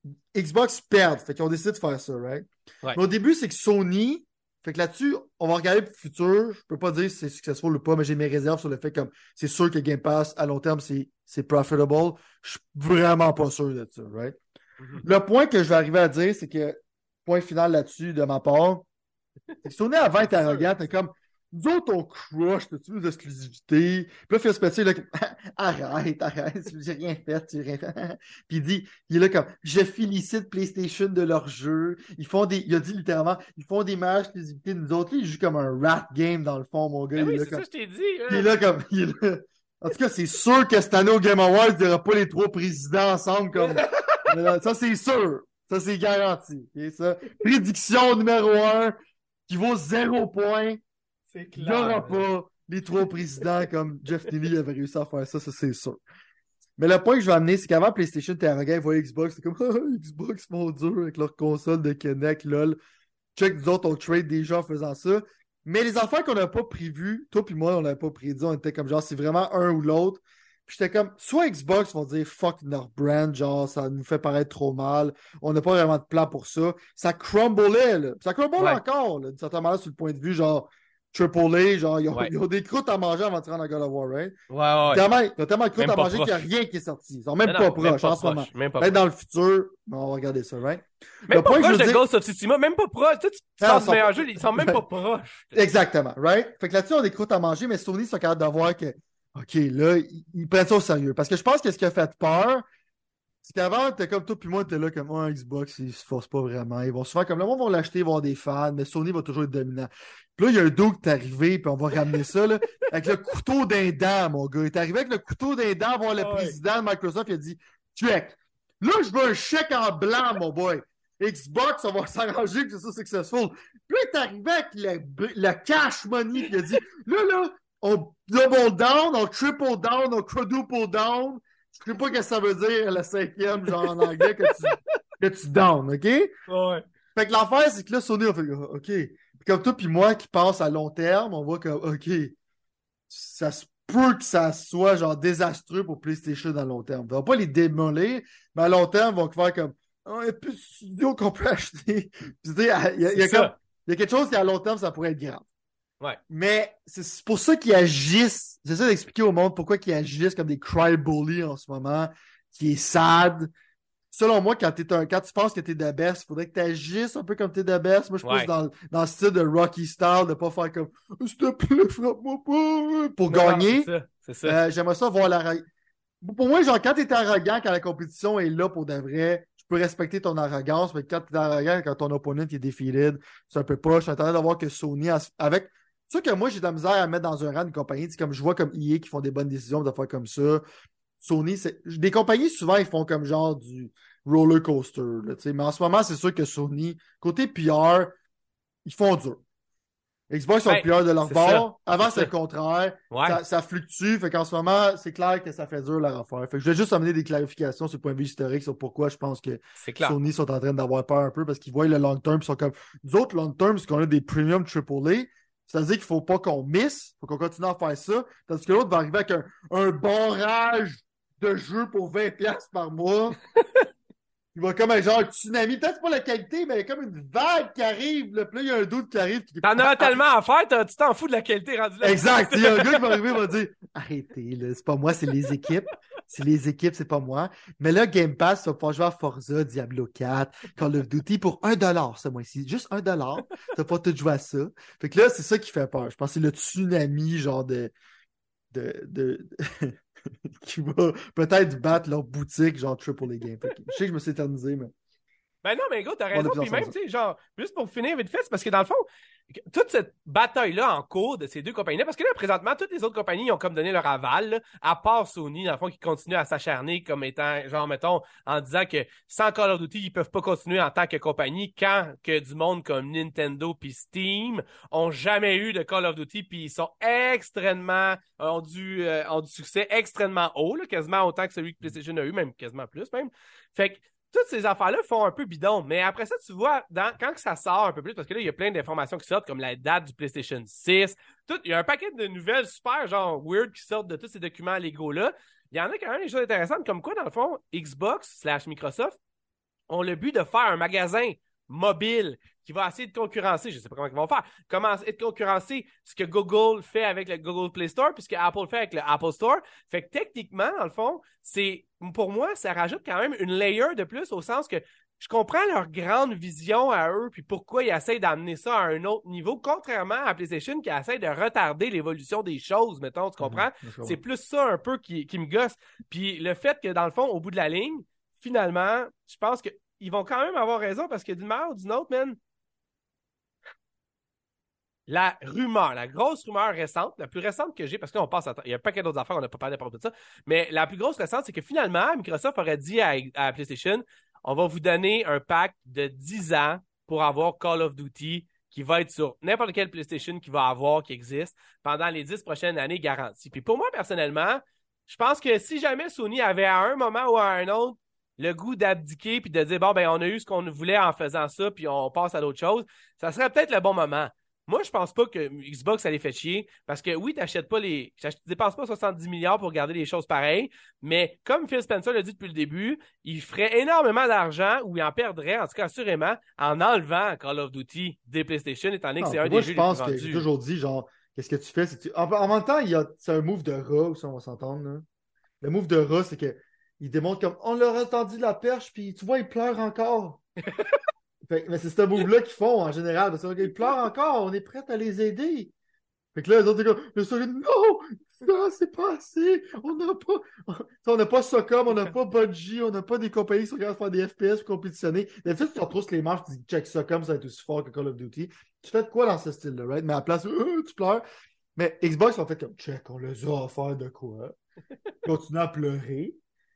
Xbox perd, fait qu'ils ont décidé de faire ça, right? Ouais. Mais au début, c'est que Sony, fait que là-dessus, on va regarder pour le futur. Je peux pas dire si c'est successful ou pas, mais j'ai mes réserves sur le fait comme c'est sûr que Game Pass, à long terme, c'est profitable. Je suis vraiment pas sûr de ça, right? Mm-hmm. Le point que je vais arriver à dire, c'est que, point final là-dessus de ma part, c'est que Sony avant était arrogant, t'es comme nous autres on crush, t'as-tu nos exclusivités? Puis là, Phil Spencer, il est là comme arrête, j'ai rien fait, tu rien fait. Puis il est là comme je félicite PlayStation de leur jeu. Il a dit littéralement, ils font des matchs exclusivités de nous autres. Là, ils jouent comme un rat game dans le fond, mon gars. Oui, c'est comme... ça, je t'ai dit. Il est là comme. En tout cas, c'est sûr que cette année au Game Awards, il n'y aura pas les trois présidents ensemble comme. Ça, c'est sûr. Ça, c'est garanti. Okay, ça. Prédiction numéro 1 qui vaut 0 point. C'est clair. Il n'y aura pas les trois présidents comme Jeff Neely avait réussi à faire ça c'est sûr. Mais le point que je vais amener, c'est qu'avant PlayStation était arrogant, ils voyaient Xbox, c'est comme Xbox font dur avec leur console de Kinect, lol. Check, nous autres, on trade des gens en faisant ça. Mais les affaires qu'on n'a pas prévues, toi et moi, on n'avait pas prédit, on était comme genre, c'est vraiment un ou l'autre. Puis j'étais comme, soit Xbox vont dire fuck notre brand, genre, ça nous fait paraître trop mal, on n'a pas vraiment de plan pour ça. Ça crumblait, là. Ça crumble encore, là, d'une certaine manière, sur le point de vue, genre, AAA, genre, ils ont des croûtes à manger avant de rentrer dans God of War, right? Ouais. Ils ont tellement de croûtes à manger qu'il n'y a rien qui est sorti. Ils sont même pas proches en ce moment. Peut-être dans le futur, on va regarder ça, right? Même pas proche de Ghost of Tsushima, même pas proche. Tu sors du meilleur jeu, ils sont même pas proches. Exactement, right? Fait que là-dessus, on a des croûtes à manger, mais Sony sont capables de voir que, OK, là, ils prennent ça au sérieux. Parce que je pense que ce qui a fait peur, c'est qu'avant, t'es comme toi puis moi, t'es là comme un Xbox, ils se forcent pas vraiment. Ils vont se faire comme le monde va l'acheter, ils vont avoir des fans, mais Sony va toujours être dominant. Puis là, il y a un dos qui est arrivé, puis on va ramener ça, là, avec le couteau d'un dent, mon gars. Il est arrivé avec le couteau d'un dent voir le président de Microsoft, il a dit check. Là, je veux un chèque en blanc, mon boy. Xbox, on va s'arranger que c'est ça successful. Puis là, il est arrivé avec le cash money, puis il a dit là, on double down, on triple down, on quadruple down. Je sais pas ce que ça veut dire, le 5e, genre en anglais, que tu down, OK? Ouais. Fait que l'affaire, c'est que là, Sony a fait OK. Puis comme toi puis moi qui pense à long terme, on voit que OK, ça se peut que ça soit genre désastreux pour PlayStation à long terme. On va pas les démolir, mais à long terme, ils vont faire comme il n'y a plus de studio qu'on peut acheter. Il y a quelque chose qui à long terme, ça pourrait être grave. Ouais. Mais c'est pour ça qu'ils agissent. J'essaie d'expliquer au monde pourquoi ils agissent comme des cry-bullies en ce moment, qui est sad. Selon moi, quand tu penses que t'es the best, il faudrait que tu agisses un peu comme t'es the best. Moi, je suis plus dans le style de Rocky style, de pas faire comme s'il te plaît, frappe-moi pas pour gagner. C'est ça. J'aimerais ça voir Pour moi, genre, quand t'es arrogant, quand la compétition est là pour de vrai, je peux respecter ton arrogance, mais quand t'es arrogant, quand ton opponent est defeated, c'est un peu pas. Je suis en train de voir que Sony, avec. C'est sûr que moi, j'ai de la misère à mettre dans un rang une compagnie. C'est comme je vois comme EA qui font des bonnes décisions de faire comme ça. Sony, des compagnies, souvent, ils font comme genre du roller coaster. Là, mais en ce moment, c'est sûr que Sony, côté PR, ils font dur. Xbox sont le pire de leur bord. Avant, c'est le ça. contraire. Ouais. Ça fluctue. Fait qu'en ce moment, c'est clair que ça fait dur leur affaire. Fait que je vais juste amener des clarifications sur le point de vue historique sur pourquoi je pense que Sony sont en train d'avoir peur un peu parce qu'ils voient le long term. Ils sont comme, nous autres, long term, c'est qu'on a des premium AAA. C'est-à-dire qu'il faut pas qu'on miss. Faut qu'on continue à faire ça. Tandis que l'autre va arriver avec un barrage de jeux pour 20$ par mois. Il va comme un genre tsunami. Peut-être pas la qualité, mais il y a comme une vague qui arrive. Là. Puis là, il y a un doute qui arrive. T'en as tellement à faire, tu t'en fous de la qualité rendue là. Exact. Il y a un gars qui va arriver et va dire arrêtez, là, c'est pas moi, c'est les équipes. C'est les équipes, c'est pas moi. Mais là, Game Pass, tu vas pouvoir jouer à Forza, Diablo 4, Call of Duty pour $1 ce mois-ci. Juste $1. Tu vas pas tout jouer à ça. Fait que là, c'est ça qui fait peur. Je pense que c'est le tsunami, genre de qui va peut-être battre leur boutique, genre Triple A Game. Fait que je sais que je me suis éternisé, mais. Ben non, mais gars, t'as raison. Puis même, tu sais, genre, juste pour finir vite fait, c'est parce que dans le fond, toute cette bataille-là en cours de ces deux compagnies-là, parce que là, présentement, toutes les autres compagnies ont comme donné leur aval, là, à part Sony, dans le fond, qui continue à s'acharner comme étant, genre, mettons, en disant que sans Call of Duty, ils peuvent pas continuer en tant que compagnie quand que du monde comme Nintendo puis Steam ont jamais eu de Call of Duty puis ils sont extrêmement, ont du succès extrêmement haut, là, quasiment autant que celui que PlayStation a eu, même quasiment plus, même. Fait que, toutes ces affaires-là font un peu bidon. Mais après ça, tu vois, quand ça sort un peu plus, parce que là, il y a plein d'informations qui sortent, comme la date du PlayStation 6. Il y a un paquet de nouvelles super, genre, weird qui sortent de tous ces documents légaux-là. Il y en a quand même des choses intéressantes, comme quoi, dans le fond, Xbox/Microsoft ont le but de faire un magasin mobile qui va essayer de concurrencer, je ne sais pas comment ils vont faire, comment essayer de concurrencer ce que Google fait avec le Google Play Store puis ce que Apple fait avec le Apple Store. Fait que techniquement, dans le fond, pour moi, ça rajoute quand même une layer de plus au sens que je comprends leur grande vision à eux puis pourquoi ils essayent d'amener ça à un autre niveau, contrairement à PlayStation qui essaie de retarder l'évolution des choses, mettons, tu comprends? C'est plus ça un peu qui me gosse. Puis le fait que, dans le fond, au bout de la ligne, finalement, je pense qu'ils vont quand même avoir raison parce que d'une manière ou d'une autre, man, la grosse rumeur récente, la plus récente que j'ai, parce que là, on passe il y a un paquet d'autres affaires, on n'a pas parlé de ça, mais la plus grosse récente, c'est que finalement, Microsoft aurait dit à PlayStation, on va vous donner un pack de 10 ans pour avoir Call of Duty qui va être sur n'importe quelle PlayStation qui existe, pendant les 10 prochaines années garanties. Puis pour moi, personnellement, je pense que si jamais Sony avait à un moment ou à un autre le goût d'abdiquer puis de dire, bon, ben, on a eu ce qu'on voulait en faisant ça puis on passe à d'autres choses, ça serait peut-être le bon moment. Moi, je pense pas que Xbox, ça les fait chier. Parce que oui, tu dépenses pas 70 milliards pour garder les choses pareilles. Mais comme Phil Spencer l'a dit depuis le début, il ferait énormément d'argent ou il en perdrait, en tout cas assurément, en enlevant Call of Duty des PlayStation, étant donné que c'est un des jeux les plus vendus. Moi, je pense que j'ai toujours dit, genre, qu'est-ce que tu fais? En même temps, c'est un move de rat, ça, on va s'entendre. Là. Le move de rat, c'est qu'il démontre comme on leur a tendu la perche, puis tu vois, il pleure encore. Mais c'est ce move-là qu'ils font en général. Parce qu'ils pleurent encore, on est prêt à les aider. Fait que là, les autres, non, ça, c'est pas assez. On n'a pas Socom, on n'a pas Bungie, on n'a pas des compagnies qui sont capables de faire des FPS pour compétitionner. D'habitude, tu te retrouves les manches, tu dis check Socom, ça va être aussi fort que Call of Duty. Tu fais de quoi dans ce style-là, right? Mais à la place, tu pleures. Mais Xbox, en fait comme check, on les a offert de quoi? Continue à pleurer.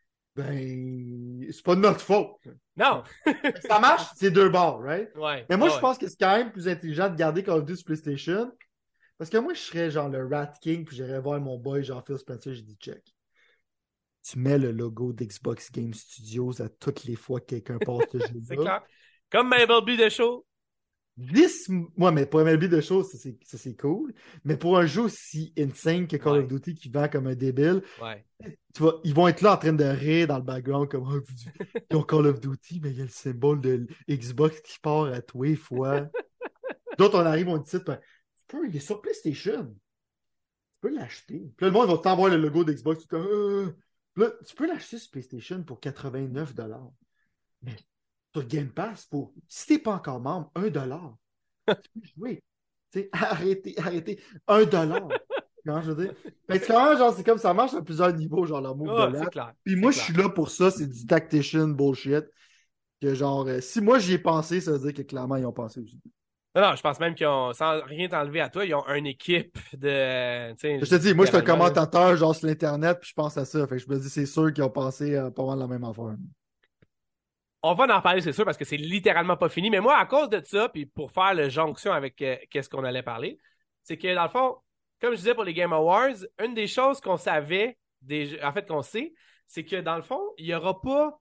Ben, c'est pas de notre faute. Non! Ça marche, c'est deux bords, right? Ouais. Mais moi, je pense que c'est quand même plus intelligent de garder Call of Duty sur PlayStation. Parce que moi, je serais genre le Rat King, puis j'irais voir mon boy, genre Phil Spencer, je dis check. Tu mets le logo d'Xbox Game Studios à toutes les fois que quelqu'un passe ce jeu-là. C'est clair. Comme MLB The Show. 10 mois, mais pour MLB de choses, ça c'est cool. Mais pour un jeu aussi insane que Call of Duty qui vend comme un débile, tu vois, ils vont être là en train de rire dans le background comme ils ont Call of Duty, mais il y a le symbole de Xbox qui part à tous les fois. D'autres, on arrive, on dit il est sur PlayStation. Tu peux l'acheter. Puis là, le monde va t'envoyer le logo d'Xbox. Là, tu peux l'acheter sur PlayStation pour $89. Mais sur Game Pass pour, si t'es pas encore membre, $1. Tu peux jouer. Arrêtez. $1. Comment je veux dire? C'est quand même, genre, c'est comme ça marche à plusieurs niveaux, genre la move de là. Puis moi, je suis là pour ça, c'est du tactician bullshit. Que genre, si moi j'y ai pensé, ça veut dire que clairement, ils ont pensé aussi. Non, je pense même qu'ils ont, sans rien t'enlever à toi, ils ont une équipe de. Je te dis, moi, je suis un commentateur, genre, sur l'Internet, puis je pense à ça. Fait que je me dis, c'est sûr qu'ils ont pensé pas mal la même affaire. On va en parler, c'est sûr, parce que c'est littéralement pas fini. Mais moi, à cause de ça, puis pour faire le jonction avec qu'est-ce qu'on allait parler, c'est que dans le fond, comme je disais pour les Game Awards, une des choses qu'on savait, en fait qu'on sait, c'est que dans le fond, il n'y aura pas...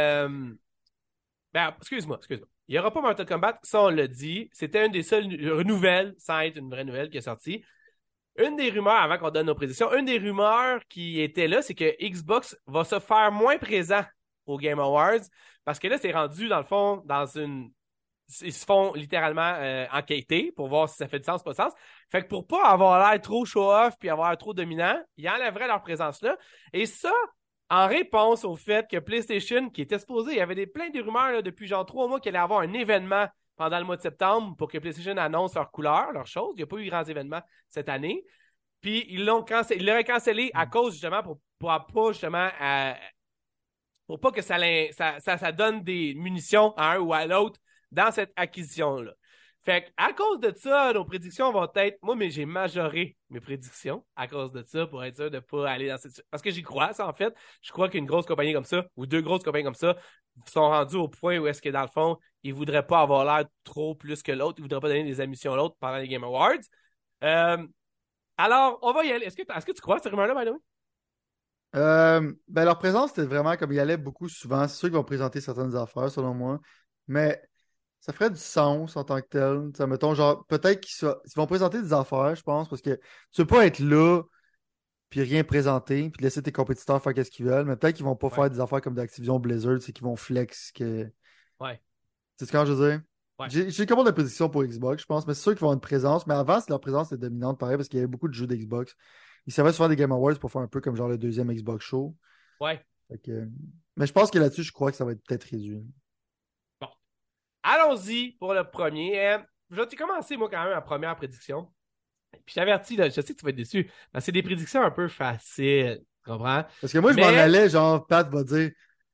excuse-moi. Il n'y aura pas Mortal Kombat, ça on l'a dit. C'était une des seules nouvelles, sans être une vraie nouvelle, qui est sortie. Une des rumeurs, avant qu'on donne nos prédictions, une des rumeurs qui était là, c'est que Xbox va se faire moins présent aux Game Awards, parce que là, c'est rendu, dans le fond, ils se font littéralement enquêter pour voir si ça fait du sens, pas de sens. Fait que pour pas avoir l'air trop show-off puis avoir l'air trop dominant, ils enlèveraient leur présence là. Et ça, en réponse au fait que PlayStation, qui était supposé, il y avait plein de rumeurs là, depuis genre 3 mois qu'il allait avoir un événement pendant le mois de septembre pour que PlayStation annonce leurs couleurs, leurs choses. Il n'y a pas eu de grands événements cette année. Puis ils l'auraient cancellé à cause justement pour pas justement pour pas que ça donne des munitions à un ou à l'autre dans cette acquisition-là. Fait à cause de ça, nos prédictions vont être... Moi, mais j'ai majoré mes prédictions à cause de ça pour être sûr de ne pas aller dans cette... Parce que j'y crois, ça, en fait. Je crois qu'une grosse compagnie comme ça, ou 2 grosses compagnies comme ça, sont rendues au point où est-ce que, dans le fond, ils ne voudraient pas avoir l'air trop plus que l'autre, ils ne voudraient pas donner des émissions à l'autre pendant les Game Awards. Alors, on va y aller. Est-ce que tu crois à cette rumeur-là, by the way? Ben leur présence, c'était vraiment comme il y allait beaucoup souvent. C'est sûr qu'ils vont présenter certaines affaires, selon moi. Mais ça ferait du sens en tant que tel. Ça, mettons, genre, peut-être qu'ils vont présenter des affaires, je pense, parce que tu veux pas être là, puis rien présenter, puis laisser tes compétiteurs faire ce qu'ils veulent. Mais peut-être qu'ils vont pas faire des affaires comme d'Activision Blizzard, c'est qu'ils vont flex. Ouais. C'est ce que je veux dire? Ouais. J'ai comme de prédiction pour Xbox, je pense, mais c'est sûr qu'ils vont avoir une présence. Mais avant, leur présence était dominante, pareil, parce qu'il y avait beaucoup de jeux d'Xbox. Ils servaient souvent des Game Awards pour faire un peu comme genre le deuxième Xbox Show. Ouais. Mais je pense que là-dessus, je crois que ça va être peut-être réduit. Bon. Allons-y pour le premier. Je vais commencer, moi, quand même, ma première prédiction. Puis je t'avertis, là, je sais que tu vas être déçu. Mais c'est des prédictions un peu faciles. Tu comprends? Parce que moi, je m'en allais, genre, Pat va dire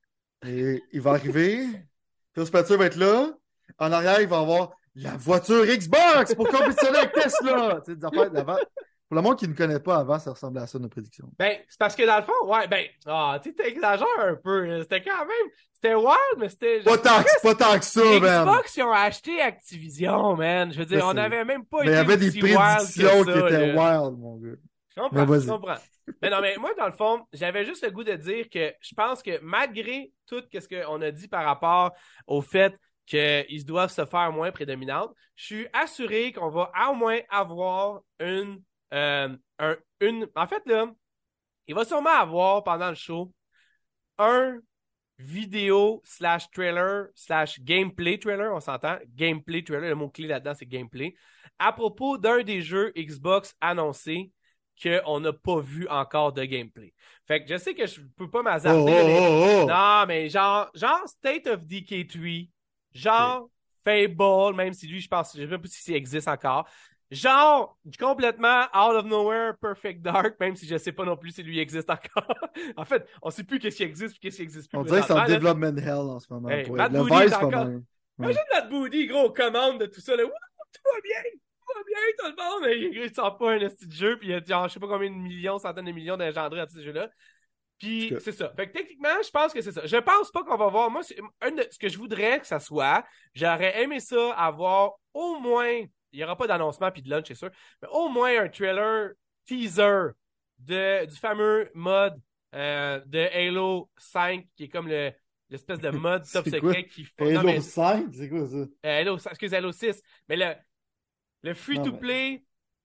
il va arriver, Phil Spencer va être là. En arrière, il va avoir la voiture Xbox pour compétitionner avec Tesla. Tu sais, des affaires d'avant. Pour le monde qui ne connaît pas avant, ça ressemblait à ça, nos prédictions. Ben, c'est parce que dans le fond, tu t'exagères un peu. C'était quand même, c'était wild, mais c'était... Pas tant que ça, man. Xbox, ils ont acheté Activision, man. Je veux dire, on n'avait même pas été il y avait des prédictions qui étaient là. wild, mon gars. Je comprends. Mais non, mais moi, dans le fond, j'avais juste le goût de dire que je pense que malgré tout ce qu'on a dit par rapport au fait qu'ils doivent se faire moins prédominantes, je suis assuré qu'on va au moins avoir en fait, là, il va sûrement avoir pendant le show un vidéo / trailer / gameplay trailer, on s'entend, gameplay trailer, le mot-clé là-dedans, c'est gameplay, à propos d'un des jeux Xbox annoncés qu'on n'a pas vu encore de gameplay. Fait que je sais que je peux pas m'hasarder. Non, mais genre State of Decay 3, genre Fable, même si lui, je sais même pas si existe encore. Genre, complètement out of nowhere, Perfect Dark, même si je sais pas non plus si lui existe encore. En fait, on sait plus qu'est-ce qui existe et qu'est-ce qui existe plus. On dirait que c'est en development hell en ce moment. Hey, le Vice, pas mal. Imagine Matt Booty, gros, commande de tout ça. Là. Tout va bien, tout le monde. Mais il sort pas un petit jeu, puis il y a genre, je sais pas combien de millions, centaines de millions d'engendrés à ce jeu-là. Puis c'est ça. Fait que techniquement, je pense que c'est ça. Je pense pas qu'on va voir. Moi, ce que je voudrais que ça soit, j'aurais aimé ça avoir au moins, il y aura pas d'annoncement puis de lunch, c'est sûr, mais au moins un trailer teaser du fameux mode de Halo 5 qui est comme l'espèce de mode top secret qui fait. Halo 5, c'est quoi ça? Halo 6. Mais le free-to-play,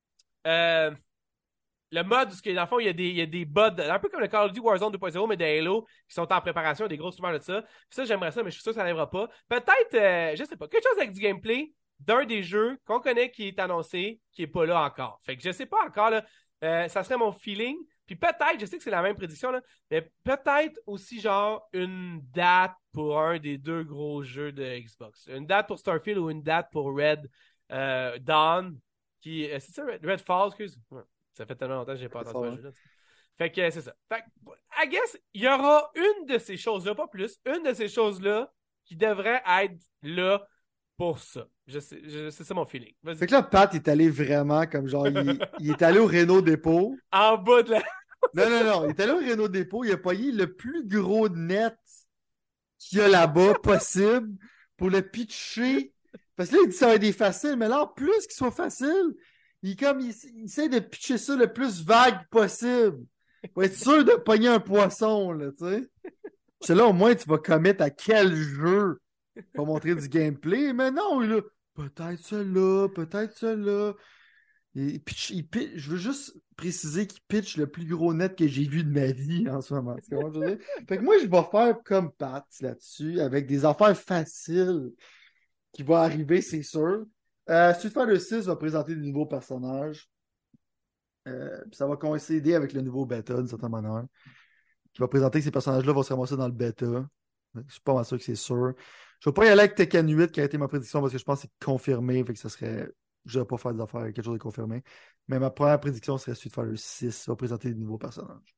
le mode où, dans le fond, il y a des buds, un peu comme le Call of Duty Warzone 2.0, mais de Halo, qui sont en préparation, des grosses rumeurs de ça. Puis ça, j'aimerais ça, mais je suis sûr que ça n'arrivera pas. Peut-être, je sais pas, quelque chose avec du gameplay d'un des jeux qu'on connaît qui est annoncé, qui est pas là encore. Fait que je sais pas encore, là, ça serait mon feeling. Puis peut-être, je sais que c'est la même prédiction, là, mais peut-être aussi genre une date pour un des 2 gros jeux de Xbox. Une date pour Starfield ou une date pour Red Dawn, c'est ça, Redfall, excuse. Ouais. Ça fait tellement longtemps que j'ai pas entendu ce jeu-là. Fait que c'est ça. Fait que, I guess, il y aura une de ces choses-là, pas plus, une de ces choses-là qui devrait être là pour ça. C'est ça mon feeling. Vas-y. Fait que là, Pat est allé vraiment comme genre, il est allé au Renault Dépôt. En bas de la... non, il est allé au Renault Dépôt, il a payé le plus gros net qu'il y a là-bas possible pour le pitcher. Parce que là, il dit que ça va être des faciles, mais là, en plus qu'il soit facile, il essaie de pitcher ça le plus vague possible. Pour être sûr de pogner un poisson, là, tu sais. C'est là, au moins, tu vas commit à quel jeu pour montrer du gameplay. Mais non, il a peut-être celui-là, peut-être celui-là. Je veux juste préciser qu'il pitch le plus gros net que j'ai vu de ma vie en ce moment. Tu comprends ce que je veux dire? Fait que moi, je vais faire comme Pat là-dessus, avec des affaires faciles qui vont arriver, c'est sûr. Street Fighter 6 va présenter des nouveaux personnages. Puis ça va coïncider avec le nouveau bêta, d'une certaine manière. Qui va présenter que ces personnages-là vont se ramasser dans le bêta. Je suis pas mal sûr que c'est sûr. Je vais pas y aller avec Tekken 8 qui a été ma prédiction parce que je pense que c'est confirmé. Fait que ça serait. Je vais pas faire des affaires avec quelque chose de confirmé. Mais ma première prédiction serait Street Fighter 6. Ça va présenter des nouveaux personnages.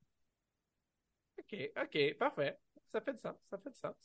OK, parfait. Ça fait du sens. Ça fait du sens.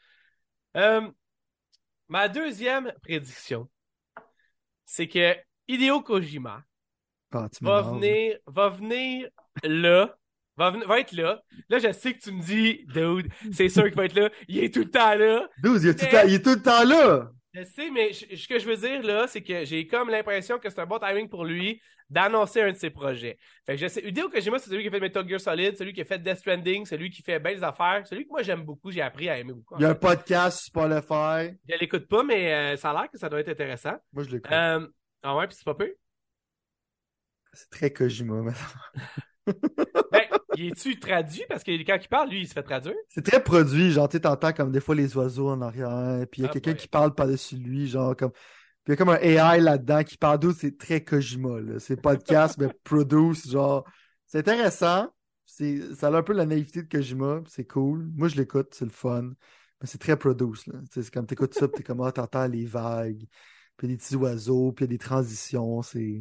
Ma deuxième prédiction, c'est que Hideo Kojima va venir là. Va être là. Là, je sais que tu me dis, dude, c'est sûr qu'il va être là. Il est tout le temps là. Dude, il est tout le temps là. Je sais, mais ce que je veux dire là, c'est que j'ai comme l'impression que c'est un bon timing pour lui d'annoncer un de ses projets. Fait que je sais, Hideo Kojima, c'est celui qui a fait Metal Gear Solid, celui qui a fait Death Stranding, celui qui fait belles affaires, celui que moi j'aime beaucoup, j'ai appris à aimer beaucoup. Il y a un podcast sur Spotify. Je l'écoute pas, mais ça a l'air que ça doit être intéressant. Moi, je l'écoute. Ah ouais, puis c'est pas peu? C'est très Kojima, maintenant. Ben, il est-tu traduit? Parce que quand il parle, lui, il se fait traduire. C'est très produit, genre, tu t'entends comme des fois les oiseaux en arrière, puis il y a quelqu'un qui parle par-dessus lui, genre, comme. Puis il y a comme un AI là-dedans qui parle d'où c'est très Kojima, là. C'est podcast, mais produce, genre. C'est intéressant. Ça a un peu la naïveté de Kojima, c'est cool. Moi, je l'écoute, c'est le fun. Mais c'est très produce, là. C'est comme t'écoutes ça, puis t'es comme, t'entends les vagues, puis des petits oiseaux, puis il y a des transitions, c'est.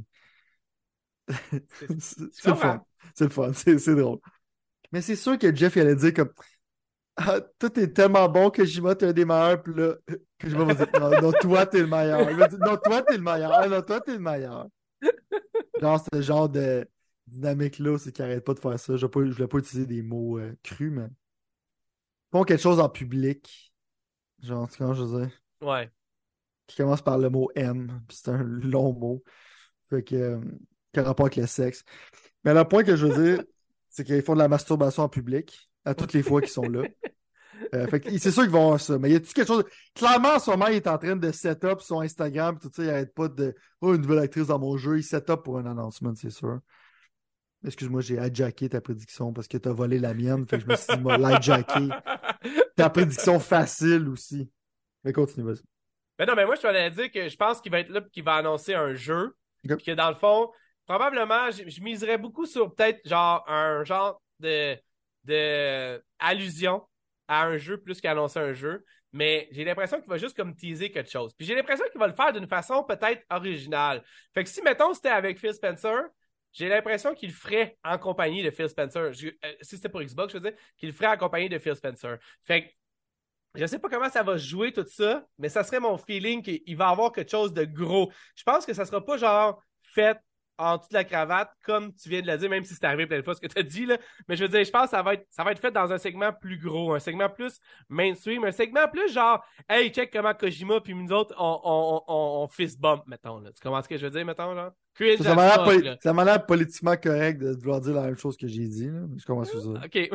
C'est le fun. C'est le fun, c'est drôle. Mais c'est sûr que Jeff, il allait dire comme tout est tellement bon que Kojima, t'es un des meilleurs, puis là, Kojima va dire non, toi, t'es le meilleur. Il va dire non, toi, t'es le meilleur. Ah, non, toi, t'es le meilleur. Genre, ce genre de dynamique-là, c'est qu'il arrête pas de faire ça. Je voulais pas utiliser des mots crus, mais. Ils font quelque chose en public. Genre, tu vois, je veux dire. Ouais. Qui commence par le mot M, puis c'est un long mot. Fait que. Qui a rapport avec le sexe. Mais le point que je veux dire, c'est qu'ils font de la masturbation en public à toutes les fois qu'ils sont là. Fait que c'est sûr qu'ils vont avoir ça. Mais il y a-tu quelque chose. Clairement, en ce moment, il est en train de set up son Instagram, tout ça, il n'arrête pas de. Oh, une nouvelle actrice dans mon jeu. Il set up pour un announcement, c'est sûr. Excuse-moi, j'ai hijacké ta prédiction parce que t'as volé la mienne. Fait que je me suis dit, moi, l'hijacké. Ta prédiction facile aussi. Mais continue, vas-y. Ben non, mais moi, je te dire que je pense qu'il va être là et qu'il va annoncer un jeu. Okay. Puis que dans le fond, probablement, je miserais beaucoup sur peut-être un genre de allusion à un jeu plus qu'annoncer un jeu. Mais j'ai l'impression qu'il va juste comme teaser quelque chose. Puis j'ai l'impression qu'il va le faire d'une façon peut-être originale. Fait que si, mettons, c'était avec Phil Spencer, j'ai l'impression qu'il le ferait en compagnie de Phil Spencer. Si c'était pour Xbox, je veux dire, qu'il le ferait en compagnie de Phil Spencer. Fait que je sais pas comment ça va jouer tout ça, mais ça serait mon feeling qu'il va avoir quelque chose de gros. Je pense que ça sera pas genre fait en dessous de la cravate, comme tu viens de le dire, même si c'est arrivé plein de fois ce que tu as dit, là. Mais je veux dire, je pense que ça va être fait dans un segment plus gros, un segment plus mainstream, un segment plus genre, hey, check comment Kojima puis nous autres, on fist bump, mettons, là. Tu comprends ce que je veux dire, mettons, là? Ça m'a l'air politiquement correct de vouloir dire la même chose que j'ai dit, là. Je commence à ça. OK.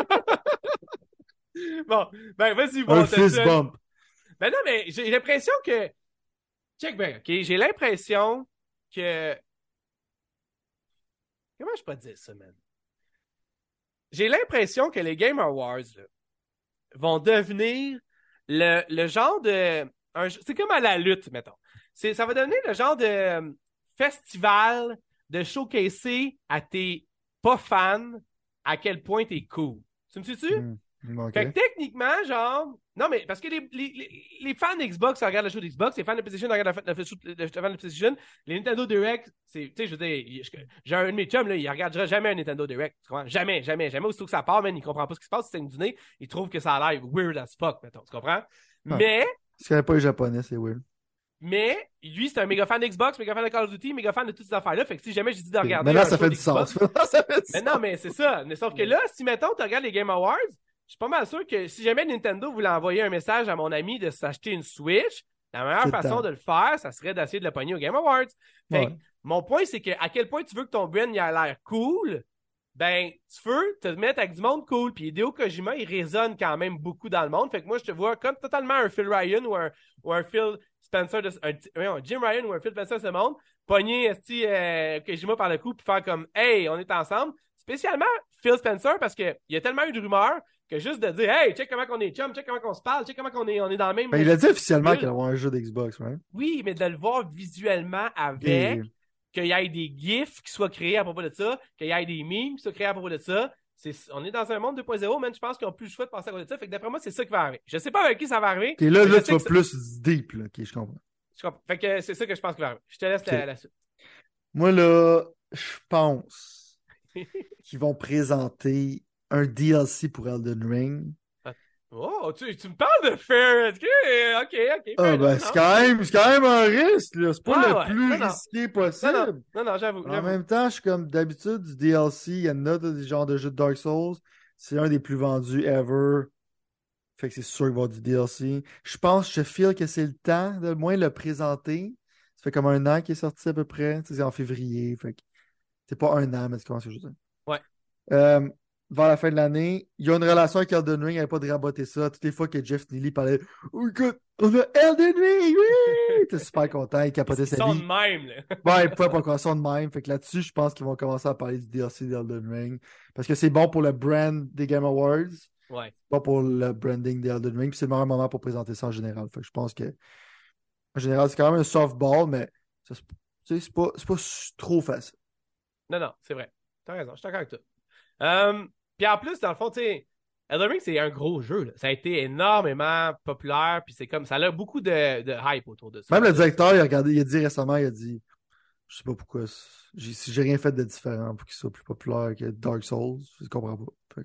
Bon, ben, vas-y, bon. Un fist bump. Ben non, mais j'ai l'impression que. Check ben, OK? J'ai l'impression que. Comment je peux dire ça, man? J'ai l'impression que les Game Awards là, vont devenir le genre de. C'est comme à la lutte, mettons. Ça va devenir le genre de festival de showcaser à tes pas fans à quel point t'es cool. Tu me suis-tu? Okay. Fait que techniquement, genre. Non, mais parce que les fans d'Xbox regardent le show d'Xbox, les fans de PlayStation regardent le show de PlayStation, les Nintendo Direct, tu sais, je veux dire, j'ai un de mes chums, là, il regardera jamais un Nintendo Direct. Tu comprends? Jamais. Aussitôt que ça part, man, il comprend pas ce qui se passe, c'est une dîner, il trouve que ça a l'air weird as fuck, mettons. Tu comprends? Mais. Si tu connais pas les Japonais, c'est weird. Mais, lui, c'est un méga fan d'Xbox, méga fan de Call of Duty, méga fan de toutes ces affaires-là. Fait que si jamais j'ai dit de regarder. Maintenant, ça fait du sens. Mais non, mais c'est ça. Mais sauf que là, si, mettons, tu regardes les Game Awards, suis pas mal sûr que si jamais Nintendo voulait envoyer un message à mon ami de s'acheter une Switch, la meilleure façon de le faire, ça serait d'essayer de le pogner au Game Awards. Fait que, mon point, c'est que à quel point tu veux que ton brand ait l'air cool, ben, tu veux te mettre avec du monde cool. Puis Hideo Kojima, il résonne quand même beaucoup dans le monde. Fait que moi, je te vois comme totalement un Phil Ryan ou un Phil Spencer, un Jim Ryan ou un Phil Spencer de ce monde, pogner Kojima par le cou puis faire comme « Hey, on est ensemble ». Spécialement Phil Spencer parce qu'il y a tellement eu de rumeurs que juste de dire « Hey, check comment on est chum, check comment on se parle, check comment on est dans le même… » Ben, il a dit officiellement qu'il allait avoir un jeu d'Xbox, right? Oui, mais de le voir visuellement avec, qu'il y ait des gifs qui soient créés à propos de ça, qu'il y ait des memes qui soient créés à propos de ça. On est dans un monde 2.0, man. Je pense qu'ils ont plus le choix de passer à côté de ça. Fait que d'après moi, c'est ça qui va arriver. Je sais pas avec qui ça va arriver. Et là, tu vas plus deep, là. Ok, je comprends. Fait que c'est ça que je pense qu'il va arriver. Je te laisse la suite. Moi, là, je pense qu'ils vont présenter un DLC pour Elden Ring. Oh, tu me parles de Fair. Ok. Ah, ben, c'est quand même un risque, là. C'est pas le plus risqué possible. Non, j'avoue. En même temps, je suis comme d'habitude du DLC, il y en a des genres de jeux de Dark Souls. C'est un des plus vendus ever. Fait que c'est sûr qu'il va y avoir du DLC. Je feel que c'est le temps de moins le présenter. Ça fait comme un an qu'il est sorti à peu près. C'est en février. Fait que c'est pas un an, mais tu comprends ce que je veux dire. Ouais. Vers la fin de l'année, il y a une relation avec Elden Ring, il n'y avait pas de raboter ça. Toutes les fois que Jeff Neely parlait oh, écoute, on a Elden Ring, oui! Il était super content, il capotait sa vie. Ils sont de même, là. Ouais, il pouvait pas croire ça de même. Fait que là-dessus, je pense qu'ils vont commencer à parler du DLC d'Elden Ring. Parce que c'est bon pour le brand des Game Awards. Ouais. Pas pour le branding d'Elden Ring. Puis c'est le meilleur moment pour présenter ça en général. Fait que je pense que en général, c'est quand même un softball, mais c'est pas trop facile. Non, c'est vrai. T'as raison, je suis d'accord avec toi. Puis en plus, dans le fond, tu sais, Elden Ring, c'est un gros jeu. Là. Ça a été énormément populaire, puis c'est comme ça a beaucoup de hype autour de ça. Même le directeur, il a dit récemment, je sais pas pourquoi, si j'ai rien fait de différent pour qu'il soit plus populaire que Dark Souls, je comprends pas.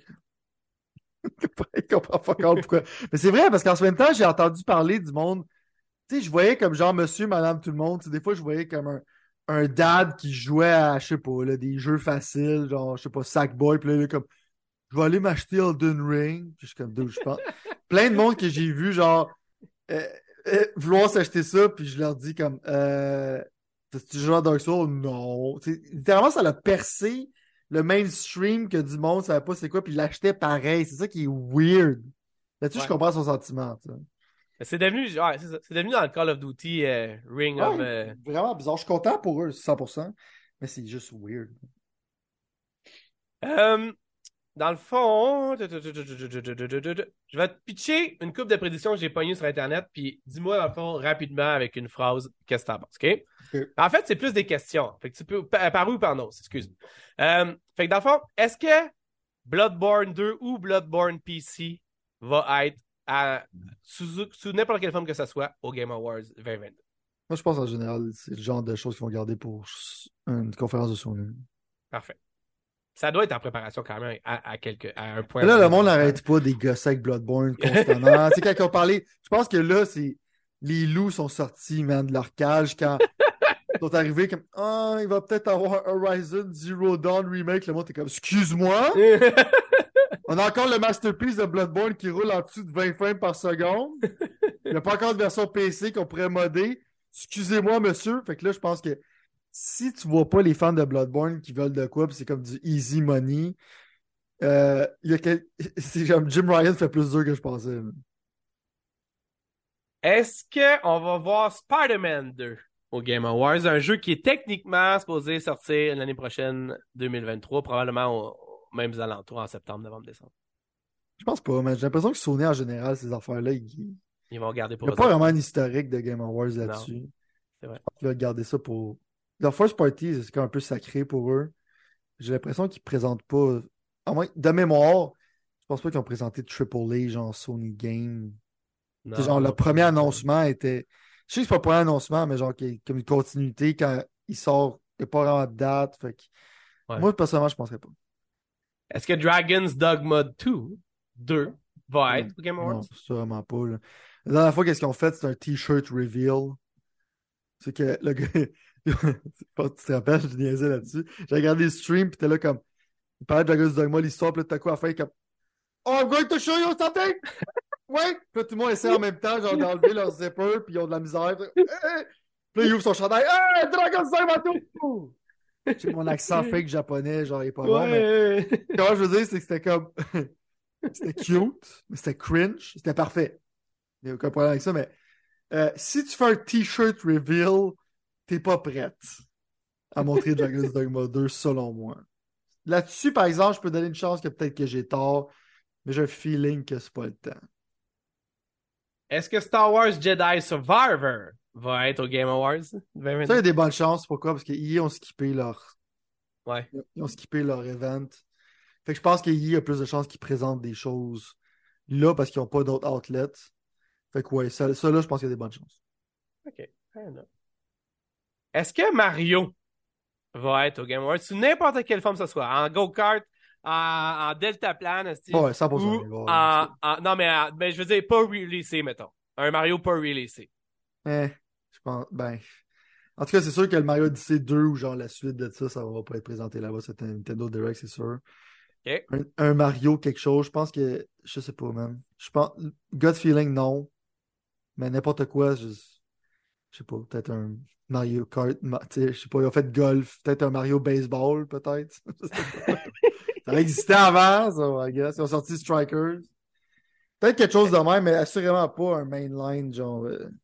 Il comprend pas encore pourquoi. Mais c'est vrai, parce qu'en ce même temps, j'ai entendu parler du monde. Tu sais, je voyais comme genre monsieur, madame, tout le monde. Des fois, je voyais comme un dad qui jouait à, je sais pas, là, des jeux faciles, genre, je sais pas, Sackboy, puis là, il est comme je vais aller m'acheter Elden Ring. Puis je suis comme, d'où je pense. Plein de monde que j'ai vu, genre, vouloir s'acheter ça, puis je leur dis comme, t'as-tu joué à Dark Souls? Non. T'sais, littéralement, ça l'a percé le mainstream que du monde savait pas c'est quoi, puis il l'achetait pareil. C'est ça qui est weird. Là-dessus, je comprends son sentiment. C'est devenu, c'est devenu dans le Call of Duty Ring of. Vraiment bizarre. Je suis content pour eux, 100%, mais c'est juste weird. Dans le fond, je vais te pitcher une coupe de prédictions que j'ai pognées sur Internet, puis dis-moi, dans le fond, rapidement, avec une phrase, qu'est-ce que t'en penses, OK? En fait, c'est plus des questions. Fait que tu peux, par où, par non, excuse. Fait que dans le fond, est-ce que Bloodborne 2 ou Bloodborne PC va être sous n'importe quelle forme que ce soit au Game Awards 2022? Moi, je pense en général, c'est le genre de choses qu'ils vont garder pour une conférence de Sony. Parfait. Ça doit être en préparation quand même à un point. Là, le monde n'arrête pas des gosses avec Bloodborne constamment. Tu sais, quand ils ont parlé, je pense que là, les loups sont sortis, man, de leur cage quand ils sont arrivés comme il va peut-être avoir Horizon Zero Dawn Remake. Le monde est comme excuse-moi. On a encore le masterpiece de Bloodborne qui roule en dessous de 20 frames par seconde. Il n'y a pas encore de version PC qu'on pourrait modder. Excusez-moi, monsieur. Fait que là, je pense que si tu vois pas les fans de Bloodborne qui veulent de quoi, puis c'est comme du easy money, c'est comme Jim Ryan fait plus dur que je pensais. Est-ce qu'on va voir Spider-Man 2 au Game Awards, un jeu qui est techniquement supposé sortir l'année prochaine, 2023, probablement aux mêmes alentours en septembre, novembre, décembre? Je pense pas, mais j'ai l'impression que Sony en général, ces affaires-là, ils vont garder pour il n'y a pas vraiment un historique de Game Awards là-dessus. Non, c'est vrai. Je pense qu'ils veulent garder ça pour. Leur first party, c'est quand même un peu sacré pour eux. J'ai l'impression qu'ils présentent pas. À moins, de mémoire, je pense pas qu'ils ont présenté AAA, genre Sony Game. Non, genre, le premier annoncement était. Je sais que c'est pas le premier annoncement, mais genre comme une continuité quand il sort, il n'y a pas vraiment de date. Fait que... Moi, personnellement, je ne penserais pas. Est-ce que Dragon's Dogma 2 va être au Game Awards? Non, c'est vraiment pas. Là. La dernière fois, qu'est-ce qu'ils ont fait? C'est un t-shirt reveal. C'est que le gars. Tu te rappelles, je niaisais là-dessus. J'ai regardé le stream, puis t'es là comme. Il parlait de Dragon's Dogma, l'histoire, puis là, t'as quoi à faire comme. Oh, I'm going to show you something! Ouais! Puis là, tout le monde essaie en même temps, genre, d'enlever leur zipper, puis ils ont de la misère. Puis là, il ouvre son chandail. Hey, Dragon Sabato! J'ai mon accent fake japonais, genre, il est pas bon, mais Ouais. comment je veux dire, c'est que c'était comme. C'était cute, mais c'était cringe, c'était parfait. Il n'y a aucun problème avec ça, mais si tu fais un t-shirt reveal, t'es pas prête à montrer Dragon's Dogma 2, selon moi. Là-dessus, par exemple, je peux donner une chance que peut-être que j'ai tort, mais j'ai un feeling que c'est pas le temps. Est-ce que Star Wars Jedi Survivor va être au Game Awards Ça, il y a des bonnes chances. Pourquoi? Parce qu'ils ont skippé leur. Ouais. Ils ont skippé leur event. Fait que je pense qu'il y a plus de chances qu'ils présentent des choses là parce qu'ils n'ont pas d'autres outlets. Fait que ouais, ça là, je pense qu'il y a des bonnes chances. OK. Est-ce que Mario va être au Game Awards sous n'importe quelle forme que ce soit? En go-kart, en deltaplane, Ouais, 100%. ou non, mais je veux dire, pas releasé, mettons. Un Mario pas releasé. Je pense. Ben. En tout cas, c'est sûr que le Mario Odyssey 2 ou genre la suite de ça va pas être présenté là-bas. C'est un Nintendo Direct, c'est sûr. OK. Un Mario quelque chose, je pense que. Je sais pas, man. Je pense. Gut feeling, non. Mais n'importe quoi, je sais pas. Peut-être un Mario Kart. Je sais pas, ils ont fait golf. Peut-être un Mario Baseball, peut-être. Ça existait avant, ça, I guess. Ils ont sorti Strikers. Peut-être quelque chose de même, mais assurément pas un mainline, genre.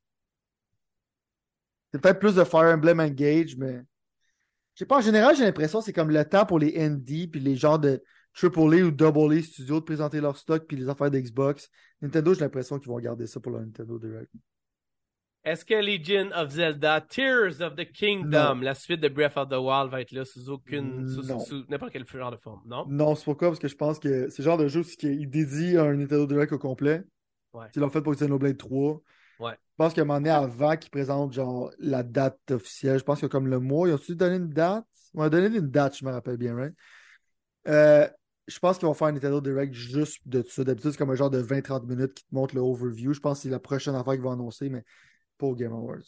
C'est peut-être plus de Fire Emblem Engage, mais. Je sais pas, en général, j'ai l'impression que c'est comme le temps pour les indie puis les genres de AAA ou AA studios de présenter leur stock puis les affaires d'Xbox. Nintendo, j'ai l'impression qu'ils vont garder ça pour leur Nintendo Direct. Est-ce que Legend of Zelda Tears of the Kingdom, Non. la suite de Breath of the Wild, va être là sous Non. sous n'importe quel genre de forme, non? Non, c'est pourquoi? Parce que je pense que c'est le genre de jeu qui dédie un Nintendo Direct au complet. Ouais. Ils l'ont fait pour Xenoblade 3. Ouais. Je pense qu'à un moment donné, avant qu'ils présentent genre la date officielle, je pense que comme le mois, ils ont-tu donné une date? Ils m'ont donné une date, je me rappelle bien, right? Euh, je pense qu'ils vont faire un Nintendo Direct juste de ça. D'habitude, c'est comme un genre de 20-30 minutes qui te montre le overview. Je pense que c'est la prochaine affaire qu'ils vont annoncer, mais pas au Game Awards.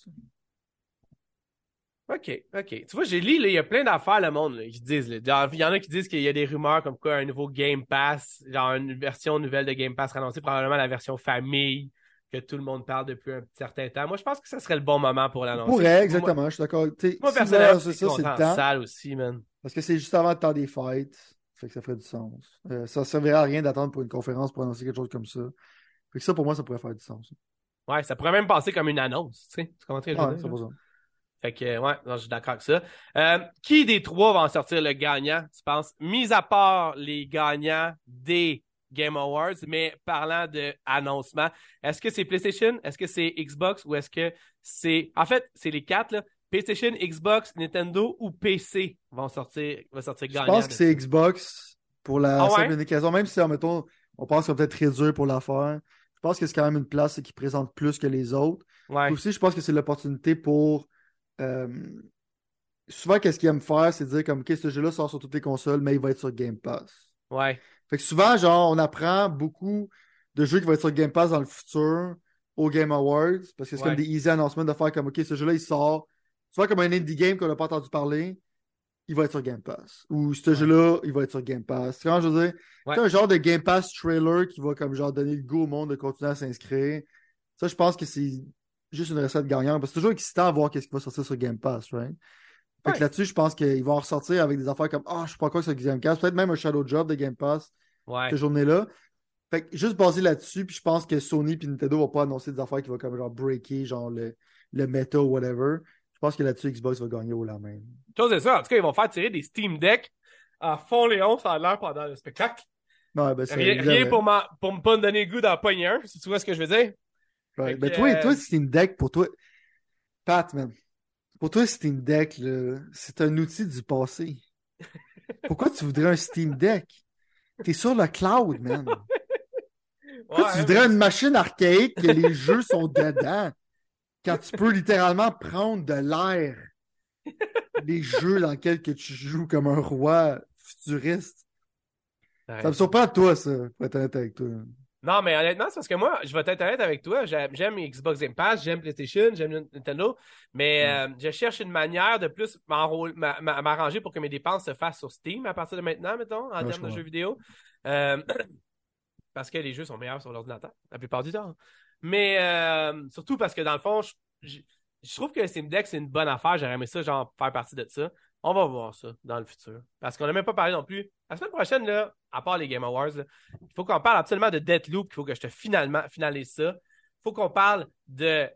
OK, OK. Tu vois, j'ai lu, là, il y a plein d'affaires, le monde, là, qui disent. Là. Genre, il y en a qui disent qu'il y a des rumeurs comme quoi un nouveau Game Pass, genre une version nouvelle de Game Pass annoncée, probablement la version famille, que tout le monde parle depuis un certain temps. Moi, je pense que ça serait le bon moment pour l'annoncer. Pourrait, exactement, je suis d'accord. Moi, Si personnellement, c'est je suis ça, c'est content le en temps. salle aussi, man. Parce que c'est juste avant le temps des fêtes. Fait que ça ferait du sens. Ça ne servirait à rien d'attendre pour une conférence pour annoncer quelque chose comme ça. Fait que ça, pour moi, ça pourrait faire du sens. Ouais, ça pourrait même passer comme une annonce, tu sais. Tu comprends ce que je veux Ouais, dire? c'est pour ça. Fait que, ouais, non, je suis d'accord avec ça. Qui des trois va en sortir le gagnant, tu penses? Mis à part les gagnants des Game Awards, mais parlant de annoncement, est-ce que c'est PlayStation, est-ce que c'est Xbox ou est-ce que c'est... En fait, c'est les quatre, là. PlayStation, Xbox, Nintendo ou PC va sortir Je gagnant pense que de c'est ça. Xbox pour la Ah simple ouais? et unique raison, même si, admettons, on pense qu'on va peut-être réduire pour la faire. Je pense que c'est quand même une place qui présente plus que les autres. Puis Ouais, aussi, je pense que c'est l'opportunité pour. euh, souvent, qu'est-ce qu'ils aiment faire, c'est dire comme, OK, ce jeu-là sort sur toutes les consoles, mais il va être sur Game Pass. ouais, Fait que souvent, genre, on apprend beaucoup de jeux qui vont être sur Game Pass dans le futur au Game Awards, parce que c'est comme ouais, des easy announcements de faire comme, OK, ce jeu-là, il sort. Souvent comme un indie game qu'on n'a pas entendu parler, il va être sur Game Pass. Ou ce ouais, jeu-là, il va être sur Game Pass. Tu vois, je veux dire, ouais. c'est un genre de Game Pass trailer qui va comme genre donner le goût au monde de continuer à s'inscrire. Ça, je pense que c'est juste une recette gagnante. Parce que c'est toujours excitant à voir qu'est-ce qui va sortir sur Game Pass, right? Fait que Ouais, là-dessus, je pense qu'ils vont en ressortir avec des affaires comme Ah, je sais pas quoi sur Game Pass. Peut-être même un Shadow Job de Game Pass ouais. cette journée-là. Fait que juste basé là-dessus, puis je pense que Sony et Nintendo vont pas annoncer des affaires qui vont comme genre breaker genre le meta ou whatever. Je pense que là-dessus, Xbox va gagner au la main. Chose est ça. En tout cas, ils vont faire tirer des Steam Deck à fond Léon, ça a l'air pendant le spectacle. Ouais, ben ça, Rien pour me pas me donner le goût d'en pogner un, si tu vois ce que je veux dire. ouais. Fait que, Ben toi, Steam Deck, pour toi, Pat, man, pour toi, Steam Deck, là, c'est un outil du passé. Pourquoi tu voudrais un Steam Deck? T'es sur le cloud, man. Pourquoi tu ouais, voudrais une machine archaïque que les jeux sont dedans quand tu peux littéralement prendre de l'air des jeux dans lesquels que tu joues comme un roi futuriste? Ça me surprend, toi, ça, pour être honnête avec toi. non, mais honnêtement, c'est parce que moi, je vais être honnête avec toi. J'aime Xbox Game Pass, j'aime PlayStation, j'aime Nintendo, mais je cherche une manière de plus m'arranger pour que mes dépenses se fassent sur Steam à partir de maintenant, mettons, en Ouais, je termes de comprends. jeux vidéo. Euh, parce que les jeux sont meilleurs sur l'ordinateur, la plupart du temps. Mais surtout parce que dans le fond, je trouve que le Steam Deck, c'est une bonne affaire. J'aurais aimé ça, genre, faire partie de ça. On va voir ça dans le futur. Parce qu'on n'a même pas parlé non plus. La semaine prochaine, là, à part les Game Awards, là, il faut qu'on parle absolument de Deathloop. Il faut que je te finalise ça. Il faut qu'on parle de...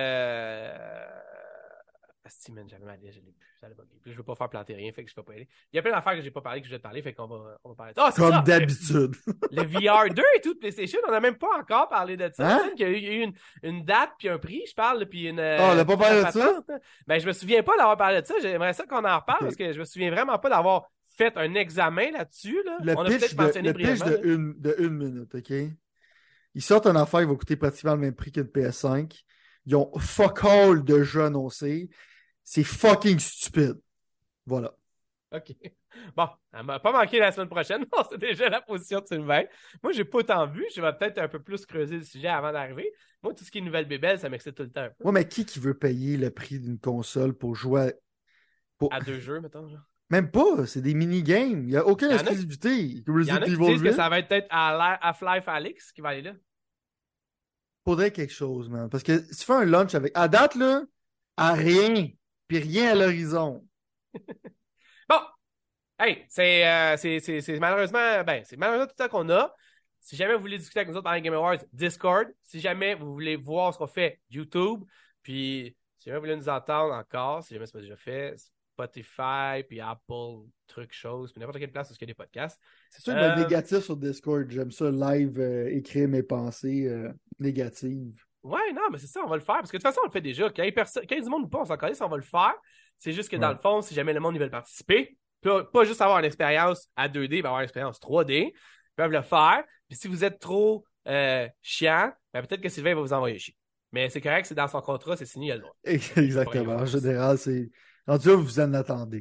Asti, man, j'avais ma liste, je l'ai plus. Ça allait bugger. Puis je veux pas faire planter rien, fait que je peux pas y aller. Il y a plein d'affaires que j'ai pas parlé, que je vais te parler, fait on va parler de ça. Oh, c'est Comme ça! d'habitude. Le VR 2 et tout de PlayStation, on n'a même pas encore parlé de ça. Hein? Il y a eu une date puis un prix, je parle, puis une. on n'a pas parlé de ça? Ben, je me souviens pas d'avoir parlé de ça. J'aimerais ça qu'on en reparle Okay. parce que je me souviens vraiment pas d'avoir fait un examen là-dessus. Là. Le On a pitch peut-être mentionné brièvement. de une minute, OK? Ils sortent une affaire qui va coûter pratiquement le même prix qu'une PS5. Ils ont fuck all de jeux annoncés. C'est fucking stupide. Voilà. OK. Bon, elle m'a pas manqué la semaine prochaine. On sait déjà la position de Sylvain. Moi, j'ai pas tant vu. Je vais peut-être un peu plus creuser le sujet avant d'arriver. Moi, tout ce qui est nouvelle bébelle, ça m'excite tout le temps un peu. Ouais, mais qui veut payer le prix d'une console pour jouer à 2 jeux, mettons, genre? Même pas, c'est des mini-games. Il n'y a aucune exclusivité. Il y en a qui disent que ça va être peut-être à Half-Life Alyx qui va aller là. Faudrait quelque chose, man. Parce que si tu fais un launch avec... À date, là, à rien. Puis rien à l'horizon. Bon! Hey, c'est malheureusement... Ben, c'est malheureusement tout le temps qu'on a. Si jamais vous voulez discuter avec nous autres pendant les Game Awards, Discord. Si jamais vous voulez voir ce qu'on fait, YouTube. Puis, si jamais vous voulez nous entendre encore, si jamais c'est pas déjà fait, Spotify, puis Apple, trucs, choses, puis n'importe quelle place où il y a des podcasts. C'est sûr, le négatif sur Discord. J'aime ça, live, écrire mes pensées négatives. Ouais, non, mais c'est ça, on va le faire. Parce que de toute façon, on le fait déjà. Quand il y a du monde ou pas, on s'en connaît, on va le faire. C'est juste que dans le fond, si jamais le monde ils veulent participer, pas juste avoir une expérience à 2D, mais avoir une expérience 3D, ils peuvent le faire. Puis si vous êtes trop chiant, ben peut-être que Sylvain va vous envoyer chier. Mais c'est correct, c'est dans son contrat, c'est signé, il a le droit. Exactement. En général, c'est. En tout cas, vous en attendez.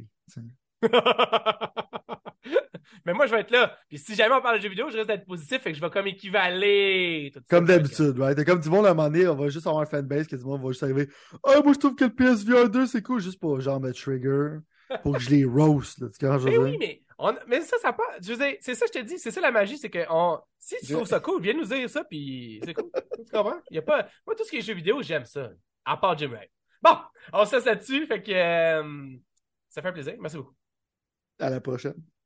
Mais moi, je vais être là. Puis si jamais on parle de jeux vidéo, je risque d'être positif, fait que je vais comme équivaler. Comme d'habitude, right? Comme du monde à un moment donné, on va juste avoir un fanbase que du monde va juste arriver. Ah, moi, je trouve que le PSVR 2, c'est cool, juste pour genre mettre trigger. Pour que je les roast, là. Tu comprends, je veux dire? Mais ça pas. Je veux dire, c'est ça, je te dis, c'est ça la magie, c'est que si tu trouves ça cool, viens nous dire ça, puis c'est cool. Tu comprends? Il y a pas. Moi, tout ce qui est jeux vidéo, j'aime ça. À part Jim Ray. Bon, on se laisse là-dessus, fait que ça fait un plaisir. Merci beaucoup. À la prochaine.